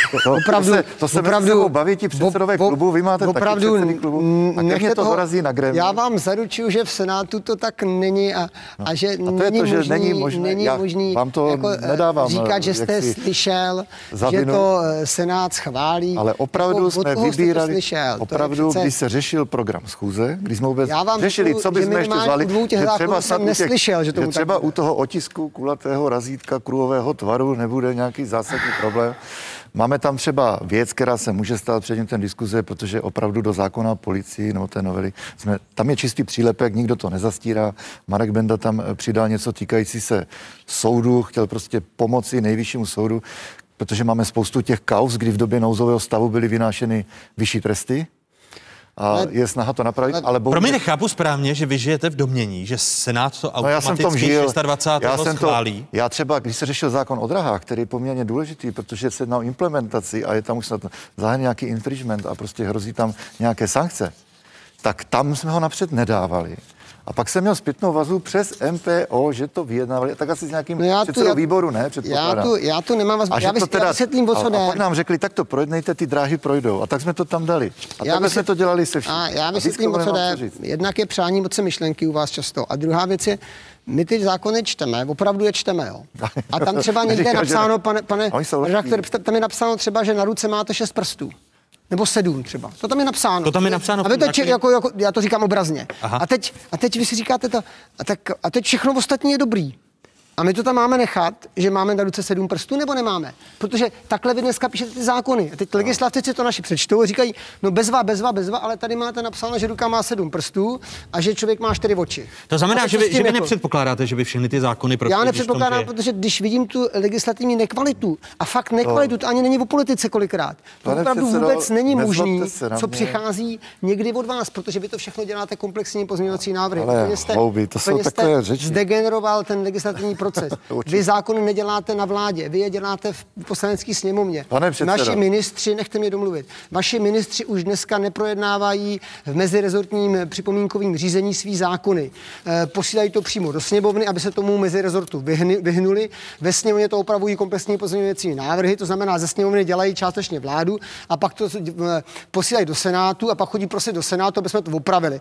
To se mezi sebou baví ti předsedové klubu, vy máte taky předsedy klubu. A ke mně to dorazí na grémiu. Já vám zaručuju, že v Senátu to tak není a že není možný vám to jako nedávám, říkat, že jste slyšel, že to Senát schválí. Ale opravdu jsme vybírali, když se řešil program schůze, když jsme vůbec řešili, co bychom ještě zvali, že třeba u toho otisku kulatého razítka kruhového tvaru nebude nějaký zásadní problém. Máme tam třeba věc, která se může stát předmětem diskuze, protože opravdu do zákona o policii nebo té novely, tam je čistý přílepek, nikdo to nezastírá. Marek Benda tam přidal něco týkající se soudu, chtěl prostě pomoci nejvyššímu soudu, protože máme spoustu těch kauz, kdy v době nouzového stavu byly vynášeny vyšší tresty. A je snaha to napravit, ale bohužel... Pro mě nechápu správně, že vy žijete v domnění, že Senát to automaticky 26. schválí. Já třeba, když se řešil zákon o drahách, který je poměrně důležitý, protože se jedná o implementaci a je tam už snad zahájen nějaký infringement a prostě hrozí tam nějaké sankce, tak tam jsme ho napřed nedávali. A pak jsem měl zpětnou vazbu přes MPO, že to vyjednávali, tak asi s nějakým předsedou výboru, ne? Já tu nemám vazbu. Já vysvětlím, o co jde. A pak nám řekli, tak to projednejte, ty dráhy projdou. A tak jsme to tam dali. A takhle jsme to dělali se vším. Já vysvětlím, o co jde. Jednak je přání moci myšlenky u vás často. A druhá věc je, my ty zákony čteme, opravdu je čteme, jo. A tam třeba někde je napsáno, pane redaktor, tam je napsáno třeba, že na ruce máte 6 prstů. Nebo 7 třeba. To tam je napsáno. To tam je napsáno. A teď, jako, já to říkám obrazně. A teď vy si říkáte to, a teď všechno ostatní je dobrý. A my to tam máme nechat, že máme na ruce 7 prstů, nebo nemáme? Protože takhle vy dneska píšete ty zákony. A teď legislativci to naši přečtou a říkají, no bezva, ale tady máte napsáno, že ruka má 7 prstů a že člověk má 4 oči. To znamená, že vy nepředpokládáte, že by všechny ty zákony Já nepředpokládám, protože když vidím tu legislativní nekvalitu, a fakt nekvalitu, to ani není o politice kolikrát. To opravdu vůbec není možný, co přichází někdy od vás, protože vy to všechno děláte komplexní pozměňovací návrhy. To jsou takové řeči. Zdegeneroval ten legislativní proces. Vy zákony neděláte na vládě, vy je děláte v poslanecké sněmovně. Naši ministři, nechte mě domluvit, vaši ministři už dneska neprojednávají v mezirezortním připomínkovým řízení svý zákony. Posílají to přímo do sněmovny, aby se tomu mezirezortu vyhnuli. Ve sněmovně to opravují komplexní pozměňovací návrhy, to znamená, ze sněmovny dělají částečně vládu a pak to posílají do Senátu a pak chodí prosit do Senátu, aby jsme to opravili.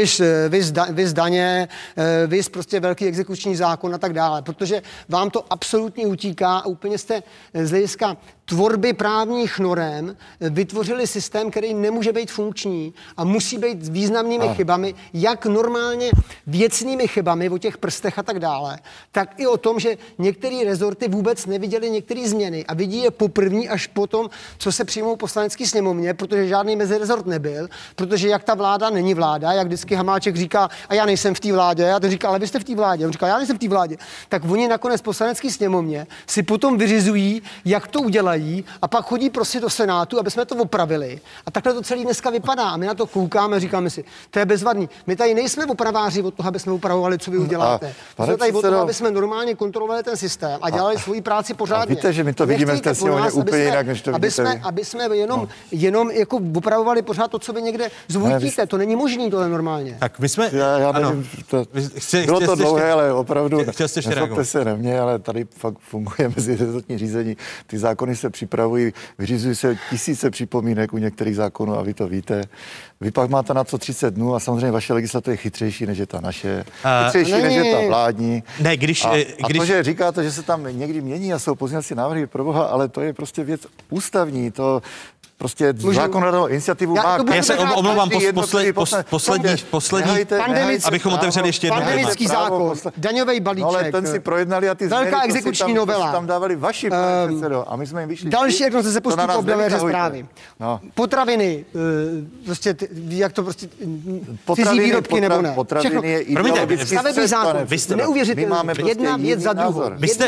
Vys daně, vys prostě velký exekuční zákon a tak dále. Protože vám to absolutně utíká a úplně jste z hlediska tvorby právních norem vytvořili systém, který nemůže být funkční a musí být s významnými chybami, jak normálně věcnými chybami o těch prstech a tak dále, tak i o tom, že některé rezorty vůbec neviděly některé změny a vidí je poprvní až potom, co se přijmou poslanecké sněmovně, protože žádný mezirezort nebyl, protože jak ta vláda není vláda, jak vždycky Hamáček říká, a já nejsem v té vládě, já to říká, ale vy jste v té vládě, on říká, já nejsem v té vládě, tak oni nakonec poslanecké sněmovně si potom vyřizují, jak to udělají a pak chodí prostě do Senátu, aby jsme to opravili. A takhle to celý dneska vypadá. A my na to koukáme a říkáme si, to je bezvadný. My tady nejsme opraváři od toho, aby jsme upravovali, co vy uděláte. Jsme tady od toho, aby jsme normálně kontrolovali ten systém a dělali svoji práci pořádně. Víte, že my to vidíme v té sněmovně úplně jinak, než to vidíte. Aby jsme jenom jako opravovali pořád to, co vy někde zvutíte. To není možný tohle normálně. Tak my jsme... Já nevím, bylo to dlouhé, ale opravdu nezlobte se na mě, ale tady fakt funguje mezirezortní řízení. Ty zákony se připravují, vyřizují se tisíce připomínek u některých zákonů a vy to víte. Vy pak máte na to 30 dnů a samozřejmě vaše legislativa je chytřejší, než je ta naše. Chytřejší, než je ta vládní. Ne, když... A to, že říkáte, že se tam někdy mění a jsou pozměňovací návrhy, proboha, ale to je prostě věc ústavní. To prostě zákonodárnou iniciativu má... Já se omlouvám, poslední, abychom otevřeli ještě jednu. Pandemický zákon, daňový balíček. No, ale ten si projednali a ty velká exekuční novela. Tam dávali vaši, pane předsedo, a my jsme jim vyšli. Další, jak se pustí po obdobé zprávy. Potraviny, prostě, jak to prostě, cizí výrobky nebo ne. Potraviny je ideologický stavební zákon, neuvěřitelný, jedna věc za druhou.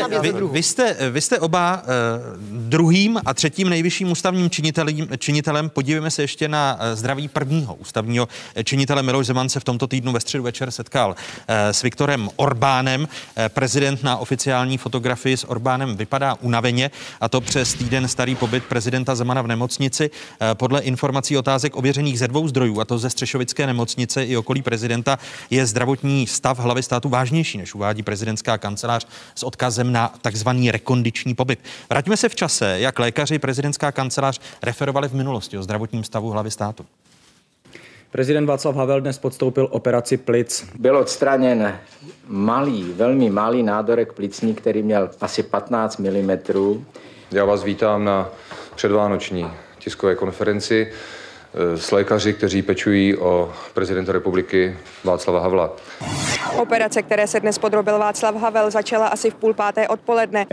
Vy jste oba druhým a třetím nejvyšším ústavním činitelem. Podívejme se ještě na zdraví prvního ústavního činitele. Miloš Zeman se v tomto týdnu ve středu večer setkal s Viktorem Orbánem. Prezident na oficiální fotografii s Orbánem vypadá unaveně, a to přes týden starý pobyt prezidenta Zemana v nemocnici. Podle informací otázek ověřených ze 2 zdrojů, a to ze Střešovické nemocnice i okolí prezidenta, je zdravotní stav hlavy státu vážnější, než uvádí prezidentská kancelář s odkazem na takzvaný rekondiční pobyt. Vraťme se v čase, jak lékaři prezidentská kancelář referovali v minulosti o zdravotním stavu hlavy státu. Prezident Václav Havel dnes podstoupil operaci plic. Byl odstraněn velmi malý nádorek plicní, který měl asi 15 mm. Já vás vítám na předvánoční tiskové konferenci s lékaři, kteří pečují o prezidenta republiky Václava Havla. Operace, které se dnes podrobil Václav Havel, začala asi v 5:30 odpoledne.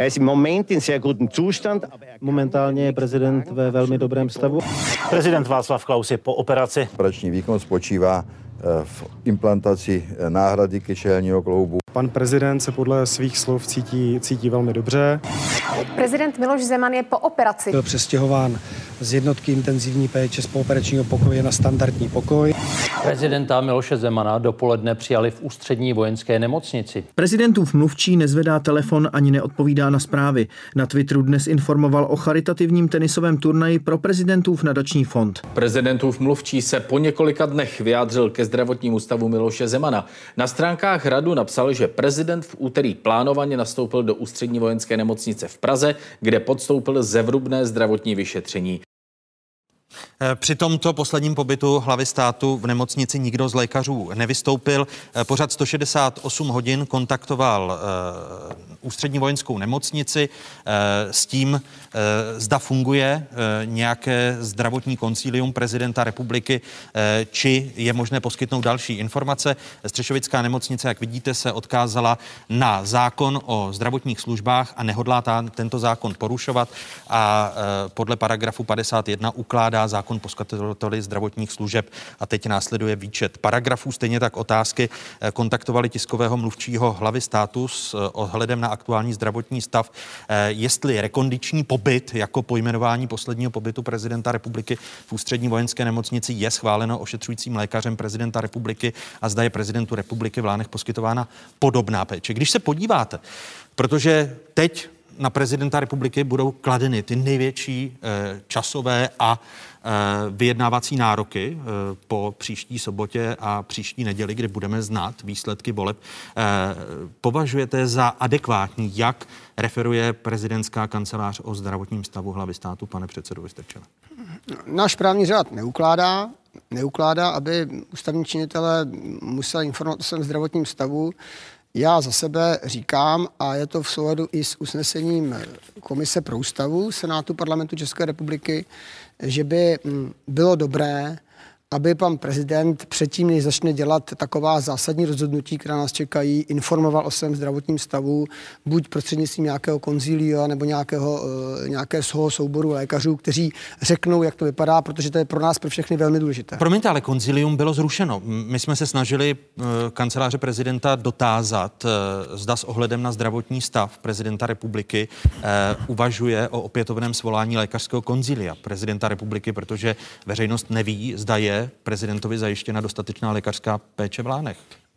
Momentálně je prezident ve velmi dobrém stavu. Prezident Václav Klaus je po operaci. Operační výkon spočívá v implantaci náhrady kyčelního kloubu. Pan prezident se podle svých slov cítí velmi dobře. Prezident Miloš Zeman je po operaci. Byl přestěhován z jednotky intenzivní péče z pooperačního pokoje na standardní pokoj. Prezidenta Miloše Zemana dopoledne přijali v Ústřední vojenské nemocnici. Prezidentův mluvčí nezvedá telefon ani neodpovídá na zprávy. Na Twitteru dnes informoval o charitativním tenisovém turnaji pro prezidentův nadační fond. Prezidentův mluvčí se po několika dnech vyjádřil ke zdravotnímu stavu Miloše Zemana. Na stránkách hradu napsal, že prezident v úterý plánovaně nastoupil do Ústřední vojenské nemocnice v Praze, kde podstoupil zevrubné zdravotní vyšetření. Při tomto posledním pobytu hlavy státu v nemocnici nikdo z lékařů nevystoupil. Pořad 168 hodin kontaktoval Ústřední vojenskou nemocnici s tím, zda funguje nějaké zdravotní konsilium prezidenta republiky, či je možné poskytnout další informace. Střešovická nemocnice, jak vidíte, se odkázala na zákon o zdravotních službách a nehodlá tento zákon porušovat a podle paragrafu 51 ukládá zákon poskytovateli zdravotních služeb. A teď následuje výčet paragrafů, stejně tak otázky. Kontaktovali tiskového mluvčího hlavy státu s ohledem na aktuální zdravotní stav, jestli rekondiční pobyt jako pojmenování posledního pobytu prezidenta republiky v Ústřední vojenské nemocnici je schváleno ošetřujícím lékařem prezidenta republiky a zda je prezidentu republiky v Lánech poskytována podobná péče. Když se podíváte, protože teď na prezidenta republiky budou kladeny ty největší časové a vyjednávací nároky po příští sobotě a příští neděli, kdy budeme znát výsledky voleb. Považujete za adekvátní, jak referuje prezidentská kancelář o zdravotním stavu hlavy státu, pane předsedo Vystrčile? Náš právní řád neukládá, aby ústavní činitelé museli informovat o svém zdravotním stavu. Já za sebe říkám, a je to v souladu i s usnesením Komise pro ústavu Senátu Parlamentu České republiky, že by bylo dobré, aby pan prezident předtím, než začne dělat taková zásadní rozhodnutí, která nás čekají, informoval o svém zdravotním stavu, buď prostřednictvím nějakého konzília nebo nějakého souboru lékařů, kteří řeknou, jak to vypadá, protože to je pro nás pro všechny velmi důležité. Promiňte, ale konzilium bylo zrušeno. My jsme se snažili kanceláře prezidenta dotázat, zda s ohledem na zdravotní stav prezidenta republiky uvažuje o opětovném svolání lékařského konzilia prezidenta republiky, protože veřejnost neví, zda je prezidentovi zajištěna dostatečná lékařská péče v Lánech.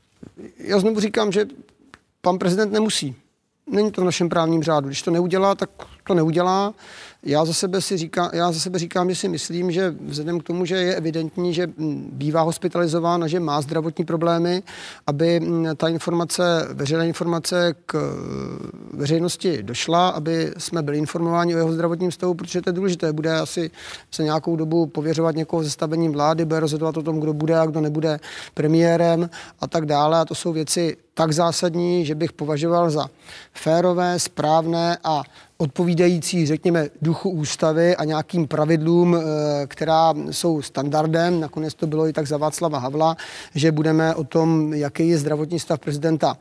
Já znovu říkám, že pan prezident nemusí. Není to v našem právním řádu. Když to neudělá, tak to neudělá. Já za sebe říkám, že si myslím, že vzhledem k tomu, že je evidentní, že bývá hospitalizován a že má zdravotní problémy, aby ta veřejná informace k veřejnosti došla, aby jsme byli informováni o jeho zdravotním stavu, protože to je důležité. Bude asi se nějakou dobu pověřovat někoho sestavením vlády, bude rozhodovat o tom, kdo bude a kdo nebude premiérem a tak dále. A to jsou věci tak zásadní, že bych považoval za férové, správné a odpovídající, řekněme, duchu ústavy a nějakým pravidlům, která jsou standardem, nakonec to bylo i tak za Václava Havla, že budeme o tom, jaký je zdravotní stav prezidenta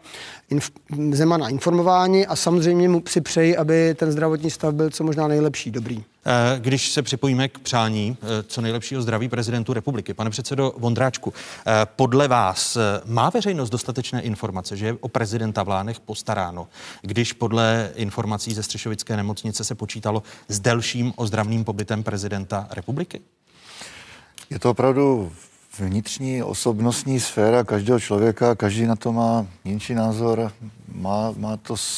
Zemana informováni a samozřejmě mu si přeji, aby ten zdravotní stav byl co možná nejlepší, dobrý. Když se připojíme k přání co nejlepšího zdraví prezidentu republiky. Pane předsedo Vondráčku, podle vás má veřejnost dostatečné informace, že je o prezidenta v Lánech postaráno, když podle informací ze Střešovické nemocnice se počítalo s delším ozdravným pobytem prezidenta republiky? Je to opravdu vnitřní osobnostní sféra každého člověka, každý na to má jiný názor, má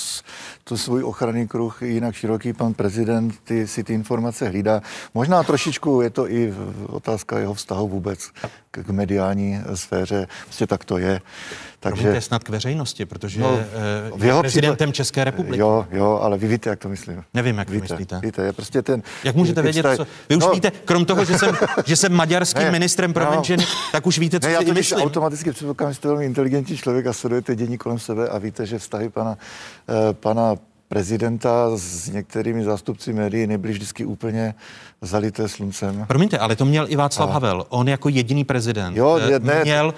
to svůj ochranný kruh jinak široký. Pan prezident si ty informace hlídá. Možná trošičku je to i otázka jeho vztahu vůbec k mediální sféře. Prostě tak to je. Takže je snad k veřejnosti, protože je prezidentem České republiky. Jo, ale vy víte, jak to myslím. Nevím, jak to myslíte. Víte, je prostě ten... Jak můžete vědět, co... Vy už víte, krom toho, že jsem maďarským ministrem pro menšiny, tak už víte, co si myslím. Já automaticky předpokládám, že jste velmi inteligentní člověk a sledujete dění kolem sebe a víte, že vztahy pana prezidenta s některými zástupci médií nebyly vždycky úplně zalité sluncem. Promiňte, ale to měl i Václav Havel. On jako jediný prezident měl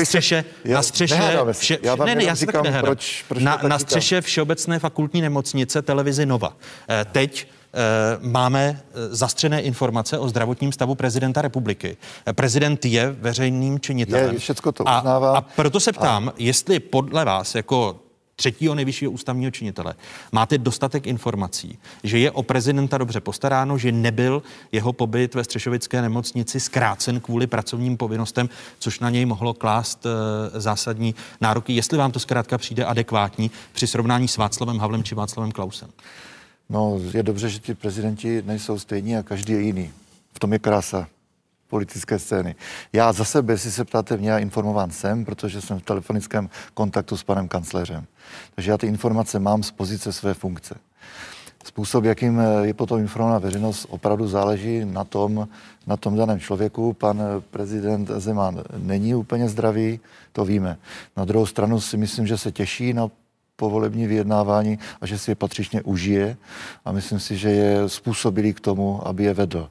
na střeše Všeobecné fakultní nemocnice televizi Nova. Teď máme zastřené informace o zdravotním stavu prezidenta republiky. Prezident je veřejným činitelem. Všecko to uznávám. A proto se ptám, jestli podle vás jako třetího nejvyššího ústavního činitele máte dostatek informací, že je o prezidenta dobře postaráno, že nebyl jeho pobyt ve Střešovické nemocnici zkrácen kvůli pracovním povinnostem, což na něj mohlo klást zásadní nároky. Jestli vám to zkrátka přijde adekvátní při srovnání s Václavem Havlem či Václavem Klausem? No, je dobře, že ti prezidenti nejsou stejní a každý je jiný. V tom je krása politické scény. Já za sebe, jestli se ptáte mě, já informován jsem, protože jsem v telefonickém kontaktu s panem kancléřem. Takže já ty informace mám z pozice své funkce. Způsob, jakým je potom informovaná veřejnost, opravdu záleží na tom daném člověku. Pan prezident Zeman není úplně zdravý, to víme. Na druhou stranu si myslím, že se těší na povolební vyjednávání a že si je patřičně užije a myslím si, že je způsobilý k tomu, aby je vedl.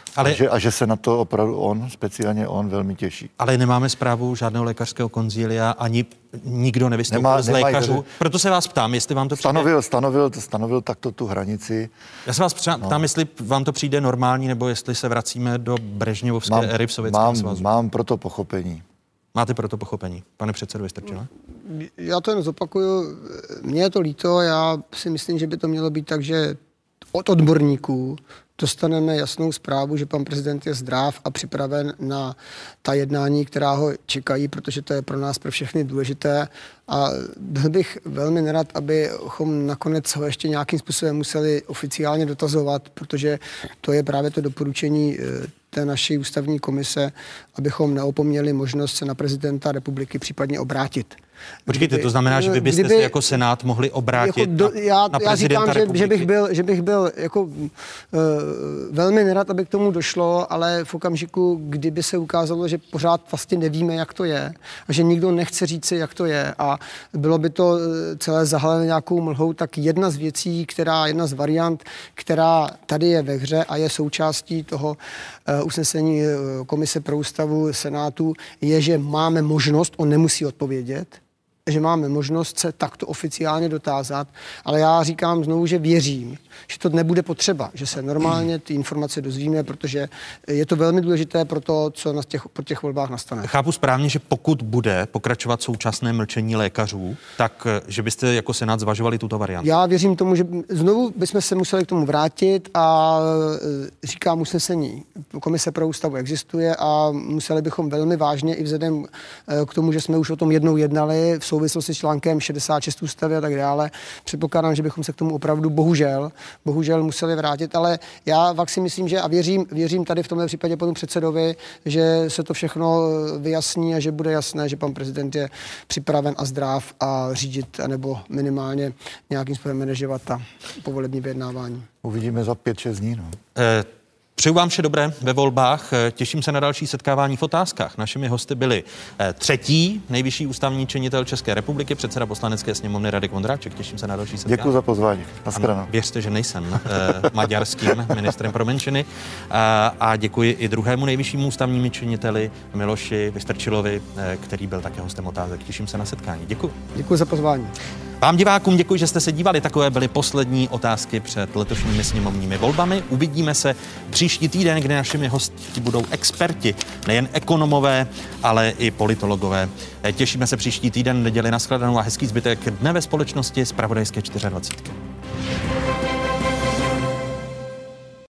A že se na to opravdu speciálně on velmi těší. Ale nemáme zprávu žádného lékařského konzília, ani nikdo nevystoupil z lékařů. Proto se vás ptám, jestli vám to přijde... Stanovil takto tu hranici. Já se vás ptám, jestli vám to přijde normální, nebo jestli se vracíme do brežněvovské éry v Sovětském svazu. Mám proto pochopení. Máte proto pochopení. Pane předsedo Vystrčile? Já to jen zopakuju. Mně je to líto, já si myslím, že by to mělo být tak, že od odborníků dostaneme jasnou zprávu, že pan prezident je zdrav a připraven na ta jednání, která ho čekají, protože to je pro nás, pro všechny důležité. A byl bych velmi nerad, abychom nakonec ho ještě nějakým způsobem museli oficiálně dotazovat, protože to je právě to doporučení té naší ústavní komise, abychom neopomněli možnost se na prezidenta republiky případně obrátit. Počkejte, to znamená, že vy byste se jako Senát mohli obrátit na prezidenta republiky? Já bych byl jako velmi nerad, aby k tomu došlo, ale v okamžiku, kdyby se ukázalo, že pořád vlastně nevíme, jak to je a že nikdo nechce říci, jak to je a bylo by to celé zahalené nějakou mlhou, tak jedna z variant, která tady je ve hře a je součástí toho usnesení Komise pro ústavu Senátu, je, že máme možnost, on nemusí odpovědět, že máme možnost se takto oficiálně dotázat, ale já říkám znovu, že věřím, že to nebude potřeba, že se normálně ty informace dozvíme, protože je to velmi důležité pro to, co po těch volbách nastane. Chápu správně, že pokud bude pokračovat současné mlčení lékařů, tak že byste jako Senát zvažovali tuto variantu? Já věřím tomu, že znovu bychom se museli k tomu vrátit a říkám usnesení. Komise pro ústavu existuje a museli bychom velmi vážně i vzhledem k tomu, že jsme už o tom jednou jednali v souvislosti s článkem 66 ústavy a tak dále. Předpokládám, že bychom se k tomu opravdu bohužel museli vrátit, ale já fakt si myslím, že a věřím tady v tomhle případě panu předsedovi, že se to všechno vyjasní a že bude jasné, že pan prezident je připraven a zdrav a řídit nebo minimálně nějakým způsobem manažovat ta povolební vyjednávání. Uvidíme za 5-6 dní. Přeju vám vše dobré ve volbách, těším se na další setkávání v Otázkách. Našimi hosty byli třetí nejvyšší ústavní činitel České republiky, předseda Poslanecké sněmovny Radek Vondráček. Těším se na další setkání. Děkuji za pozvání. Naschledanou. Věřte, že nejsem maďarským ministrem pro menšiny a děkuji i druhému nejvyššímu ústavnímu činiteli Miloši Vystrčilovi, který byl také hostem Otázek. Těším se na setkání. Děkuji. Děkuji za pozvání. Vám divákům děkuji, že jste se dívali. Takové byly poslední otázky před letošními sněmovními volbami. Uvidíme se příští týden, kde našimi hosty budou experti, nejen ekonomové, ale i politologové. Těšíme se příští týden, neděli, nashledanou a hezký zbytek dne ve společnosti Zpravodajské 24.